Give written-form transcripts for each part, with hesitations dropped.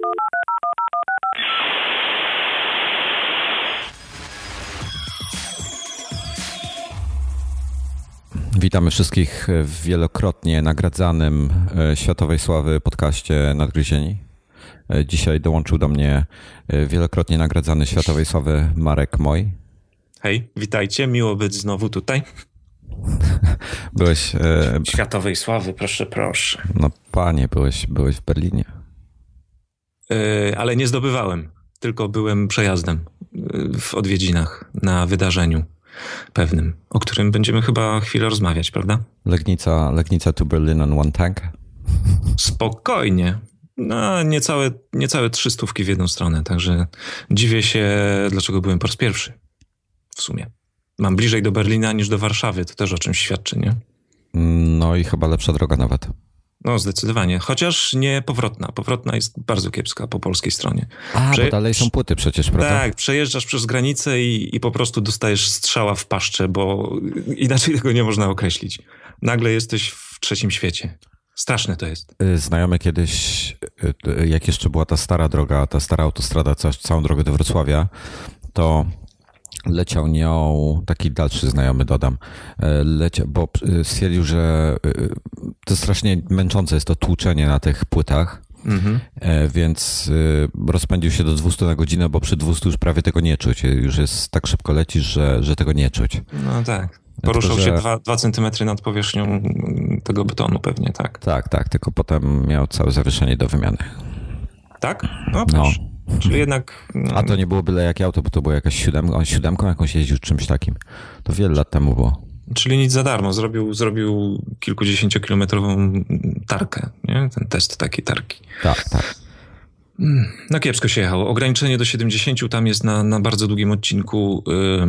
Witamy wszystkich w wielokrotnie nagradzanym światowej sławy podcaście Nadgryzieni. Dzisiaj dołączył do mnie wielokrotnie nagradzany światowej sławy Marek Moj. Hej, witajcie, miło być znowu tutaj. Byłeś... Światowej sławy, proszę. No panie, byłeś w Berlinie. Ale nie zdobywałem, tylko byłem przejazdem w odwiedzinach na wydarzeniu pewnym, o którym będziemy chyba chwilę rozmawiać, prawda? Legnica to Berlin on one tank? Spokojnie. No, niecałe 300 w jedną stronę, także dziwię się, dlaczego byłem po raz pierwszy w sumie. Mam bliżej do Berlina niż do Warszawy, to też o czymś świadczy, nie? No i chyba lepsza droga nawet. No zdecydowanie, chociaż nie powrotna. Powrotna jest bardzo kiepska po polskiej stronie. Bo dalej są płyty przecież, prawda? Tak, przejeżdżasz przez granicę i po prostu dostajesz strzała w paszczę, bo inaczej tego nie można określić. Nagle jesteś w trzecim świecie. Straszne to jest. Znajomy kiedyś, jak jeszcze była ta stara droga, ta stara autostrada, całą drogę do Wrocławia, to leciał nią taki dalszy znajomy, dodam, bo stwierdził, że to strasznie męczące jest to tłuczenie na tych płytach, więc rozpędził się do 200 na godzinę, bo przy 200 już prawie tego nie czuć. Już jest tak szybko lecisz, że tego nie czuć. No tak. Poruszał się 2 centymetry nad powierzchnią tego betonu pewnie, tak? Tak, tylko potem miał całe zawieszenie do wymiany. Tak? No proszę. Czyli jednak... A to nie było byle jakie auto, bo to było jakaś siódemką jakąś jeździł, czymś takim. To wiele lat temu było. Czyli nic za darmo. Zrobił kilkudziesięciokilometrową tarkę, nie? Ten test takiej tarki. Tak. No kiepsko się jechało. Ograniczenie do 70 tam jest na bardzo długim odcinku.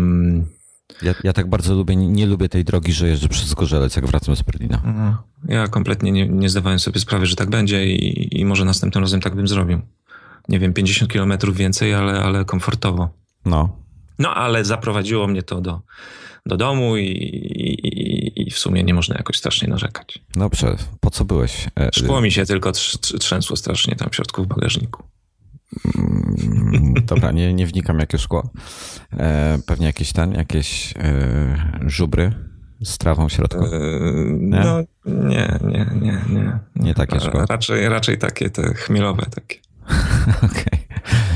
Ja tak bardzo nie lubię tej drogi, że jeżdżę przez Zgorzelec, jak wracam z Berlina. Ja kompletnie nie zdawałem sobie sprawy, że tak będzie i może następnym razem tak bym zrobił. Nie wiem, 50 kilometrów więcej, ale komfortowo. No, ale zaprowadziło mnie to do domu i w sumie nie można jakoś strasznie narzekać. Dobrze, po co byłeś? Szkło mi się tylko trzęsło strasznie tam w środku w bagażniku. Dobra, nie wnikam jakie szkło. Pewnie jakieś żubry z trawą w środku? Nie? No, nie. Nie takie szkło? Raczej takie te chmielowe takie. Okej.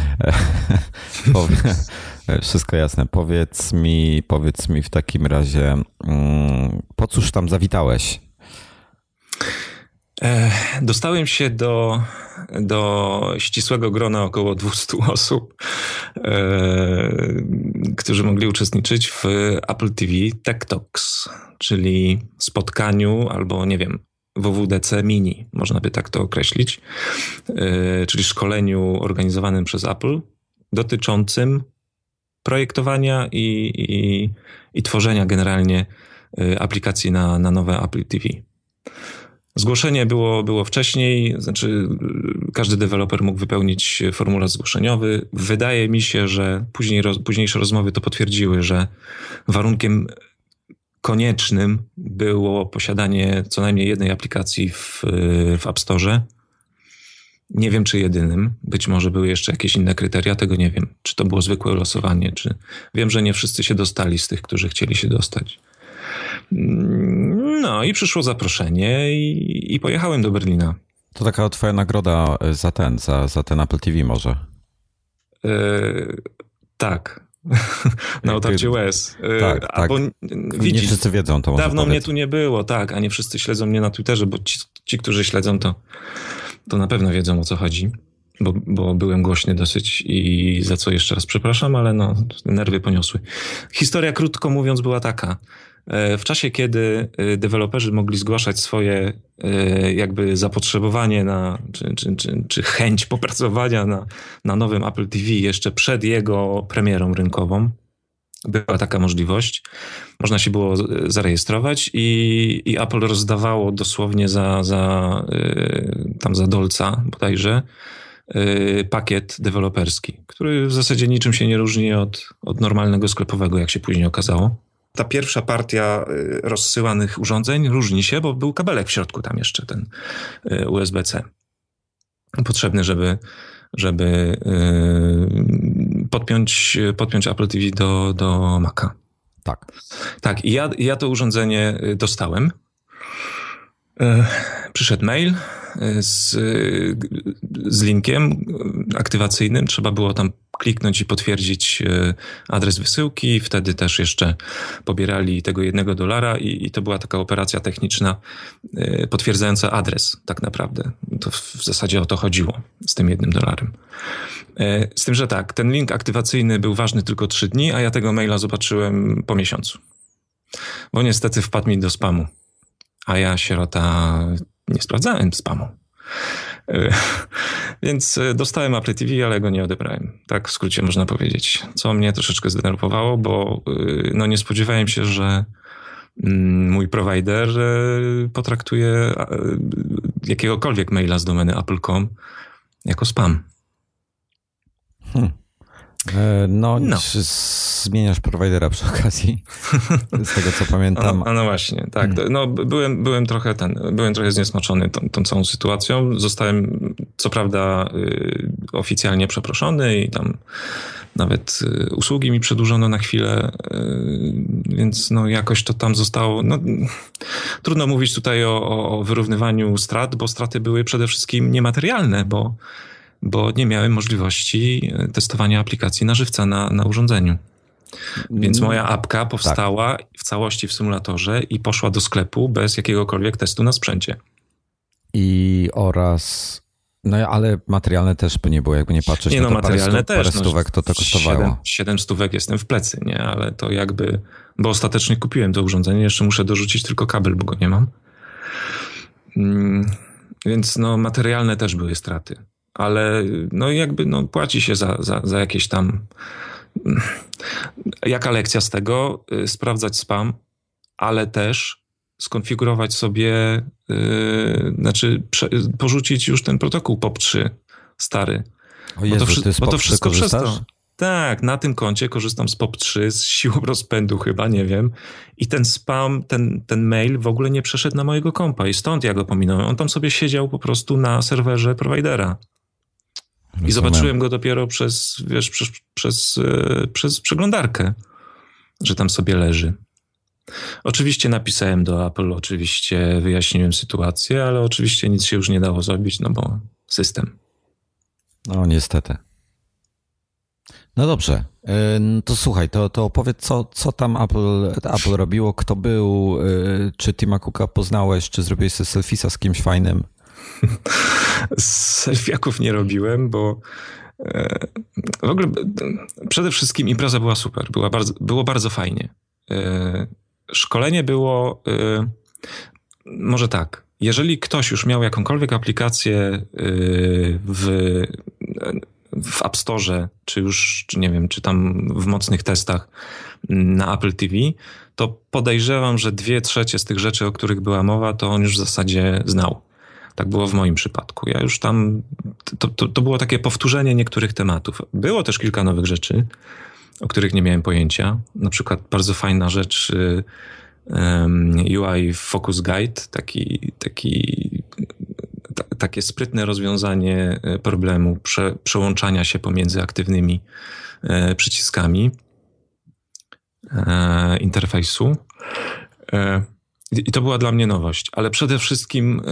Wszystko jasne. Powiedz mi w takim razie, po cóż tam zawitałeś? Dostałem się do ścisłego grona około 200 osób, którzy mogli uczestniczyć w Apple TV Tech Talks, czyli spotkaniu albo nie wiem, WWDC Mini, można by tak to określić, czyli szkoleniu organizowanym przez Apple dotyczącym projektowania i tworzenia generalnie aplikacji na nowe Apple TV. Zgłoszenie było wcześniej, znaczy każdy deweloper mógł wypełnić formularz zgłoszeniowy. Wydaje mi się, że późniejsze rozmowy to potwierdziły, że warunkiem koniecznym było posiadanie co najmniej jednej aplikacji w App Store. Nie wiem, czy jedynym. Być może były jeszcze jakieś inne kryteria, tego nie wiem. Czy to było zwykłe losowanie, czy... Wiem, że nie wszyscy się dostali z tych, którzy chcieli się dostać. No i przyszło zaproszenie i pojechałem do Berlina. To taka twoja nagroda za ten Apple TV może? Tak. Na otarcie łez. Tak. Bo, widzisz, nie wszyscy wiedzą to. Dawno mnie tu nie było, tak, a nie wszyscy śledzą mnie na Twitterze, bo ci którzy śledzą to na pewno wiedzą, o co chodzi, bo byłem głośny dosyć i za co jeszcze raz przepraszam, ale no, nerwy poniosły. Historia, krótko mówiąc, była taka. W czasie, kiedy deweloperzy mogli zgłaszać swoje jakby zapotrzebowanie czy chęć popracowania na nowym Apple TV jeszcze przed jego premierą rynkową, była taka możliwość. Można się było zarejestrować i Apple rozdawało dosłownie za dolca bodajże pakiet deweloperski, który w zasadzie niczym się nie różni od normalnego sklepowego, jak się później okazało. Ta pierwsza partia rozsyłanych urządzeń różni się, bo był kabelek w środku tam jeszcze, ten USB-C. Potrzebny, żeby podpiąć Apple TV do Maca. Tak. Tak, i ja to urządzenie dostałem. Przyszedł mail z linkiem aktywacyjnym. Trzeba było tam kliknąć i potwierdzić adres wysyłki. Wtedy też jeszcze pobierali tego $1 i to była taka operacja techniczna potwierdzająca adres tak naprawdę. To w zasadzie o to chodziło z tym $1. Z tym, że tak, ten link aktywacyjny był ważny tylko 3 dni, a ja tego maila zobaczyłem po miesiącu. Bo niestety wpadł mi do spamu. A ja, sierota, nie sprawdzałem spamu. Więc dostałem Apple TV, ale go nie odebrałem. Tak w skrócie można powiedzieć. Co mnie troszeczkę zdenerwowało, bo no nie spodziewałem się, że mój prowajder potraktuje jakiegokolwiek maila z domeny apple.com jako spam. No. Zmieniasz prowajdera przy okazji, z tego co pamiętam. No właśnie, tak. No, byłem trochę zniesmaczony tą całą sytuacją. Zostałem co prawda oficjalnie przeproszony i tam nawet usługi mi przedłużono na chwilę, więc no jakoś to tam zostało. No, trudno mówić tutaj o wyrównywaniu strat, bo straty były przede wszystkim niematerialne, bo nie miałem możliwości testowania aplikacji na żywca na urządzeniu. Więc moja apka powstała w całości w symulatorze i poszła do sklepu bez jakiegokolwiek testu na sprzęcie. No ale materialne też by nie było, jakby nie patrzeć. Nie, materialne też. Parę stówek to kosztowało. 7 stówek jestem w plecy, nie? Ale to jakby, bo ostatecznie kupiłem to urządzenie, jeszcze muszę dorzucić tylko kabel, bo go nie mam. Więc no materialne też były straty. Ale no jakby no płaci się za jakieś tam... Jaka lekcja z tego? Sprawdzać spam, ale też skonfigurować sobie, porzucić już ten protokół POP3 stary. O Jezu, bo to wszystko przez to. Tak, na tym koncie korzystam z POP3 z siłą rozpędu chyba, nie wiem. I ten spam, ten mail w ogóle nie przeszedł na mojego kompa i stąd ja go pominąłem. On tam sobie siedział po prostu na serwerze prowajdera. I zobaczyłem go dopiero przez przeglądarkę, że tam sobie leży. Oczywiście napisałem do Apple, oczywiście wyjaśniłem sytuację, ale oczywiście nic się już nie dało zrobić, no bo system. No niestety. No dobrze, to słuchaj, to opowiedz, co tam Apple robiło, kto był, czy Tima Cooka poznałeś, czy zrobiłeś sobie selfiesa z kimś fajnym? Selfiaków nie robiłem, bo w ogóle przede wszystkim impreza była super, było bardzo fajnie. Szkolenie było, może tak, jeżeli ktoś już miał jakąkolwiek aplikację w App Store, czy nie wiem, czy tam w mocnych testach na Apple TV, to podejrzewam, że 2/3 z tych rzeczy, o których była mowa, to on już w zasadzie znał. Tak było w moim przypadku. Ja już tam, to było takie powtórzenie niektórych tematów. Było też kilka nowych rzeczy, o których nie miałem pojęcia. Na przykład bardzo fajna rzecz UI Focus Guide, takie sprytne rozwiązanie problemu przełączania się pomiędzy aktywnymi przyciskami interfejsu. I to była dla mnie nowość, ale przede wszystkim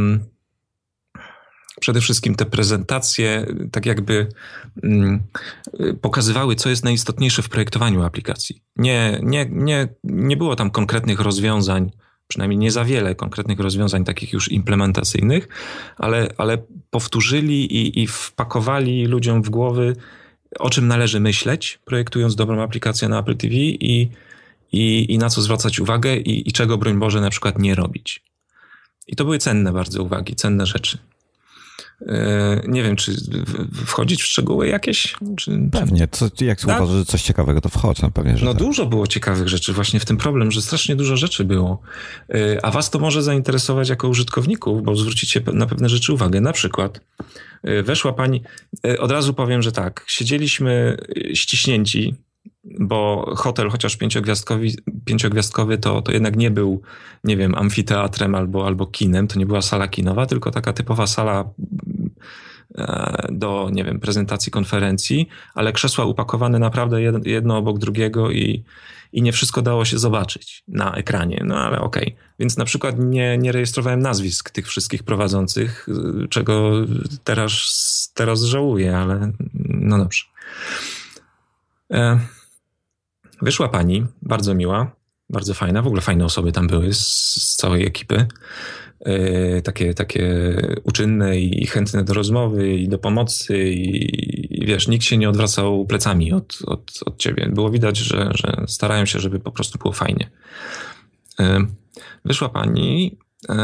te prezentacje tak jakby pokazywały, co jest najistotniejsze w projektowaniu aplikacji. Nie było tam konkretnych rozwiązań, przynajmniej nie za wiele konkretnych rozwiązań takich już implementacyjnych, ale powtórzyli i wpakowali ludziom w głowy, o czym należy myśleć, projektując dobrą aplikację na Apple TV i na co zwracać uwagę i czego, broń Boże, na przykład nie robić. I to były cenne bardzo uwagi, cenne rzeczy. Nie wiem, czy wchodzić w szczegóły jakieś? Pewnie. Jak tak? Uważasz, że coś ciekawego, to wchodź na pewnie, że no tak. Dużo było ciekawych rzeczy. Właśnie w tym problem, że strasznie dużo rzeczy było. A was to może zainteresować jako użytkowników, bo zwrócicie na pewne rzeczy uwagę. Na przykład weszła pani... Od razu powiem, że tak. Siedzieliśmy ściśnięci, bo hotel, chociaż 5-gwiazdkowy, to jednak nie był, nie wiem, amfiteatrem albo kinem, to nie była sala kinowa, tylko taka typowa sala do, nie wiem, prezentacji, konferencji, ale krzesła upakowane naprawdę jedno obok drugiego i nie wszystko dało się zobaczyć na ekranie, no ale okej. Więc na przykład nie rejestrowałem nazwisk tych wszystkich prowadzących, czego teraz żałuję, ale no dobrze. Wyszła pani, bardzo miła, bardzo fajna, w ogóle fajne osoby tam były z całej ekipy. Takie uczynne i chętne do rozmowy i do pomocy i wiesz, nikt się nie odwracał plecami od ciebie. Było widać, że starają się, żeby po prostu było fajnie. Wyszła pani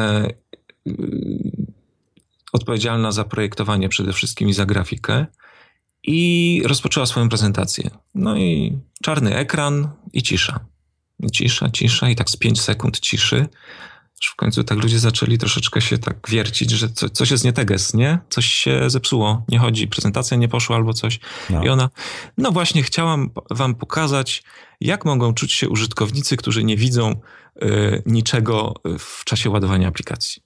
odpowiedzialna za projektowanie przede wszystkim i za grafikę i rozpoczęła swoją prezentację. No i czarny ekran i cisza. Cisza i tak z 5 sekund ciszy. W końcu tak ludzie zaczęli troszeczkę się tak wiercić, że coś jest nie teges, nie? Coś się zepsuło, nie chodzi, prezentacja nie poszła albo coś. No. I ona, no właśnie chciałam wam pokazać, jak mogą czuć się użytkownicy, którzy nie widzą niczego w czasie ładowania aplikacji.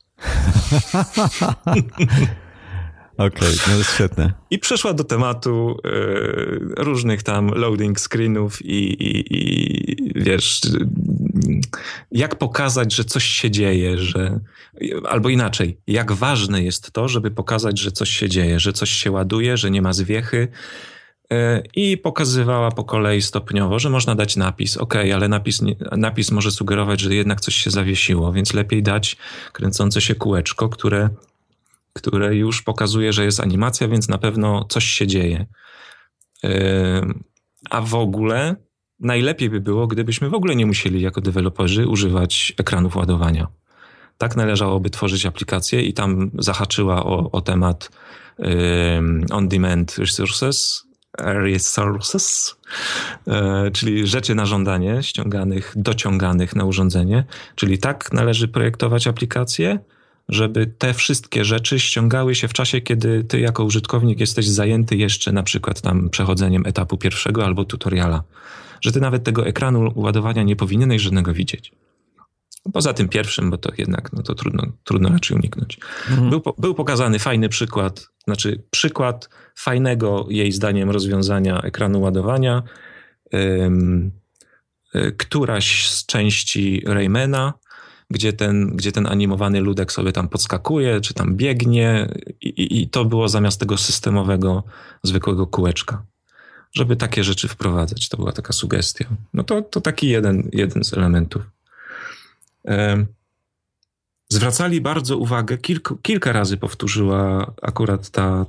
Okej, no jest świetne. I przeszła do tematu różnych tam loading screenów i wiesz, jak pokazać, że coś się dzieje, albo inaczej, jak ważne jest to, żeby pokazać, że coś się dzieje, że coś się ładuje, że nie ma zwiechy. I pokazywała po kolei stopniowo, że można dać napis. Okej, ale napis może sugerować, że jednak coś się zawiesiło, więc lepiej dać kręcące się kółeczko, które już pokazuje, że jest animacja, więc na pewno coś się dzieje. A w ogóle najlepiej by było, gdybyśmy w ogóle nie musieli jako deweloperzy używać ekranów ładowania. Tak należałoby tworzyć aplikację i tam zahaczyła o temat on-demand resources, czyli rzeczy na żądanie, dociąganych na urządzenie. Czyli tak należy projektować aplikację, żeby te wszystkie rzeczy ściągały się w czasie, kiedy ty jako użytkownik jesteś zajęty jeszcze na przykład tam przechodzeniem etapu pierwszego albo tutoriala. Że ty nawet tego ekranu ładowania nie powinieneś żadnego widzieć. Poza tym pierwszym, bo to jednak no to trudno raczej uniknąć. Był pokazany fajny przykład fajnego jej zdaniem rozwiązania ekranu ładowania. Któraś z części Raymana, gdzie ten animowany ludek sobie tam podskakuje, czy tam biegnie i to było zamiast tego systemowego, zwykłego kółeczka. Żeby takie rzeczy wprowadzać. To była taka sugestia. No to taki jeden z elementów. Zwracali bardzo uwagę, kilka razy powtórzyła akurat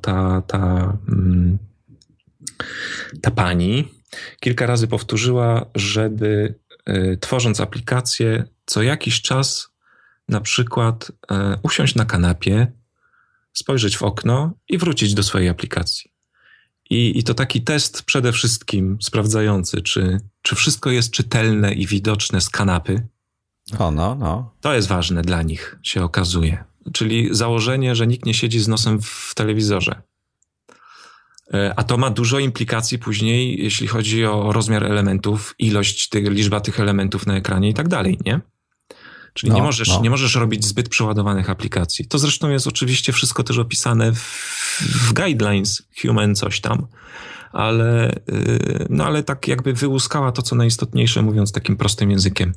ta pani, kilka razy powtórzyła, żeby tworząc aplikację co jakiś czas na przykład usiąść na kanapie, spojrzeć w okno i wrócić do swojej aplikacji. I to taki test przede wszystkim sprawdzający, czy wszystko jest czytelne i widoczne z kanapy. No. To jest ważne dla nich, się okazuje. Czyli założenie, że nikt nie siedzi z nosem w telewizorze. A to ma dużo implikacji później, jeśli chodzi o rozmiar elementów, liczba tych elementów na ekranie i tak dalej, nie? Czyli nie możesz robić zbyt przeładowanych aplikacji. To zresztą jest oczywiście wszystko też opisane w guidelines human coś tam, ale tak jakby wyłuskała to, co najistotniejsze, mówiąc takim prostym językiem.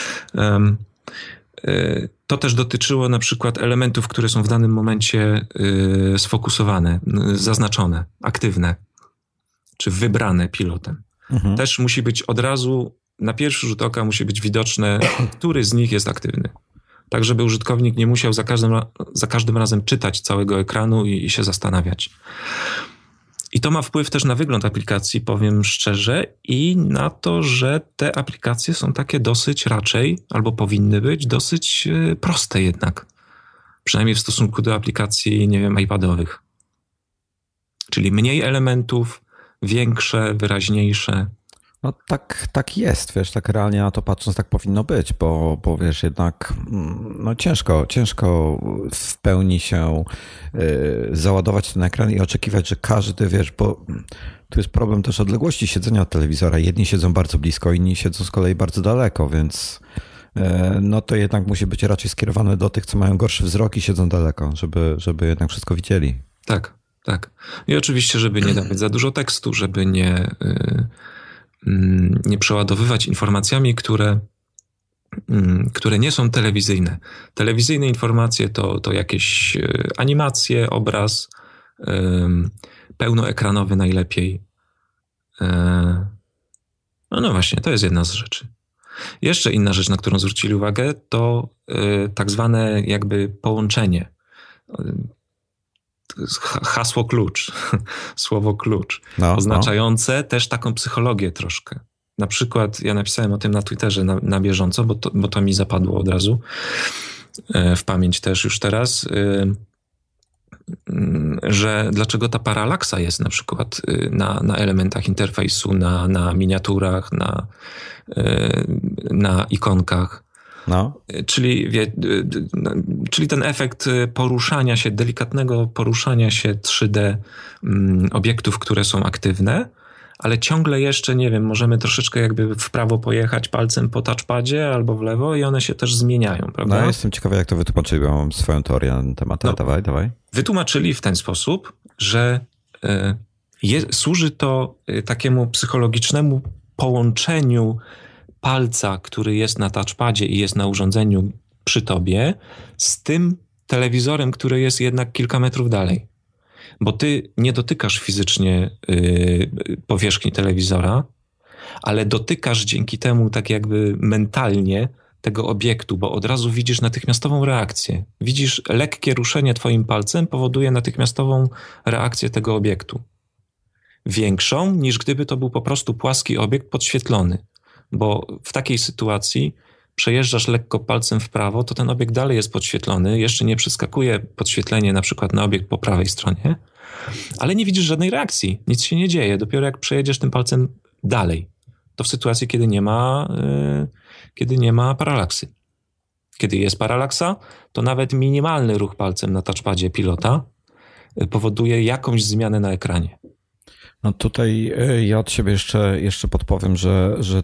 To też dotyczyło na przykład elementów, które są w danym momencie sfokusowane, zaznaczone, aktywne, czy wybrane pilotem. Też musi być od razu, na pierwszy rzut oka musi być widoczne, który z nich jest aktywny. Tak, żeby użytkownik nie musiał za każdym razem czytać całego ekranu i się zastanawiać. I to ma wpływ też na wygląd aplikacji, powiem szczerze, i na to, że te aplikacje są takie dosyć raczej, albo powinny być dosyć proste jednak. Przynajmniej w stosunku do aplikacji, nie wiem, iPadowych. Czyli mniej elementów, większe, wyraźniejsze. No tak jest, wiesz, tak realnie na to patrząc tak powinno być, bo wiesz, jednak no ciężko w pełni się załadować ten ekran i oczekiwać, że każdy, wiesz, bo tu jest problem też odległości siedzenia od telewizora. Jedni siedzą bardzo blisko, inni siedzą z kolei bardzo daleko, więc no to jednak musi być raczej skierowane do tych, co mają gorszy wzrok i siedzą daleko, żeby jednak wszystko widzieli. Tak. Tak. I oczywiście, żeby nie dawać za dużo tekstu, żeby nie przeładowywać informacjami, które nie są telewizyjne. Telewizyjne informacje to jakieś animacje, obraz, pełnoekranowy najlepiej. No właśnie, to jest jedna z rzeczy. Jeszcze inna rzecz, na którą zwrócili uwagę, to tak zwane jakby połączenie. To jest hasło klucz, słowo klucz, oznaczające też taką psychologię troszkę. Na przykład ja napisałem o tym na Twitterze na bieżąco, bo to mi zapadło od razu w pamięć też już teraz, że dlaczego ta paralaksa jest na przykład na elementach interfejsu, na miniaturach, na ikonkach. No. Czyli ten efekt poruszania się, delikatnego poruszania się 3D obiektów, które są aktywne, ale ciągle jeszcze, nie wiem, możemy troszeczkę jakby w prawo pojechać palcem po touchpadzie albo w lewo i one się też zmieniają, prawda? No, jestem ciekawy, jak to wytłumaczyli, bo mam swoją teorię na ten temat. Dawaj. Wytłumaczyli w ten sposób, że służy to takiemu psychologicznemu połączeniu palca, który jest na touchpadzie i jest na urządzeniu przy tobie, z tym telewizorem, który jest jednak kilka metrów dalej. Bo ty nie dotykasz fizycznie powierzchni telewizora, ale dotykasz dzięki temu tak jakby mentalnie tego obiektu, bo od razu widzisz natychmiastową reakcję. Widzisz, lekkie ruszenie twoim palcem powoduje natychmiastową reakcję tego obiektu. Większą niż gdyby to był po prostu płaski obiekt podświetlony. Bo w takiej sytuacji przejeżdżasz lekko palcem w prawo, to ten obiekt dalej jest podświetlony, jeszcze nie przeskakuje podświetlenie na przykład na obiekt po prawej stronie, ale nie widzisz żadnej reakcji, nic się nie dzieje. Dopiero jak przejedziesz tym palcem dalej, to w sytuacji, kiedy nie ma paralaksy. Kiedy jest paralaksa, to nawet minimalny ruch palcem na touchpadzie pilota powoduje jakąś zmianę na ekranie. No tutaj ja od siebie jeszcze podpowiem, że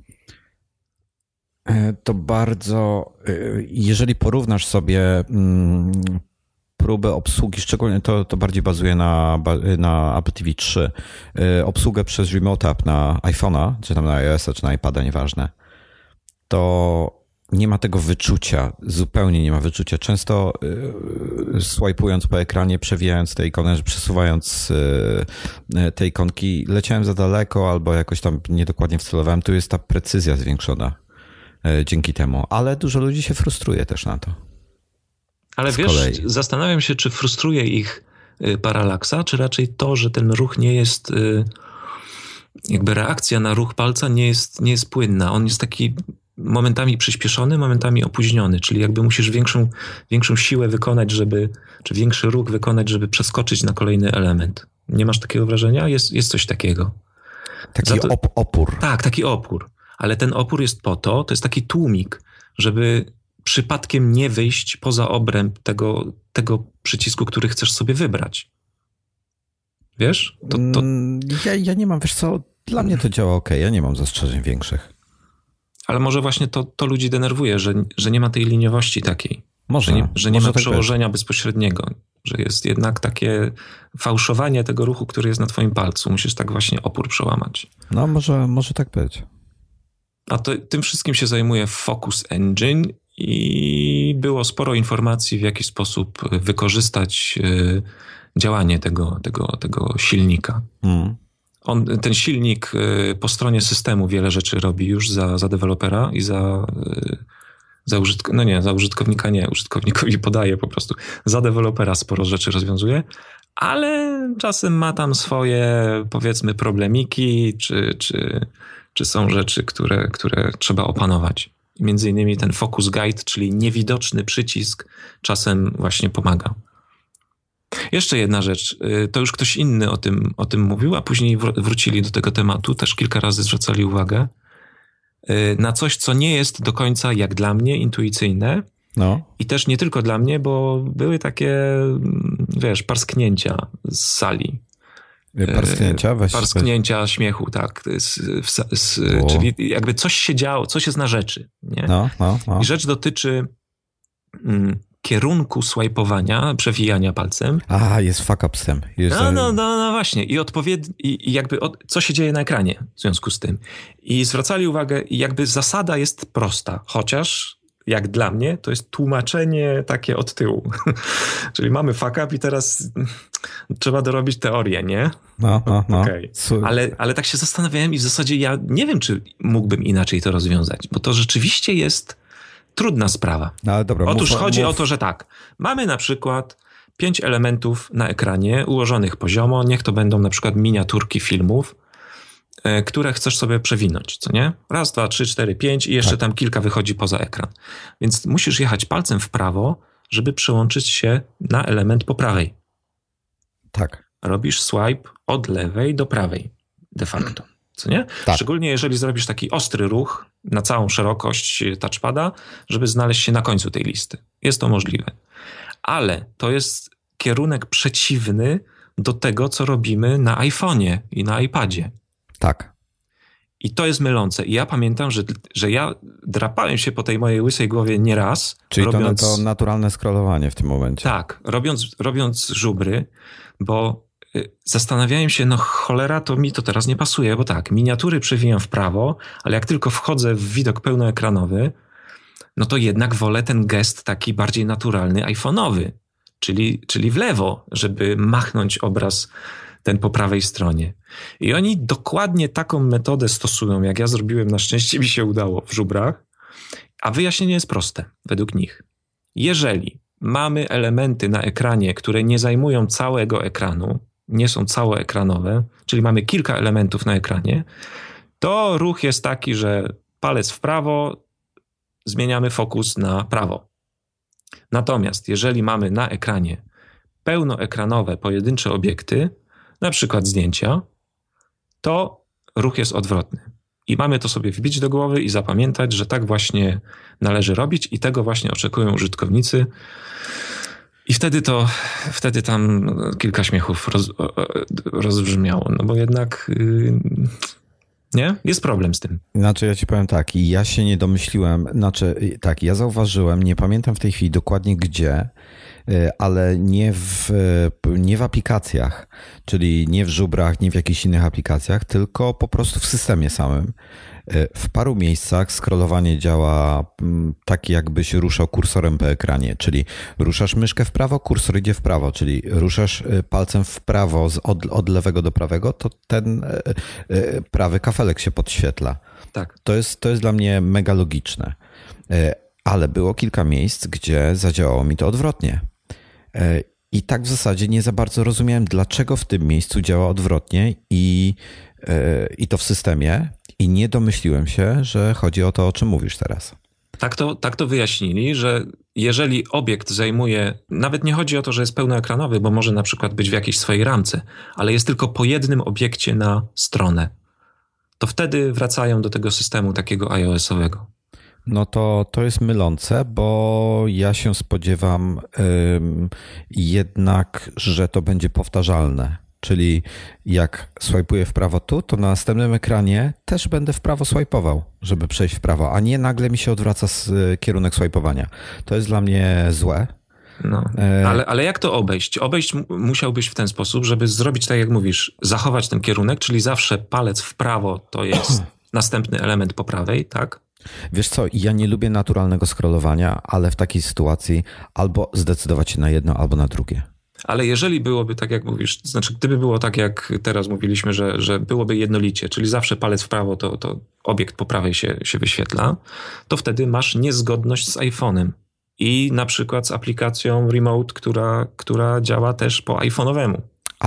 to bardzo, jeżeli porównasz sobie próbę obsługi, szczególnie to bardziej bazuje na Apple TV 3, obsługę przez Remote App na iPhone'a, czy tam na iOS-a, czy na iPada, nieważne, to nie ma tego wyczucia, zupełnie nie ma wyczucia. Często swajpując po ekranie, przewijając te ikony, przesuwając te ikonki, leciałem za daleko albo jakoś tam niedokładnie wcelowałem. Tu jest ta precyzja zwiększona dzięki temu, ale dużo ludzi się frustruje też na to. Ale wiesz, zastanawiam się, czy frustruje ich paralaksa, czy raczej to, że ten ruch nie jest, jakby reakcja na ruch palca nie jest płynna. On jest taki momentami przyspieszony, momentami opóźniony, czyli jakby musisz większą siłę wykonać, czy większy ruch wykonać, żeby przeskoczyć na kolejny element. Nie masz takiego wrażenia? Jest coś takiego. Taki opór. Tak, taki opór. Ale ten opór jest to jest taki tłumik, żeby przypadkiem nie wyjść poza obręb tego przycisku, który chcesz sobie wybrać. Wiesz? Ja nie mam, wiesz co, dla mnie to działa okej, ja nie mam zastrzeżeń większych. Ale może właśnie to ludzi denerwuje, że nie ma tej liniowości takiej. Że nie ma tak przełożenia bezpośredniego. Że jest jednak takie fałszowanie tego ruchu, który jest na twoim palcu. Musisz tak właśnie opór przełamać. No może tak być. A tym wszystkim się zajmuje Focus Engine i było sporo informacji, w jaki sposób wykorzystać działanie tego silnika. Ten silnik po stronie systemu wiele rzeczy robi już za dewelopera i za użytkownika nie, użytkownikowi podaje po prostu. Za dewelopera sporo rzeczy rozwiązuje, ale czasem ma tam swoje, powiedzmy, problemiki, czy są rzeczy, które trzeba opanować. Między innymi ten Focus Guide, czyli niewidoczny przycisk, czasem właśnie pomaga. Jeszcze jedna rzecz, to już ktoś inny o tym mówił, a później wrócili do tego tematu, też kilka razy zwracali uwagę na coś, co nie jest do końca, jak dla mnie, intuicyjne. No. I też nie tylko dla mnie, bo były takie, wiesz, parsknięcia z sali. Parsknięcia? Parsknięcia śmiechu, tak. Czyli jakby coś się działo, coś jest na rzeczy. Nie? No. I rzecz dotyczy kierunku swajpowania, przewijania palcem. Jest fuck up z tym. No właśnie. I jakby co się dzieje na ekranie w związku z tym. I zwracali uwagę, jakby zasada jest prosta, chociaż jak dla mnie to jest tłumaczenie takie od tyłu. Czyli mamy fuck up i teraz trzeba dorobić teorię, nie? No. Okay. Ale tak się zastanawiałem i w zasadzie ja nie wiem, czy mógłbym inaczej to rozwiązać, bo to rzeczywiście jest trudna sprawa. Ale dobra, Otóż chodzi o to, że tak, mamy na przykład 5 elementów na ekranie ułożonych poziomo, niech to będą na przykład miniaturki filmów, które chcesz sobie przewinąć, co nie? 1, 2, 3, 4, 5 i jeszcze tam kilka wychodzi poza ekran. Więc musisz jechać palcem w prawo, żeby przełączyć się na element po prawej. Tak. Robisz swipe od lewej do prawej de facto, co nie? Tak. Szczególnie jeżeli zrobisz taki ostry ruch na całą szerokość touchpada, żeby znaleźć się na końcu tej listy. Jest to możliwe. Ale to jest kierunek przeciwny do tego, co robimy na iPhone'ie i na iPadzie. Tak. I to jest mylące. I ja pamiętam, że ja drapałem się po tej mojej łysej głowie nieraz. Czyli to naturalne scrollowanie w tym momencie. Tak, robiąc żubry, bo zastanawiałem się, no cholera, to mi to teraz nie pasuje, bo tak, miniatury przewijam w prawo, ale jak tylko wchodzę w widok pełnoekranowy, no to jednak wolę ten gest taki bardziej naturalny, iPhone'owy, czyli w lewo, żeby machnąć obraz ten po prawej stronie. I oni dokładnie taką metodę stosują, jak ja zrobiłem, na szczęście mi się udało w żubrach, a wyjaśnienie jest proste, według nich. Jeżeli mamy elementy na ekranie, które nie zajmują całego ekranu, nie są całoekranowe, czyli mamy kilka elementów na ekranie, to ruch jest taki, że palec w prawo, zmieniamy fokus na prawo. Natomiast jeżeli mamy na ekranie pełnoekranowe, pojedyncze obiekty, na przykład zdjęcia, to ruch jest odwrotny. I mamy to sobie wbić do głowy i zapamiętać, że tak właśnie należy robić i tego właśnie oczekują użytkownicy. I wtedy tam kilka śmiechów rozbrzmiało, no bo jednak nie? Jest problem z tym. Znaczy ja ci powiem tak, ja się nie domyśliłem, ja zauważyłem, nie pamiętam w tej chwili dokładnie gdzie, ale nie w aplikacjach, czyli nie w żubrach, nie w jakichś innych aplikacjach, tylko po prostu w systemie samym. W paru miejscach scrollowanie działa tak, jakbyś ruszał kursorem po ekranie, czyli ruszasz myszkę w prawo, kursor idzie w prawo, czyli ruszasz palcem w prawo od lewego do prawego, to ten prawy kafelek się podświetla. Tak. To jest dla mnie mega logiczne. Ale było kilka miejsc, gdzie zadziałało mi to odwrotnie. I tak w zasadzie nie za bardzo rozumiałem, dlaczego w tym miejscu działa odwrotnie i to w systemie. I nie domyśliłem się, że chodzi o to, o czym mówisz teraz. Tak to wyjaśnili, że jeżeli obiekt zajmuje, nawet nie chodzi o to, że jest pełnoekranowy, bo może na przykład być w jakiejś swojej ramce, ale jest tylko po jednym obiekcie na stronę, to wtedy wracają do tego systemu takiego iOS-owego. No to jest mylące, bo ja się spodziewam jednak, że to będzie powtarzalne. Czyli jak swajpuję w prawo tu, to na następnym ekranie też będę w prawo swajpował, żeby przejść w prawo, a nie nagle mi się odwraca kierunek swajpowania. To jest dla mnie złe. No, ale jak to obejść? Obejść musiałbyś w ten sposób, żeby zrobić tak jak mówisz, zachować ten kierunek, czyli zawsze palec w prawo to jest następny element po prawej, tak? Wiesz co, ja nie lubię naturalnego scrollowania, ale w takiej sytuacji albo zdecydować się na jedno, albo na drugie. Ale jeżeli byłoby tak, jak mówisz, znaczy gdyby było tak, jak teraz mówiliśmy, że byłoby jednolicie, czyli zawsze palec w prawo, to obiekt po prawej się wyświetla, to wtedy masz niezgodność z iPhone'em i na przykład z aplikacją Remote, która działa też po iPhone'owemu.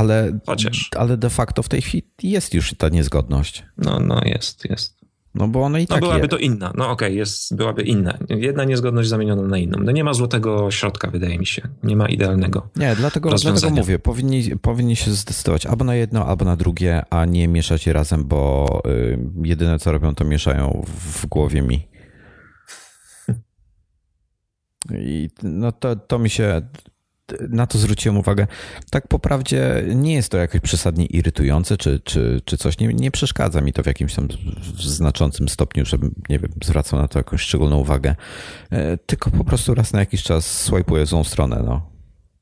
Ale de facto w tej chwili jest już ta niezgodność. No jest. No bo ona i tak byłaby to inna. No okej, byłaby inna. Jedna niezgodność zamieniona na inną. No nie ma złotego środka, wydaje mi się. Nie ma idealnego. Nie, dlatego mówię, powinni się zdecydować albo na jedno, albo na drugie, a nie mieszać je razem, bo jedyne co robią, to mieszają w głowie mi. I no to mi się... na to zwróciłem uwagę. Tak po prawdzie nie jest to jakoś przesadnie irytujące, czy coś. Nie przeszkadza mi to w jakimś tam znaczącym stopniu, żebym, nie wiem, zwracał na to jakąś szczególną uwagę. Tylko po prostu raz na jakiś czas swajpuję w złą stronę, no.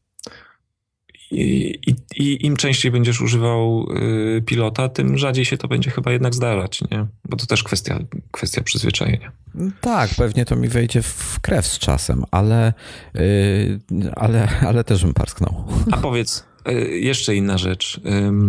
I im częściej będziesz używał pilota, tym rzadziej się to będzie chyba jednak zdarzać, nie? Bo to też kwestia przyzwyczajenia. Tak, pewnie to mi wejdzie w krew z czasem, ale też bym parsknął. A powiedz, jeszcze inna rzecz.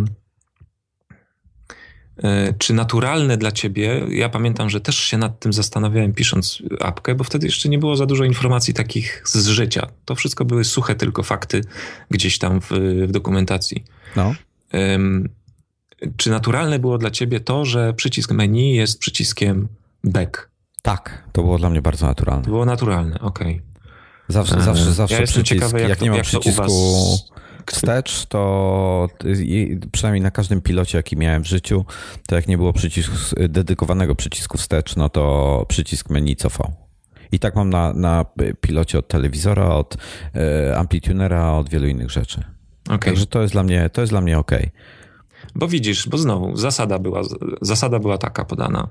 Czy naturalne dla ciebie, ja pamiętam, że też się nad tym zastanawiałem pisząc apkę, bo wtedy jeszcze nie było za dużo informacji takich z życia. To wszystko były suche tylko fakty gdzieś tam w dokumentacji. No. Czy naturalne było dla ciebie to, że przycisk menu jest przyciskiem back? Tak, to było dla mnie bardzo naturalne. To było naturalne, okej. Zawsze ja przycisk, ciekawy, jak nie mam przycisku was... wstecz, to przynajmniej na każdym pilocie, jaki miałem w życiu, to jak nie było dedykowanego przycisku wstecz, no to przycisk menu cofał. I tak mam na pilocie od telewizora, od amplitunera, od wielu innych rzeczy. Okay. Także to jest dla mnie okej. Bo widzisz, bo znowu zasada była taka podana.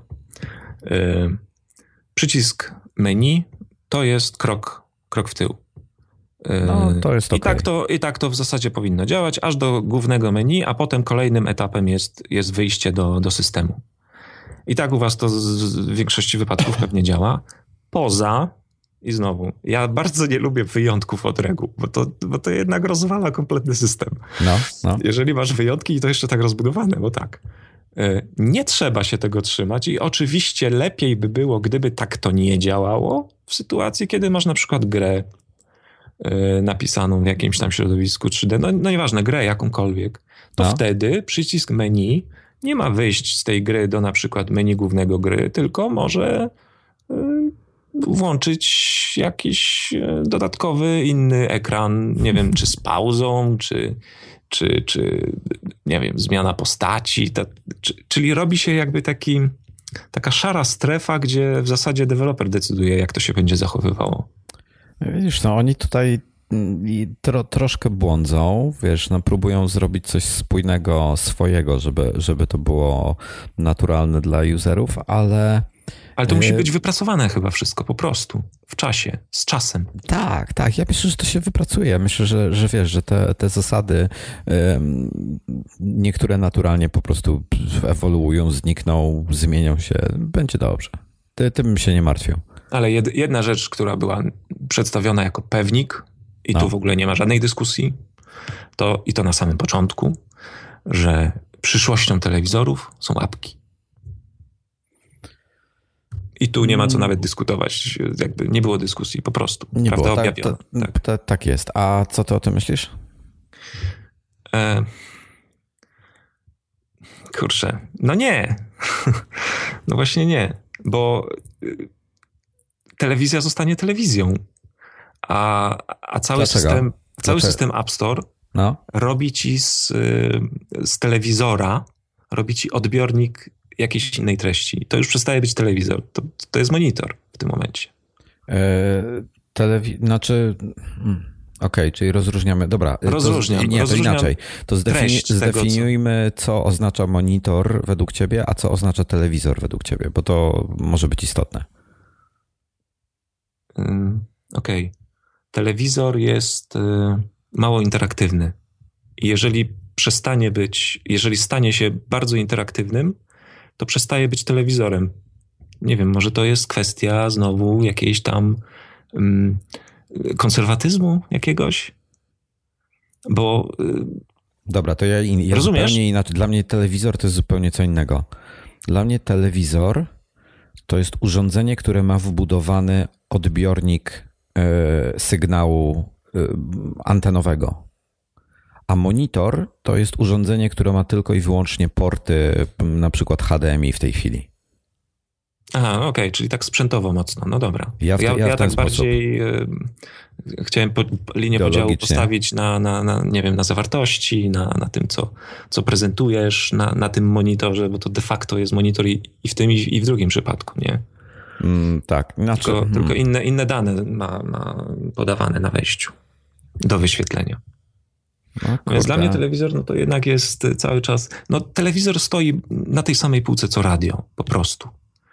Przycisk menu to jest krok w tył. No, to jest okej. I tak to w zasadzie powinno działać, aż do głównego menu, a potem kolejnym etapem jest wyjście do systemu. I tak u was to w większości wypadków pewnie działa. I znowu, ja bardzo nie lubię wyjątków od reguł, bo to jednak rozwala kompletny system. No. Jeżeli masz wyjątki i to jeszcze tak rozbudowane, bo tak. Nie trzeba się tego trzymać i oczywiście lepiej by było, gdyby tak to nie działało w sytuacji, kiedy masz na przykład grę napisaną w jakimś tam środowisku 3D, no nieważne, grę jakąkolwiek, to wtedy przycisk menu nie ma wyjść z tej gry do na przykład menu głównego gry, tylko może włączyć jakiś dodatkowy inny ekran, nie wiem, czy z pauzą, czy nie wiem, zmiana postaci, czyli robi się jakby taka szara strefa, gdzie w zasadzie deweloper decyduje, jak to się będzie zachowywało. Widzisz, no oni tutaj troszkę błądzą, wiesz, no próbują zrobić coś spójnego, swojego, żeby to było naturalne dla userów, ale to musi być wypracowane chyba wszystko, po prostu, w czasie, z czasem. Tak, ja myślę, że to się wypracuje. Myślę, że wiesz, że te zasady niektóre naturalnie po prostu ewoluują, znikną, zmienią się, będzie dobrze. Tym bym się nie martwił. Ale jedna rzecz, która była przedstawiona jako pewnik i tu w ogóle nie ma żadnej dyskusji, to na samym początku, że przyszłością telewizorów są apki. I tu nie ma co nawet dyskutować. Jakby nie było dyskusji, po prostu. Nie prawda było, objawiona. Tak jest. A co ty o tym myślisz? Kurczę, no nie. No właśnie nie, bo telewizja zostanie telewizją, a cały system App Store robi ci z telewizora, robi ci odbiornik jakiejś innej treści. To już przestaje być telewizor. To jest monitor w tym momencie. Okej, czyli rozróżniamy. Dobra. Rozróżniam to inaczej. To zdefiniujmy, co oznacza monitor według ciebie, a co oznacza telewizor według ciebie, bo to może być istotne. Okej. Telewizor jest mało interaktywny. I jeżeli stanie się bardzo interaktywnym, to przestaje być telewizorem. Nie wiem, może to jest kwestia znowu jakiejś tam konserwatyzmu jakiegoś? Bo... Dobra, to ja zupełnie inaczej. Dla mnie telewizor to jest zupełnie co innego. Dla mnie telewizor to jest urządzenie, które ma wbudowany odbiornik sygnału antenowego. A monitor to jest urządzenie, które ma tylko i wyłącznie porty, na przykład HDMI w tej chwili. Aha, okej, czyli tak sprzętowo mocno, no dobra. Ja tak bardziej chciałem linię podziału postawić na nie wiem, na zawartości, na tym, co prezentujesz na tym monitorze, bo to de facto jest monitor i w tym, i w drugim przypadku, nie? Tak. Tylko inne dane ma podawane na wejściu. do wyświetlenia. No, więc dla mnie telewizor no to jednak jest cały czas... No telewizor stoi na tej samej półce co radio, po prostu.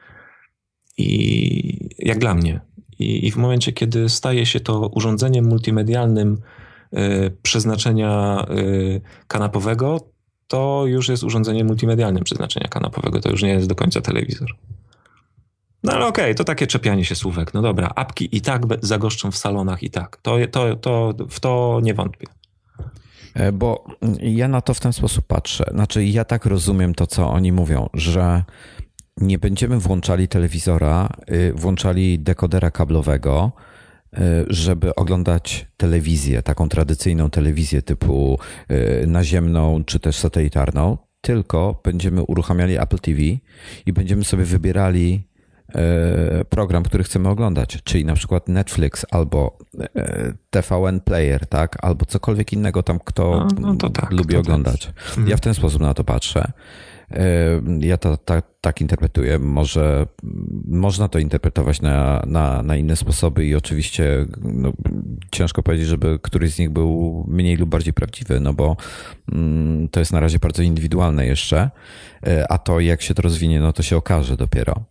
I jak dla mnie. I w momencie, kiedy staje się to urządzeniem multimedialnym przeznaczenia kanapowego, to już jest urządzenie multimedialnym przeznaczenia kanapowego. To już nie jest do końca telewizor. No ale okej, to takie czepianie się słówek. No dobra, apki i tak zagoszczą w salonach i tak. W to nie wątpię. Bo ja na to w ten sposób patrzę. Znaczy ja tak rozumiem to, co oni mówią, że nie będziemy włączali telewizora, włączali dekodera kablowego, żeby oglądać telewizję, taką tradycyjną telewizję typu naziemną czy też satelitarną, tylko będziemy uruchamiali Apple TV i będziemy sobie wybierali program, który chcemy oglądać, czyli na przykład Netflix albo TVN Player, tak? Albo cokolwiek innego tam, kto lubi oglądać. Tak. Ja w ten sposób na to patrzę. Ja to tak interpretuję. Może można to interpretować na inne sposoby i oczywiście no, ciężko powiedzieć, żeby któryś z nich był mniej lub bardziej prawdziwy, no bo to jest na razie bardzo indywidualne jeszcze, a to jak się to rozwinie, no to się okaże dopiero.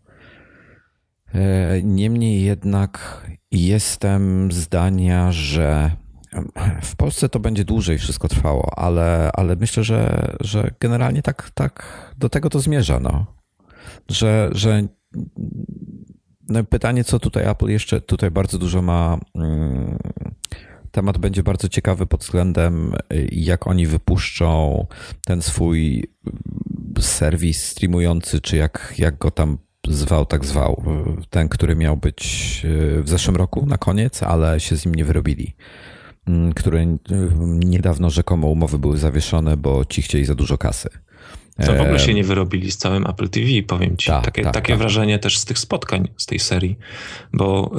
Niemniej jednak jestem zdania, że w Polsce to będzie dłużej wszystko trwało, ale myślę, że generalnie tak do tego to zmierza. No. Że no pytanie, co tutaj Apple jeszcze tutaj bardzo dużo ma. Temat będzie bardzo ciekawy pod względem, jak oni wypuszczą ten swój serwis streamujący, czy jak go tam zwał, tak zwał. Ten, który miał być w zeszłym roku na koniec, ale się z nim nie wyrobili. Które niedawno rzekomo umowy były zawieszone, bo ci chcieli za dużo kasy. To w ogóle się nie wyrobili z całym Apple TV, powiem ci. Takie wrażenie też z tych spotkań z tej serii, bo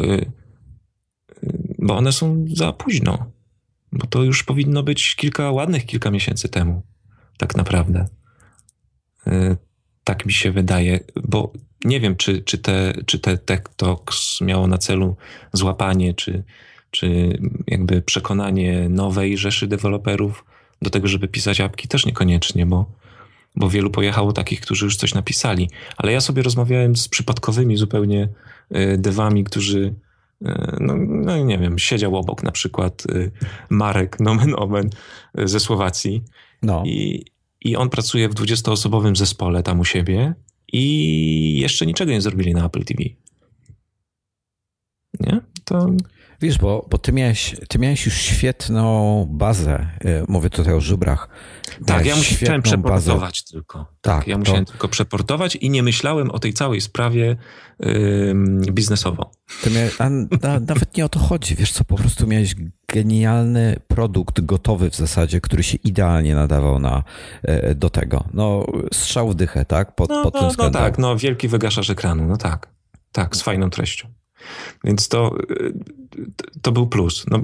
one są za późno. Bo to już powinno być kilka miesięcy temu. Tak naprawdę. Tak mi się wydaje, bo nie wiem, czy te Tech Talks miało na celu złapanie, czy jakby przekonanie nowej rzeszy deweloperów do tego, żeby pisać apki, też niekoniecznie, bo wielu pojechało takich, którzy już coś napisali. Ale ja sobie rozmawiałem z przypadkowymi zupełnie devami, którzy no nie wiem, siedział obok na przykład Marek, nomen omen, ze Słowacji. No. I on pracuje w 20-osobowym zespole tam u siebie i jeszcze niczego nie zrobili na Apple TV. Nie? To... Wiesz, bo ty miałeś już świetną bazę. Mówię tutaj o żubrach. Tak, ja musiałem przeportować bazę. Tylko. Tak, ja musiałem tylko przeportować i nie myślałem o tej całej sprawie biznesowo. Nawet nie o to chodzi. Wiesz co, po prostu miałeś genialny produkt gotowy w zasadzie, który się idealnie nadawał do tego. No, strzał w dychę, tak? Pod tym względem. No tak, wielki wygaszacz ekranu, no tak. Tak, z fajną treścią. Więc to był plus. No,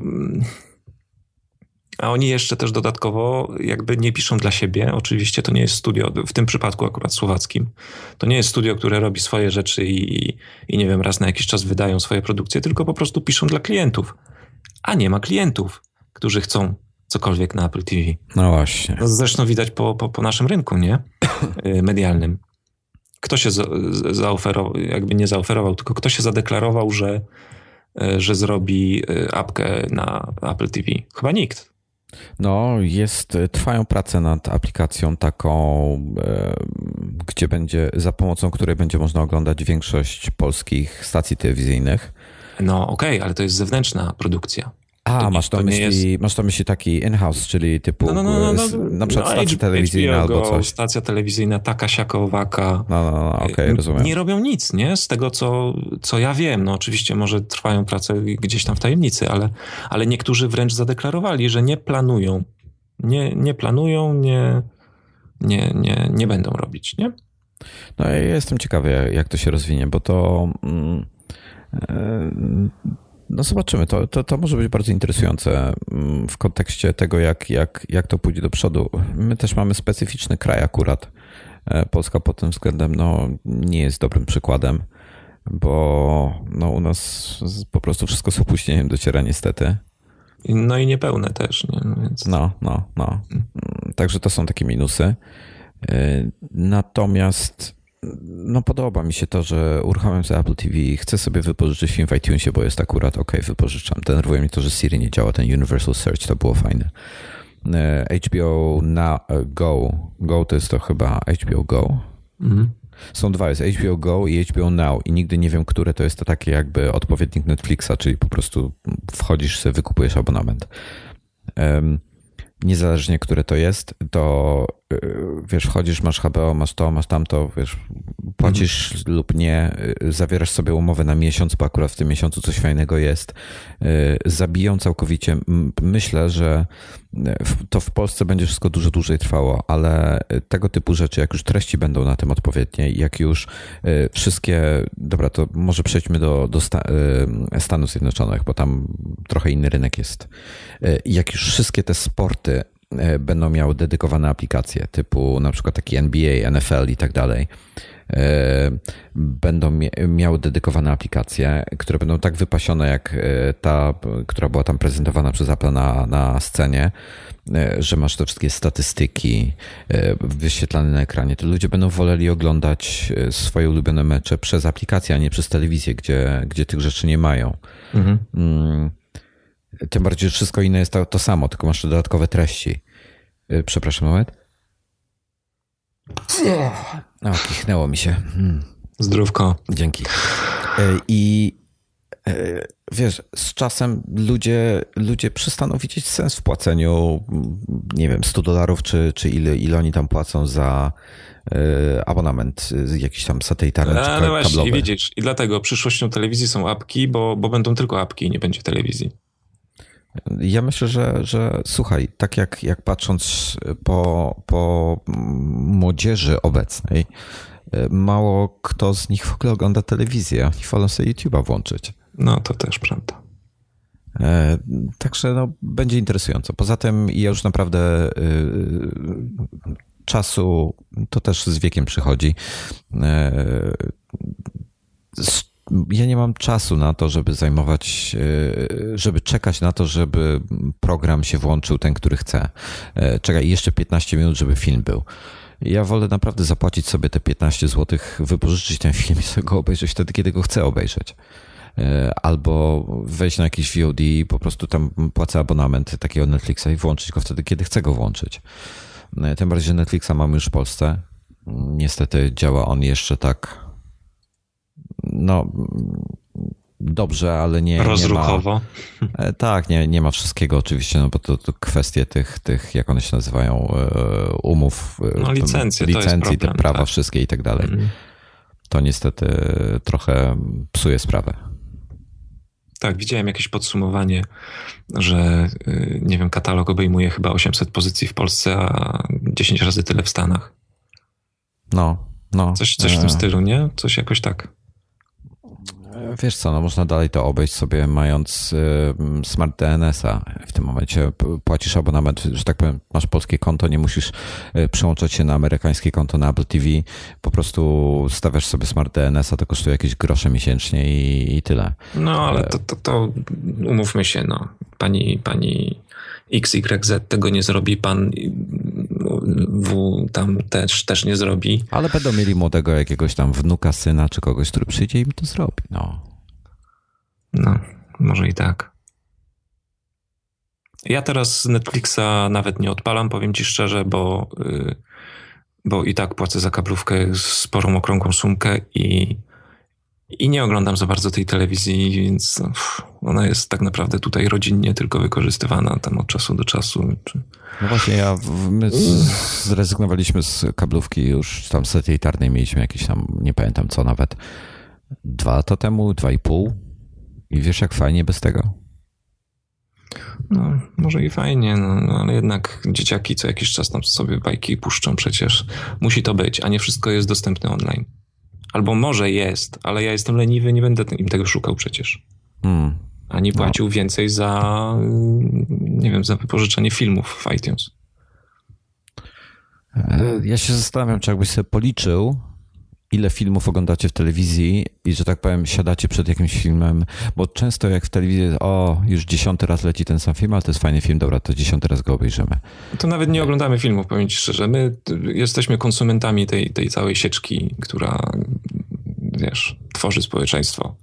a oni jeszcze też dodatkowo jakby nie piszą dla siebie. Oczywiście to nie jest studio, w tym przypadku akurat słowackim, to nie jest studio, które robi swoje rzeczy i nie wiem, raz na jakiś czas wydają swoje produkcje, tylko po prostu piszą dla klientów. A nie ma klientów, którzy chcą cokolwiek na Apple TV. No właśnie. No zresztą widać po naszym rynku, nie? Medialnym. Kto się zaoferował, jakby nie zaoferował, tylko kto się zadeklarował, że zrobi apkę na Apple TV? Chyba nikt. No, trwają prace nad aplikacją taką, gdzie za pomocą której będzie można oglądać większość polskich stacji telewizyjnych. No okej, ale to jest zewnętrzna produkcja. Masz na myśli taki in-house, czyli typu na przykład stacja telewizyjna albo coś. Stacja telewizyjna taka, siaka, owaka. Okej, rozumiem. Nie robią nic, nie? Z tego, co ja wiem. No oczywiście może trwają prace gdzieś tam w tajemnicy, ale niektórzy wręcz zadeklarowali, że nie planują. Nie planują, nie będą robić, nie? No ja jestem ciekawy, jak to się rozwinie, bo to... No zobaczymy, to może być bardzo interesujące w kontekście tego, jak to pójdzie do przodu. My też mamy specyficzny kraj akurat. Polska pod tym względem nie jest dobrym przykładem, bo u nas po prostu wszystko z opóźnieniem dociera niestety. No i niepełne też, nie? No, więc... No. Także to są takie minusy. Natomiast no podoba mi się to, że uruchamiam sobie Apple TV i chcę sobie wypożyczyć film w iTunesie, bo jest akurat wypożyczam. Denerwuje mnie to, że Siri nie działa, ten Universal Search, to było fajne. HBO Go to jest to chyba HBO Go. Są dwa, jest HBO Go i HBO Now i nigdy nie wiem, które to jest to takie jakby odpowiednik Netflixa, czyli po prostu wchodzisz sobie, wykupujesz abonament. Niezależnie, które to jest, to wiesz, wchodzisz, masz HBO, masz to, masz tamto, wiesz, płacisz lub nie, zawierasz sobie umowę na miesiąc, bo akurat w tym miesiącu coś fajnego jest. Zabiją całkowicie. Myślę, że to w Polsce będzie wszystko dużo dłużej trwało, ale tego typu rzeczy, jak już treści będą na tym odpowiednie, jak już wszystkie, dobra, to może przejdźmy do Stanów Zjednoczonych, bo tam trochę inny rynek jest. Jak już wszystkie te sporty będą miały dedykowane aplikacje, typu na przykład taki NBA, NFL i tak dalej, będą miały dedykowane aplikacje, które będą tak wypasione jak ta, która była tam prezentowana przez Apple na scenie, że masz te wszystkie statystyki wyświetlane na ekranie, to ludzie będą woleli oglądać swoje ulubione mecze przez aplikację, a nie przez telewizję, gdzie tych rzeczy nie mają. Tym bardziej, że wszystko inne jest to samo, tylko masz dodatkowe treści. Przepraszam, moment. Kichnęło mi się. Zdrówko. Dzięki. I wiesz, z czasem ludzie przestaną widzieć sens w płaceniu, nie wiem, $100 czy ile oni tam płacą za abonament jakiś tam satelitarny czy kablowy. Ale właśnie, widzisz, i dlatego przyszłością telewizji są apki, bo będą tylko apki i nie będzie telewizji. Ja myślę, że słuchaj, tak jak patrząc po młodzieży obecnej, mało kto z nich w ogóle ogląda telewizję. Oni wolą sobie YouTube'a włączyć. No to też prawda. Także no, będzie interesująco. Poza tym ja już naprawdę czasu to też z wiekiem przychodzi. Ja nie mam czasu na to, żeby czekać na to, żeby program się włączył ten, który chce. Czekaj, jeszcze 15 minut, żeby film był. Ja wolę naprawdę zapłacić sobie te 15 zł, wypożyczyć ten film i sobie go obejrzeć wtedy, kiedy go chcę obejrzeć. Albo wejść na jakiś VOD, po prostu tam płacę abonament takiego Netflixa i włączyć go wtedy, kiedy chcę go włączyć. Tym bardziej, że Netflixa mamy już w Polsce. Niestety działa on jeszcze tak dobrze, ale nie rozruchowo. Nie ma, tak, nie ma wszystkiego oczywiście, no bo to kwestie tych, jak one się nazywają, umów, licencji, te prawa tak. Wszystkie i tak dalej. To niestety trochę psuje sprawę. Tak, widziałem jakieś podsumowanie, że nie wiem, katalog obejmuje chyba 800 pozycji w Polsce, a 10 razy tyle w Stanach. No. Coś w tym stylu, nie? Coś jakoś tak. Wiesz co, można dalej to obejść sobie mając Smart DNS-a. W tym momencie płacisz abonament, że tak powiem, masz polskie konto, nie musisz przełączać się na amerykańskie konto na Apple TV. Po prostu stawiasz sobie Smart DNS-a, to kosztuje jakieś grosze miesięcznie i tyle. No, ale to umówmy się, no. Pani XYZ tego nie zrobi, pan W tam też nie zrobi. Ale będą mieli młodego jakiegoś tam wnuka, syna, czy kogoś, który przyjdzie i im to zrobi, no. No, może i tak. Ja teraz Netflixa nawet nie odpalam, powiem ci szczerze, bo i tak płacę za kablówkę sporą, okrągłą sumkę i nie oglądam za bardzo tej telewizji, więc ona jest tak naprawdę tutaj rodzinnie tylko wykorzystywana tam od czasu do czasu. No właśnie, my zrezygnowaliśmy z kablówki już tam satelitarnej, mieliśmy jakieś tam, nie pamiętam co nawet, 2 lata temu, 2,5 i wiesz jak fajnie bez tego? No, może i fajnie, no, ale jednak dzieciaki co jakiś czas tam sobie bajki puszczą przecież. Musi to być, a nie wszystko jest dostępne online. Albo może jest, ale ja jestem leniwy, nie będę im tego szukał przecież. Ani płacił więcej za, nie wiem, za wypożyczenie filmów w iTunes. Ja się zastanawiam, czy jakbyś sobie policzył, ile filmów oglądacie w telewizji i, że tak powiem, siadacie przed jakimś filmem, bo często jak w telewizji, już 10. raz leci ten sam film, ale to jest fajny film, dobra, to 10. raz go obejrzymy. To nawet nie oglądamy filmów, powiem ci szczerze. My jesteśmy konsumentami tej całej sieczki, która, wiesz, tworzy społeczeństwo.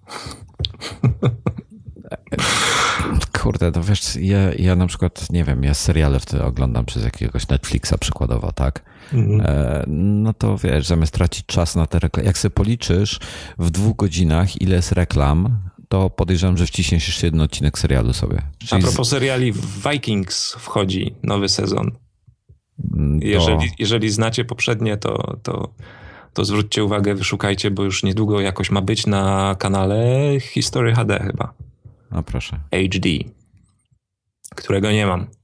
Kurde, no wiesz, ja na przykład, nie wiem, ja seriale wtedy oglądam przez jakiegoś Netflixa przykładowo, tak? No to wiesz, zamiast tracić czas na te reklamy, jak sobie policzysz w 2 godzinach, ile jest reklam, to podejrzewam, że wciśniesz jeszcze jeden odcinek serialu sobie. Czyli... A propos seriali, Vikings wchodzi nowy sezon. Jeżeli znacie poprzednie, to zwróćcie uwagę, wyszukajcie, bo już niedługo jakoś ma być na kanale History HD chyba. No proszę. HD, którego nie mam.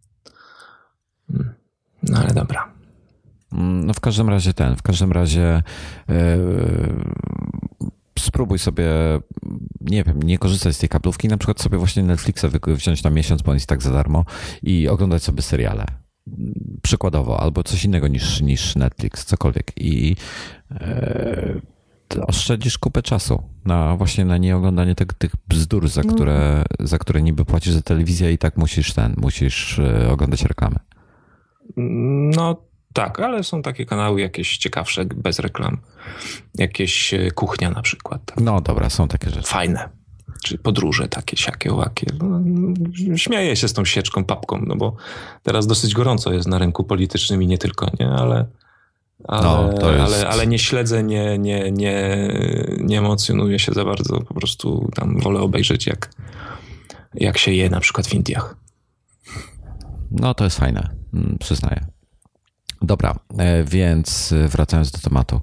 No ale dobra. No w każdym razie spróbuj sobie, nie wiem, nie korzystać z tej kablówki, na przykład sobie właśnie Netflixa wziąć na miesiąc, bo on jest tak za darmo i oglądać sobie seriale. Przykładowo, albo coś innego niż Netflix, cokolwiek. I oszczędzisz kupę czasu właśnie na nieoglądanie tych bzdur, za które niby płacisz za telewizję i tak musisz oglądać reklamy. No tak, ale są takie kanały jakieś ciekawsze, bez reklam. Jakieś kuchnia na przykład. Tak. No dobra, są takie rzeczy. Fajne. Czy podróże takie, siakie, łakie. No, śmieję się z tą sieczką, papką, no bo teraz dosyć gorąco jest na rynku politycznym i nie tylko, nie? Ale nie śledzę, nie emocjonuję się za bardzo. Po prostu tam wolę obejrzeć, jak się je na przykład w Indiach. No to jest fajne, przyznaję. Dobra, więc wracając do tematu.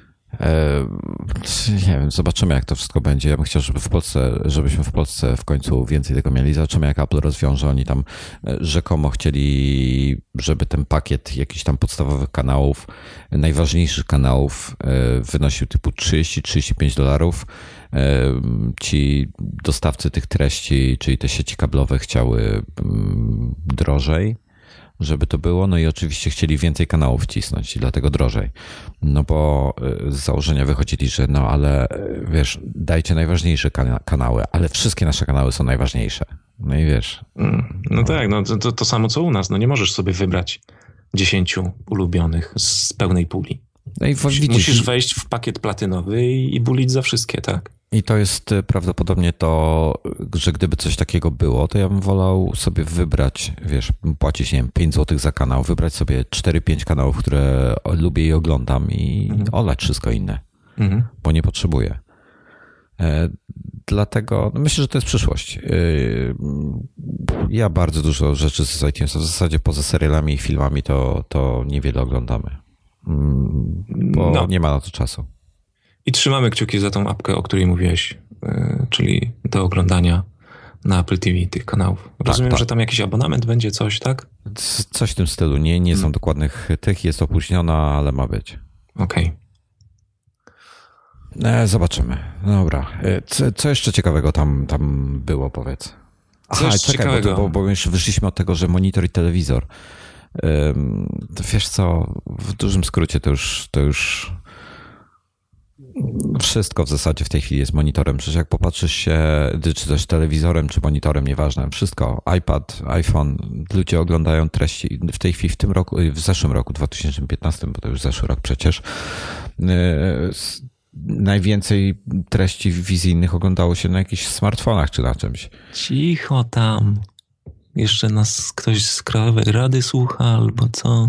Nie wiem, zobaczymy, jak to wszystko będzie. Ja bym chciał, żebyśmy w Polsce w końcu więcej tego mieli. Zobaczymy, jak Apple rozwiąże. Oni tam rzekomo chcieli, żeby ten pakiet jakichś tam podstawowych kanałów, najważniejszych kanałów wynosił typu $30-35. Ci dostawcy tych treści, czyli te sieci kablowe, chciały drożej, żeby to było. No i oczywiście chcieli więcej kanałów wcisnąć i dlatego drożej. No bo z założenia wychodzili, że no ale wiesz, dajcie najważniejsze kanały, ale wszystkie nasze kanały są najważniejsze. No i wiesz. No tak, no to samo co u nas. No nie możesz sobie wybrać 10 ulubionych z pełnej puli. No i musisz wejść w pakiet platynowy i bulić za wszystkie, tak? I to jest prawdopodobnie to, że gdyby coś takiego było, to ja bym wolał sobie wybrać, wiesz, płacić, nie wiem, 5 zł za kanał, wybrać sobie 4-5 kanałów, które lubię i oglądam i olać wszystko inne, bo nie potrzebuję. Dlatego myślę, że to jest przyszłość. Ja bardzo dużo rzeczy z iTunesa, w zasadzie poza serialami i filmami to niewiele oglądamy, bo nie ma na to czasu. I trzymamy kciuki za tą apkę, o której mówiłeś, czyli do oglądania na Apple TV tych kanałów. Rozumiem, tak. Że tam jakiś abonament będzie, coś, tak? Coś w tym stylu. Nie są dokładnych tych, jest opóźniona, ale ma być. Okej. Zobaczymy. Dobra. Co jeszcze ciekawego tam było, powiedz? Ciekawego. Bo już wyszliśmy od tego, że monitor i telewizor. To wiesz co, w dużym skrócie to już wszystko w zasadzie w tej chwili jest monitorem. Przecież jak popatrzysz się, czy też telewizorem, czy monitorem, nieważne, wszystko, iPad, iPhone, ludzie oglądają treści. W tej chwili, w zeszłym roku, 2015, bo to już zeszły rok przecież, najwięcej treści wizyjnych oglądało się na jakichś smartfonach, czy na czymś. Cicho tam. Jeszcze nas ktoś z Krajowej Rady słucha, albo co?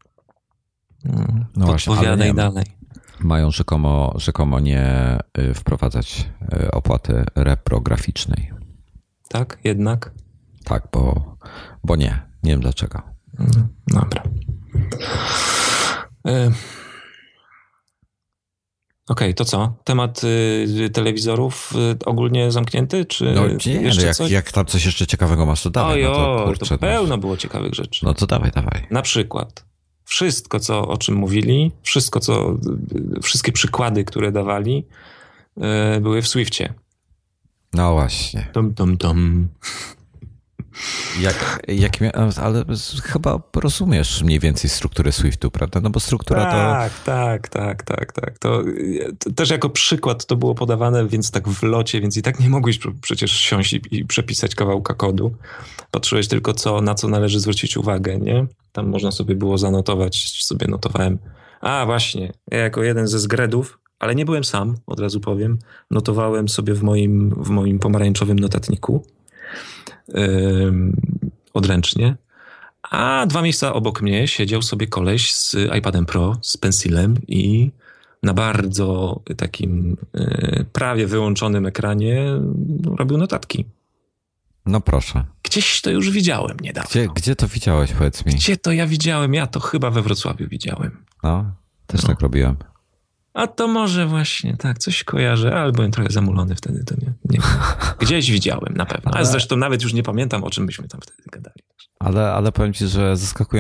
No właśnie, podpowiadaj dalej. Mają rzekomo nie wprowadzać opłaty reprograficznej. Tak? Jednak? Tak, bo nie. Nie wiem dlaczego. Dobra. Okej, to co? Temat telewizorów ogólnie zamknięty? Czy no nie, jeszcze jak tam coś jeszcze ciekawego masz, to dawaj. To pełno było ciekawych rzeczy. No to dawaj. Na przykład wszystko, o czym mówili, wszystkie przykłady, które dawali, były w Swiftie. No właśnie. Ale chyba rozumiesz mniej więcej strukturę Swiftu, prawda? No bo struktura Tak. To też jako przykład to było podawane, więc tak w locie, więc i tak nie mogłeś przecież siąść i przepisać kawałka kodu. Patrzyłeś tylko na co należy zwrócić uwagę, nie? Tam można sobie było zanotować, sobie notowałem. A właśnie, ja jako jeden ze zgredów, ale nie byłem sam, od razu powiem, notowałem sobie w moim pomarańczowym notatniku odręcznie, a 2 miejsca obok mnie siedział sobie koleś z iPadem Pro, z pensilem i na bardzo takim prawie wyłączonym ekranie robił notatki. No proszę. Gdzieś to już widziałem niedawno. Gdzie to widziałeś, powiedz mi? Gdzie to ja widziałem? Ja to chyba we Wrocławiu widziałem. No, też tak robiłem. A to może właśnie, tak, coś kojarzę, ale byłem trochę zamulony wtedy, to nie. Gdzieś widziałem, na pewno. Ale zresztą nawet już nie pamiętam, o czym byśmy tam wtedy gadali. Ale powiem ci, że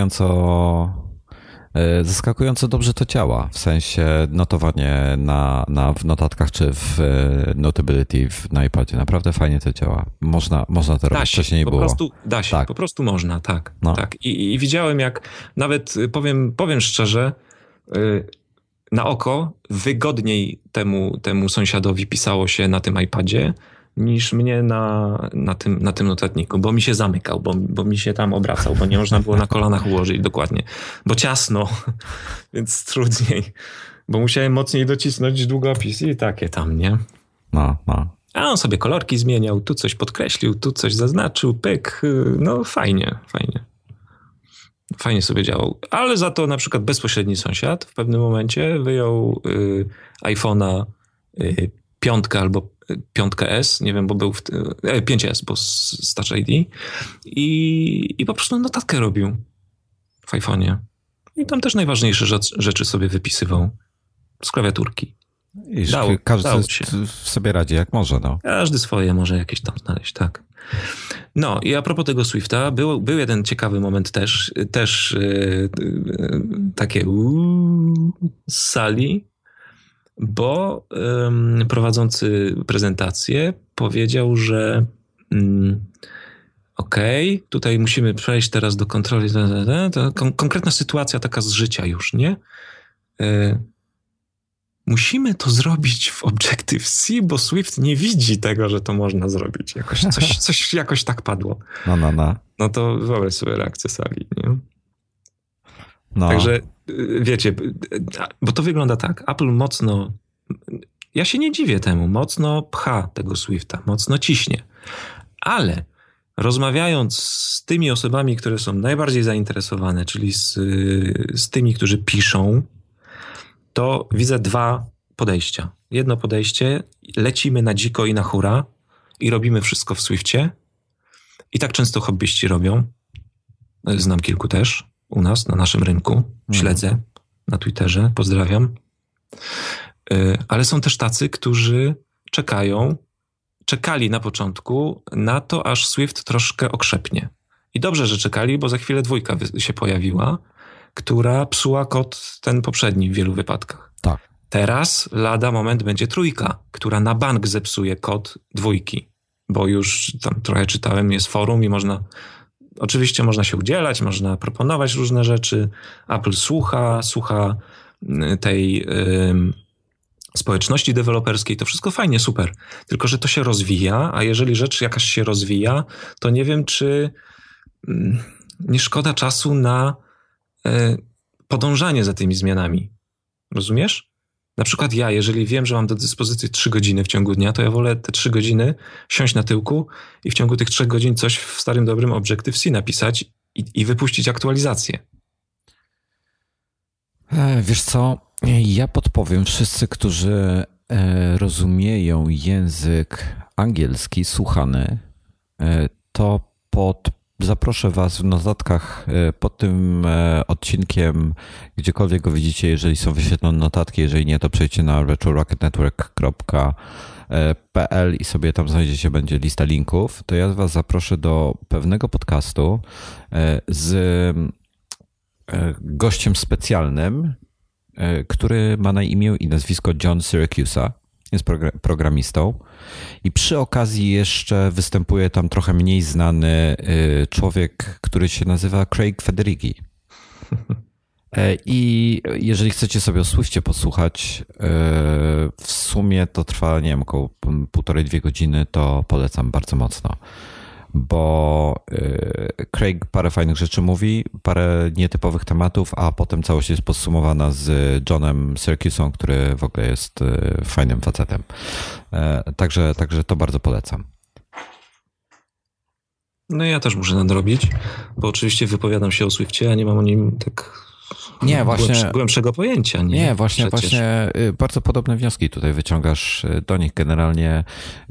zaskakująco dobrze to działa. W sensie notowanie w notatkach czy w Notability na iPadzie. Naprawdę fajnie to działa. Można to robić. Wcześniej nie było. Da się, tak. Po prostu można, tak. No. Tak. I widziałem, jak nawet powiem szczerze, na oko wygodniej temu sąsiadowi pisało się na tym iPadzie niż mnie na tym notatniku, bo mi się zamykał, bo mi się tam obracał, bo nie można było na kolanach ułożyć dokładnie, bo ciasno, więc trudniej, bo musiałem mocniej docisnąć długopis i takie tam, nie? No. A on sobie kolorki zmieniał, tu coś podkreślił, tu coś zaznaczył, pyk, no fajnie. Fajnie sobie działał. Ale za to na przykład bezpośredni sąsiad w pewnym momencie wyjął iPhone'a 5 albo 5S, nie wiem, bo był 5S, bo z Touch ID i po prostu notatkę robił w iPhone'ie. I tam też najważniejsze rzeczy sobie wypisywał z klawiaturki. Każdy sobie radzi jak może, no. Każdy swoje może jakieś tam znaleźć, tak. No i a propos tego Swifta, był jeden ciekawy moment też takie z sali, bo prowadzący prezentację powiedział, że okej, tutaj musimy przejść teraz do kontroli, to konkretna sytuacja taka z życia już, nie? Musimy to zrobić w Objective-C, bo Swift nie widzi tego, że to można zrobić. Coś jakoś tak padło. No. No to wyobraź sobie reakcję sali, nie? No. Także wiecie, bo to wygląda tak. Apple mocno, ja się nie dziwię temu, mocno pcha tego Swifta, mocno ciśnie. Ale rozmawiając z tymi osobami, które są najbardziej zainteresowane, czyli z tymi, którzy piszą, to widzę 2 podejścia. Jedno podejście, lecimy na dziko i na hura i robimy wszystko w Swiftie. I tak często hobbyści robią. Znam kilku też u nas, na naszym rynku. Śledzę na Twitterze, pozdrawiam. Ale są też tacy, którzy czekali na początku na to, aż Swift troszkę okrzepnie. I dobrze, że czekali, bo za chwilę 2 się pojawiła, która psuła kod ten poprzedni w wielu wypadkach. Tak. Teraz lada moment będzie 3, która na bank zepsuje kod 2, bo już tam trochę czytałem, jest forum i oczywiście można się udzielać, można proponować różne rzeczy. Apple słucha tej społeczności deweloperskiej, to wszystko fajnie, super. Tylko że to się rozwija, a jeżeli rzecz jakaś się rozwija, to nie wiem, czy nie szkoda czasu na podążanie za tymi zmianami. Rozumiesz? Na przykład ja, jeżeli wiem, że mam do dyspozycji 3 godziny w ciągu dnia, to ja wolę te 3 godziny siąść na tyłku i w ciągu tych 3 godzin coś w starym, dobrym Objective-C napisać i wypuścić aktualizację. Wiesz co, ja podpowiem, wszyscy, którzy rozumieją język angielski słuchany, to zaproszę was w notatkach pod tym odcinkiem, gdziekolwiek go widzicie, jeżeli są wyświetlone notatki, jeżeli nie, to przejdźcie na retrorocketnetwork.pl i sobie tam znajdziecie, będzie lista linków, to ja was zaproszę do pewnego podcastu z gościem specjalnym, który ma na imię i nazwisko John Syracusa jest programistą i przy okazji jeszcze występuje tam trochę mniej znany człowiek, który się nazywa Craig Federighi. I jeżeli chcecie sobie o Swiftie posłuchać, w sumie to trwa, nie wiem, około 1,5–2 godziny, to polecam bardzo mocno. Bo Craig parę fajnych rzeczy mówi, parę nietypowych tematów, a potem całość jest podsumowana z Johnem Syracusem, który w ogóle jest fajnym facetem. Także to bardzo polecam. No ja też muszę nadrobić, bo oczywiście wypowiadam się o Swiftie, a nie mam o nim tak głębszego pojęcia. Nie, właśnie bardzo podobne wnioski tutaj wyciągasz do nich generalnie.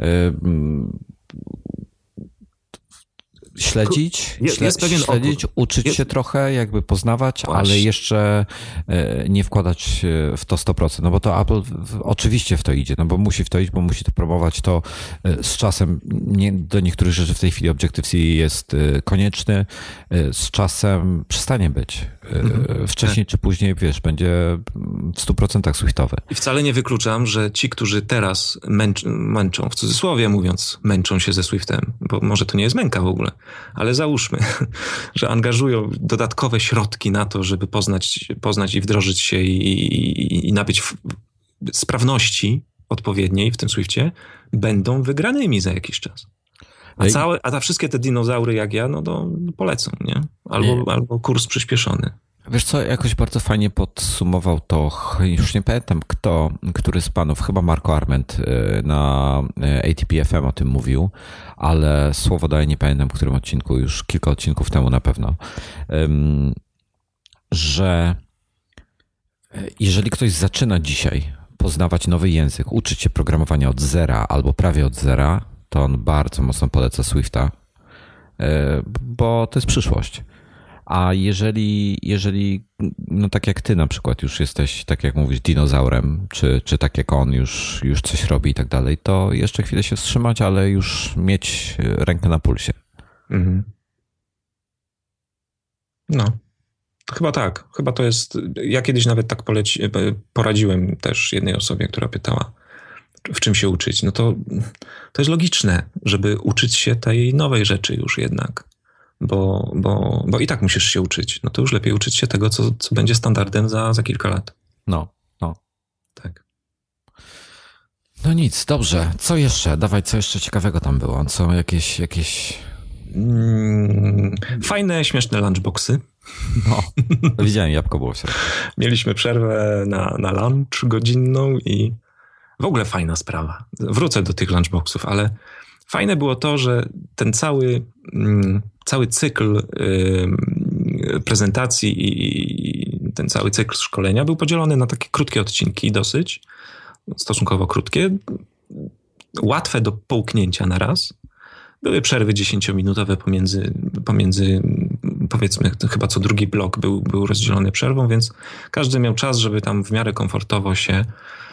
Śledzić, uczyć się trochę, jakby poznawać, właśnie. Ale jeszcze nie wkładać w to 100%, no bo to Apple oczywiście w to idzie, no bo musi w to iść, bo musi to promować, to z czasem do niektórych rzeczy w tej chwili Objective-C jest konieczny, z czasem przestanie być. Wcześniej czy później, wiesz, będzie w 100% Swiftowy. I wcale nie wykluczam, że ci, którzy teraz męczą, w cudzysłowie mówiąc, męczą się ze Swiftem, bo może to nie jest męka w ogóle, ale załóżmy, że angażują dodatkowe środki na to, żeby poznać i wdrożyć się i nabyć sprawności odpowiedniej w tym Swiftie, będą wygranymi za jakiś czas. A wszystkie te dinozaury jak ja, no to polecą, nie? Albo kurs przyspieszony. Wiesz co, jakoś bardzo fajnie podsumował to, już nie pamiętam który z panów, chyba Marco Arment na ATP FM o tym mówił, ale słowo daję, nie pamiętam w którym odcinku, już kilka odcinków temu na pewno, że jeżeli ktoś zaczyna dzisiaj poznawać nowy język, uczyć się programowania od zera albo prawie od zera, to on bardzo mocno poleca Swifta, bo to jest przyszłość. A jeżeli no tak jak ty na przykład już jesteś, tak jak mówisz, dinozaurem, czy tak jak on już coś robi i tak dalej, to jeszcze chwilę się wstrzymać, ale już mieć rękę na pulsie. Mhm. No, chyba tak. Chyba to jest... Ja kiedyś nawet tak poradziłem też jednej osobie, która pytała, w czym się uczyć. No to jest logiczne, żeby uczyć się tej nowej rzeczy już jednak. Bo i tak musisz się uczyć. No to już lepiej uczyć się tego, co będzie standardem za kilka lat. No. Tak. No nic, dobrze. Co jeszcze? Dawaj, co jeszcze ciekawego tam było? Co jakieś... Fajne, śmieszne lunchboxy. No, widziałem, jabłko było w środku. Mieliśmy przerwę na lunch godzinną i w ogóle fajna sprawa. Wrócę do tych lunchboxów, ale fajne było to, że ten cały cykl prezentacji i ten cały cykl szkolenia był podzielony na takie krótkie odcinki, dosyć stosunkowo krótkie, łatwe do połknięcia na raz. Były przerwy 10-minutowe pomiędzy powiedzmy, chyba co drugi blok był rozdzielony przerwą, więc każdy miał czas, żeby tam w miarę komfortowo się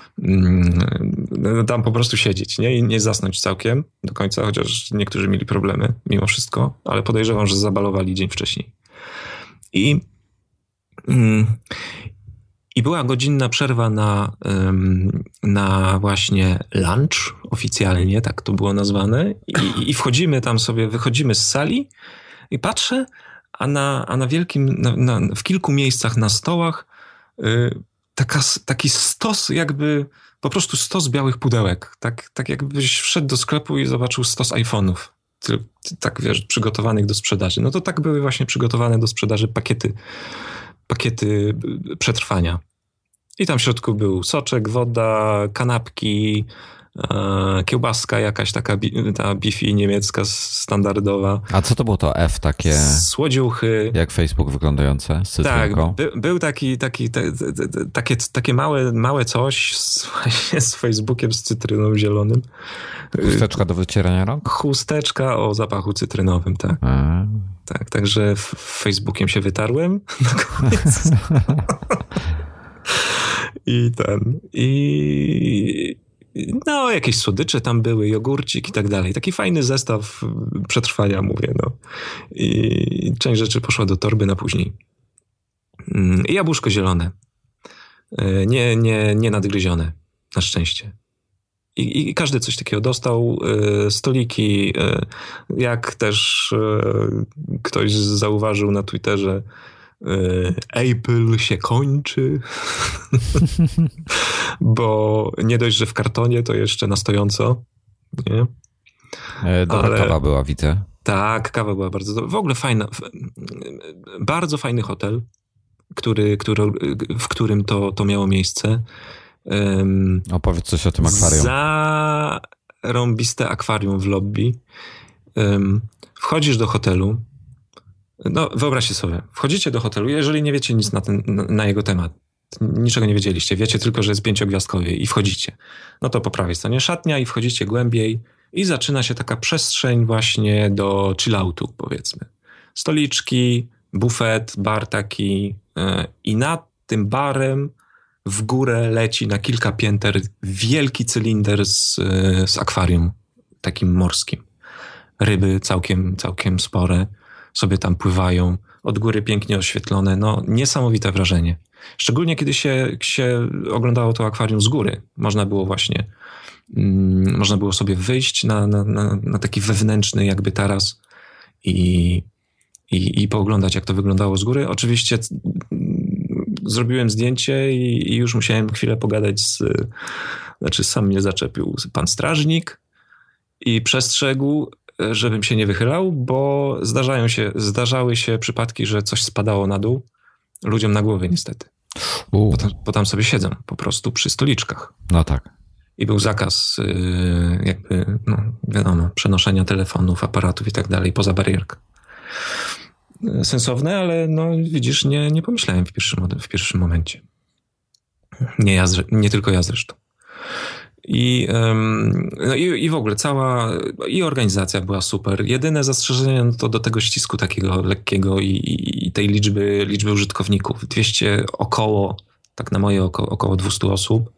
tam po prostu siedzieć, nie? I nie zasnąć całkiem do końca, chociaż niektórzy mieli problemy mimo wszystko, ale podejrzewam, że zabalowali dzień wcześniej. I była godzinna przerwa na właśnie lunch oficjalnie, tak to było nazwane, i wchodzimy tam sobie, wychodzimy z sali i patrzę, a na wielkim, w kilku miejscach na stołach taki stos jakby, po prostu stos białych pudełek. Tak jakbyś wszedł do sklepu i zobaczył stos iPhone'ów. Tak wiesz, przygotowanych do sprzedaży. No to tak były właśnie przygotowane do sprzedaży pakiety przetrwania. I tam w środku był soczek, woda, kanapki, kiełbaska jakaś taka, ta beefy niemiecka standardowa. A co to było to F takie? Słodziuchy. Jak Facebook wyglądające z cytrynką? Tak, był takie małe coś właśnie z Facebookiem z cytryną zielonym. Chusteczka do wycierania rąk? Chusteczka o zapachu cytrynowym, tak. Tak, także Facebookiem się wytarłem na koniec. No, jakieś słodycze tam były, jogurcik i tak dalej. Taki fajny zestaw przetrwania, mówię, no. I część rzeczy poszła do torby na później. I jabłuszko zielone. Nie nadgryzione. Na szczęście. I każdy coś takiego dostał, stoliki, jak też ktoś zauważył na Twitterze, Apple się kończy, bo nie dość, że w kartonie, to jeszcze na stojąco. Nie? Dobra kawa była, widzę. Tak, kawa była bardzo dobra. W ogóle fajna, bardzo fajny hotel, w którym to miało miejsce. Opowiedz coś o tym akwarium. Zarąbiste akwarium w lobby. Wchodzisz do hotelu. No, wyobraźcie sobie, wchodzicie do hotelu, jeżeli nie wiecie nic na jego temat, niczego nie wiedzieliście, wiecie tylko, że jest 5-gwiazdkowy i wchodzicie. No to po prawej stronie szatnia i wchodzicie głębiej i zaczyna się taka przestrzeń właśnie do chilloutu, powiedzmy. Stoliczki, bufet, bar taki i nad tym barem w górę leci na kilka pięter wielki cylinder z akwarium takim morskim. Ryby całkiem spore sobie tam pływają, od góry pięknie oświetlone. No, niesamowite wrażenie. Szczególnie kiedy się oglądało to akwarium z góry. Można było sobie wyjść na taki wewnętrzny jakby taras i pooglądać, jak to wyglądało z góry. Oczywiście zrobiłem zdjęcie i już musiałem chwilę pogadać sam mnie zaczepił pan strażnik i przestrzegł, żebym się nie wychylał, bo zdarzały się przypadki, że coś spadało na dół ludziom na głowę niestety. Bo tam sobie siedzą po prostu przy stoliczkach. No tak. I był zakaz jakby, no wiadomo, przenoszenia telefonów, aparatów i tak dalej poza barierkę. Sensowne, ale no widzisz, nie pomyślałem w pierwszym momencie. Nie tylko ja zresztą. I w ogóle cała organizacja była super. Jedyne zastrzeżenie to do tego ścisku takiego lekkiego i tej liczby użytkowników. 200 około, tak na moje około 200 osób.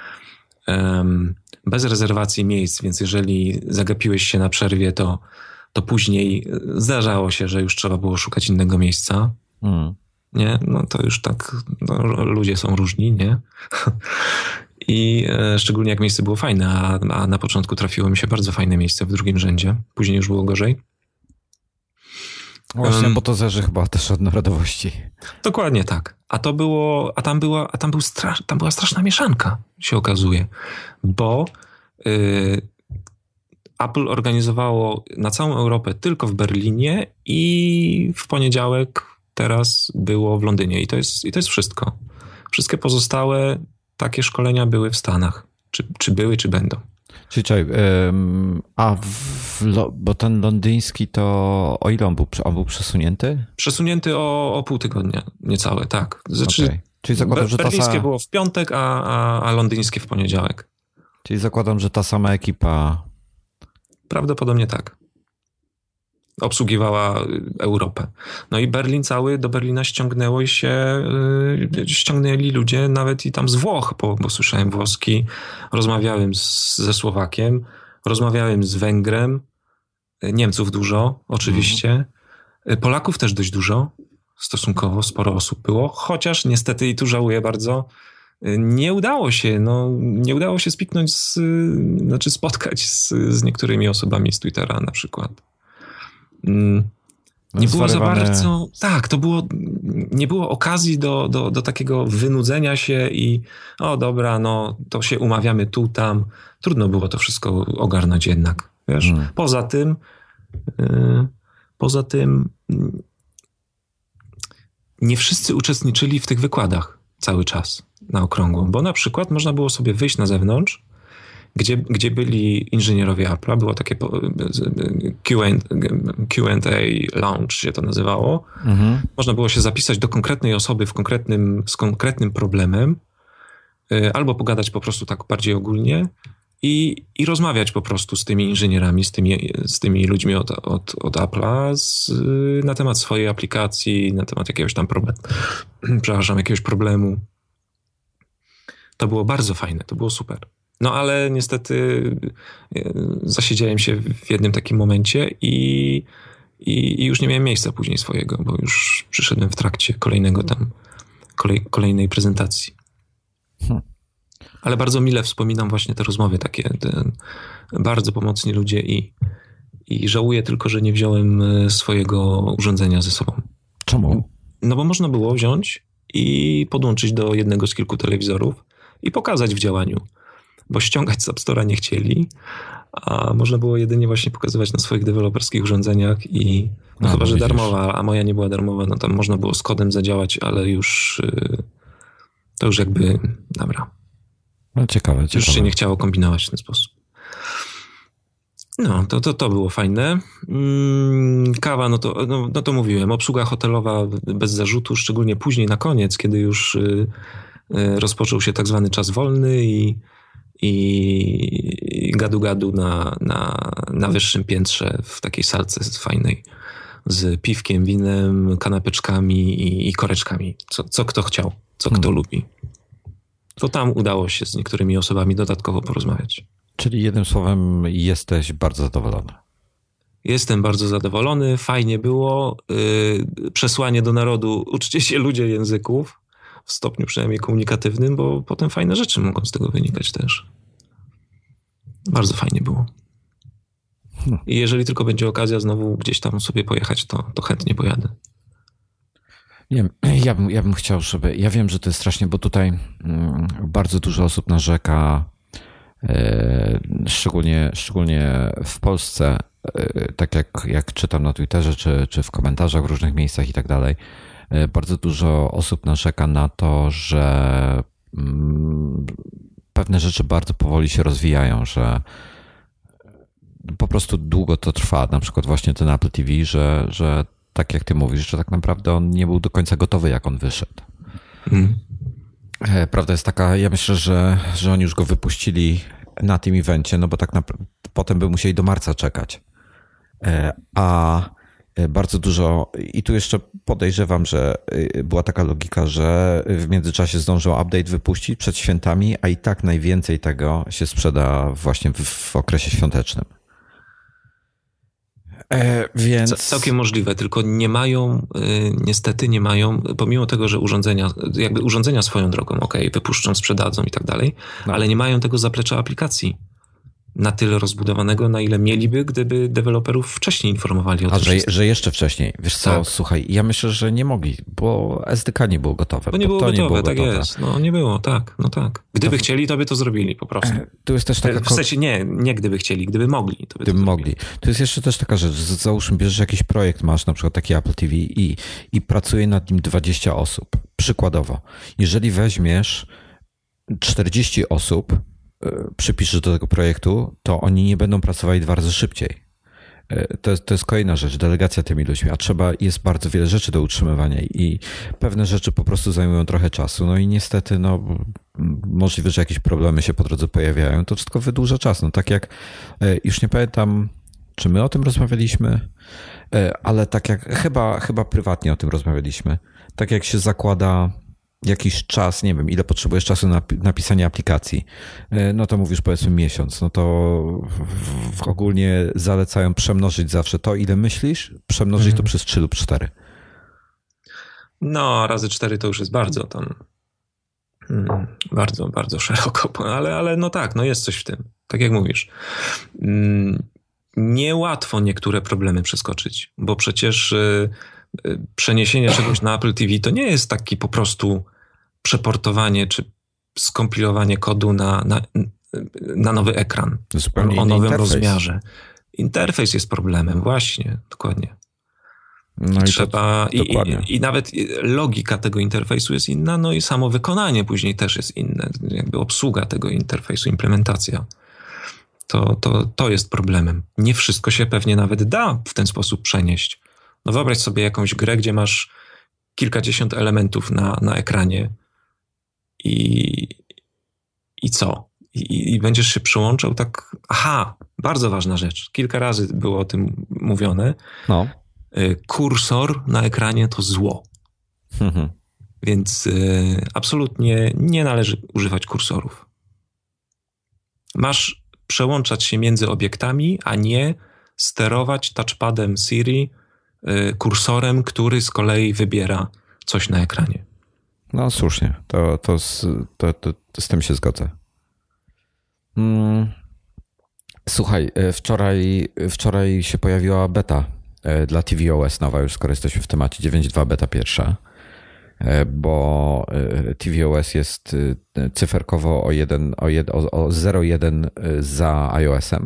Bez rezerwacji miejsc, więc jeżeli zagapiłeś się na przerwie, to później zdarzało się, że już trzeba było szukać innego miejsca. Nie? No to już tak, no, ludzie są różni, nie? I szczególnie jak miejsce było fajne, a na początku trafiło mi się bardzo fajne miejsce w drugim rzędzie. Później już było gorzej. Właśnie, bo to zależy chyba też od narodowości. Dokładnie tak. Tam była straszna mieszanka, się okazuje. Bo Apple organizowało na całą Europę tylko w Berlinie i w poniedziałek teraz było w Londynie. I to jest wszystko. Wszystkie pozostałe takie szkolenia były w Stanach. Czy były, czy będą. Czyli czekaj, bo ten londyński to o ile on był przesunięty? Przesunięty o pół tygodnia, niecałe, tak. Okay. Czyli zakładam, że berlińskie było w piątek, a londyńskie w poniedziałek. Czyli zakładam, że ta sama ekipa... Prawdopodobnie tak. Obsługiwała Europę. No i Berlin cały, do Berlina ściągnęli ludzie nawet i tam z Włoch, bo słyszałem włoski, rozmawiałem ze Słowakiem, rozmawiałem z Węgrem, Niemców dużo, oczywiście, Polaków też dość dużo, stosunkowo sporo osób było, chociaż niestety i tu żałuję bardzo, nie udało się spiknąć, spotkać z niektórymi osobami z Twittera na przykład. Nie było za bardzo... Tak, nie było okazji do takiego wynudzenia się i dobra, no to się umawiamy tu, tam. Trudno było to wszystko ogarnąć jednak, wiesz? Poza tym nie wszyscy uczestniczyli w tych wykładach cały czas na okrągło, bo na przykład można było sobie wyjść na zewnątrz, gdzie byli inżynierowie Apple'a, było takie Q&A lounge się to nazywało. Można było się zapisać do konkretnej osoby z konkretnym problemem, albo pogadać po prostu tak bardziej ogólnie i rozmawiać po prostu z tymi inżynierami, z tymi ludźmi od Apple'a na temat swojej aplikacji, na temat jakiegoś tam jakiegoś problemu. To było bardzo fajne, to było super. No ale niestety zasiedziałem się w jednym takim momencie i już nie miałem miejsca później swojego, bo już przyszedłem w trakcie kolejnej prezentacji. Ale bardzo mile wspominam właśnie te rozmowy takie, bardzo pomocni ludzie i żałuję tylko, że nie wziąłem swojego urządzenia ze sobą. Czemu? No bo można było wziąć i podłączyć do jednego z kilku telewizorów i pokazać w działaniu. Bo ściągać z App Store'a nie chcieli, a można było jedynie właśnie pokazywać na swoich deweloperskich urządzeniach i chyba, że darmowa, a moja nie była darmowa, no tam można było z kodem zadziałać, ale już to już jakby, dobra. No ciekawe. Już się nie chciało kombinować w ten sposób. No, to było fajne. Kawa, no to mówiłem, obsługa hotelowa bez zarzutu, szczególnie później na koniec, kiedy już rozpoczął się tak zwany czas wolny i gadu-gadu na wyższym piętrze w takiej salce fajnej z piwkiem, winem, kanapeczkami i koreczkami. Co kto chciał, co kto lubi. To tam udało się z niektórymi osobami dodatkowo porozmawiać. Czyli jednym słowem jesteś bardzo zadowolony. Jestem bardzo zadowolony, fajnie było. Przesłanie do narodu, uczcie się ludzie języków, w stopniu przynajmniej komunikatywnym, bo potem fajne rzeczy mogą z tego wynikać też. Bardzo fajnie było. I jeżeli tylko będzie okazja znowu gdzieś tam sobie pojechać, to chętnie pojadę. Nie wiem, ja bym chciał, żeby... Ja wiem, że to jest strasznie, bo tutaj bardzo dużo osób narzeka, szczególnie w Polsce, tak jak czytam na Twitterze, czy w komentarzach w różnych miejscach i tak dalej, bardzo dużo osób narzeka na to, że pewne rzeczy bardzo powoli się rozwijają, że po prostu długo to trwa. Na przykład właśnie ten Apple TV, że tak jak ty mówisz, że tak naprawdę on nie był do końca gotowy, jak on wyszedł. Prawda jest taka, ja myślę, że oni już go wypuścili na tym evencie, no bo tak naprawdę potem by musieli do marca czekać. A bardzo dużo, i tu jeszcze podejrzewam, że była taka logika, że w międzyczasie zdążą update wypuścić przed świętami, a i tak najwięcej tego się sprzeda właśnie w okresie świątecznym. Więc... Całkiem możliwe, tylko niestety nie mają, pomimo tego, że urządzenia swoją drogą, wypuszczą, sprzedadzą i tak dalej, ale nie mają tego zaplecza aplikacji na tyle rozbudowanego, na ile mieliby, gdyby deweloperów wcześniej informowali o tym. Że jeszcze wcześniej. Wiesz co, tak. Słuchaj, ja myślę, że nie mogli, bo SDK nie było gotowe. Bo nie było gotowe, tak jest. No nie było, tak. Gdyby chcieli, to by to zrobili po prostu. Tu jest też taka... W sensie nie gdyby chcieli, gdyby mogli. To by gdyby mogli. Tu jest jeszcze też taka rzecz, że załóżmy, bierzesz jakiś projekt, masz na przykład taki Apple TV i pracuje nad nim 20 osób. Przykładowo. Jeżeli weźmiesz 40 osób, przypiszesz do tego projektu, to oni nie będą pracowali 2 razy szybciej. To jest kolejna rzecz, delegacja tymi ludźmi, a jest bardzo wiele rzeczy do utrzymywania i pewne rzeczy po prostu zajmują trochę czasu. No i niestety, możliwe, że jakieś problemy się po drodze pojawiają, to wszystko wydłuża czas. No tak jak, już nie pamiętam, czy my o tym rozmawialiśmy, ale tak jak, chyba prywatnie o tym rozmawialiśmy, tak jak się zakłada jakiś czas, nie wiem, ile potrzebujesz czasu na napisanie aplikacji, no to mówisz powiedzmy miesiąc, no to ogólnie zalecają przemnożyć zawsze to, ile myślisz, przemnożyć to przez 3 lub 4. No, razy 4 to już jest bardzo tam bardzo, bardzo szeroko, ale no tak, no jest coś w tym, tak jak mówisz. Niełatwo niektóre problemy przeskoczyć, bo przecież przeniesienie czegoś na Apple TV to nie jest taki po prostu przeportowanie czy skompilowanie kodu na nowy ekran o nowym rozmiarze. Interfejs jest problemem, właśnie, dokładnie. No i nawet logika tego interfejsu jest inna, no i samo wykonanie później też jest inne. Jakby obsługa tego interfejsu, implementacja. To jest problemem. Nie wszystko się pewnie nawet da w ten sposób przenieść. No wyobraź sobie jakąś grę, gdzie masz kilkadziesiąt elementów na ekranie i co? I będziesz się przyłączał tak... Aha, bardzo ważna rzecz. Kilka razy było o tym mówione. No. Kursor na ekranie to zło. Więc absolutnie nie należy używać kursorów. Masz przełączać się między obiektami, a nie sterować touchpadem Siri kursorem, który z kolei wybiera coś na ekranie. No słusznie, to z tym się zgodzę. Słuchaj, wczoraj się pojawiła beta dla tvOS nowa, już skoro jesteśmy w temacie 9.2 beta pierwsza, bo tvOS jest cyferkowo o 0.1 za iOS-em.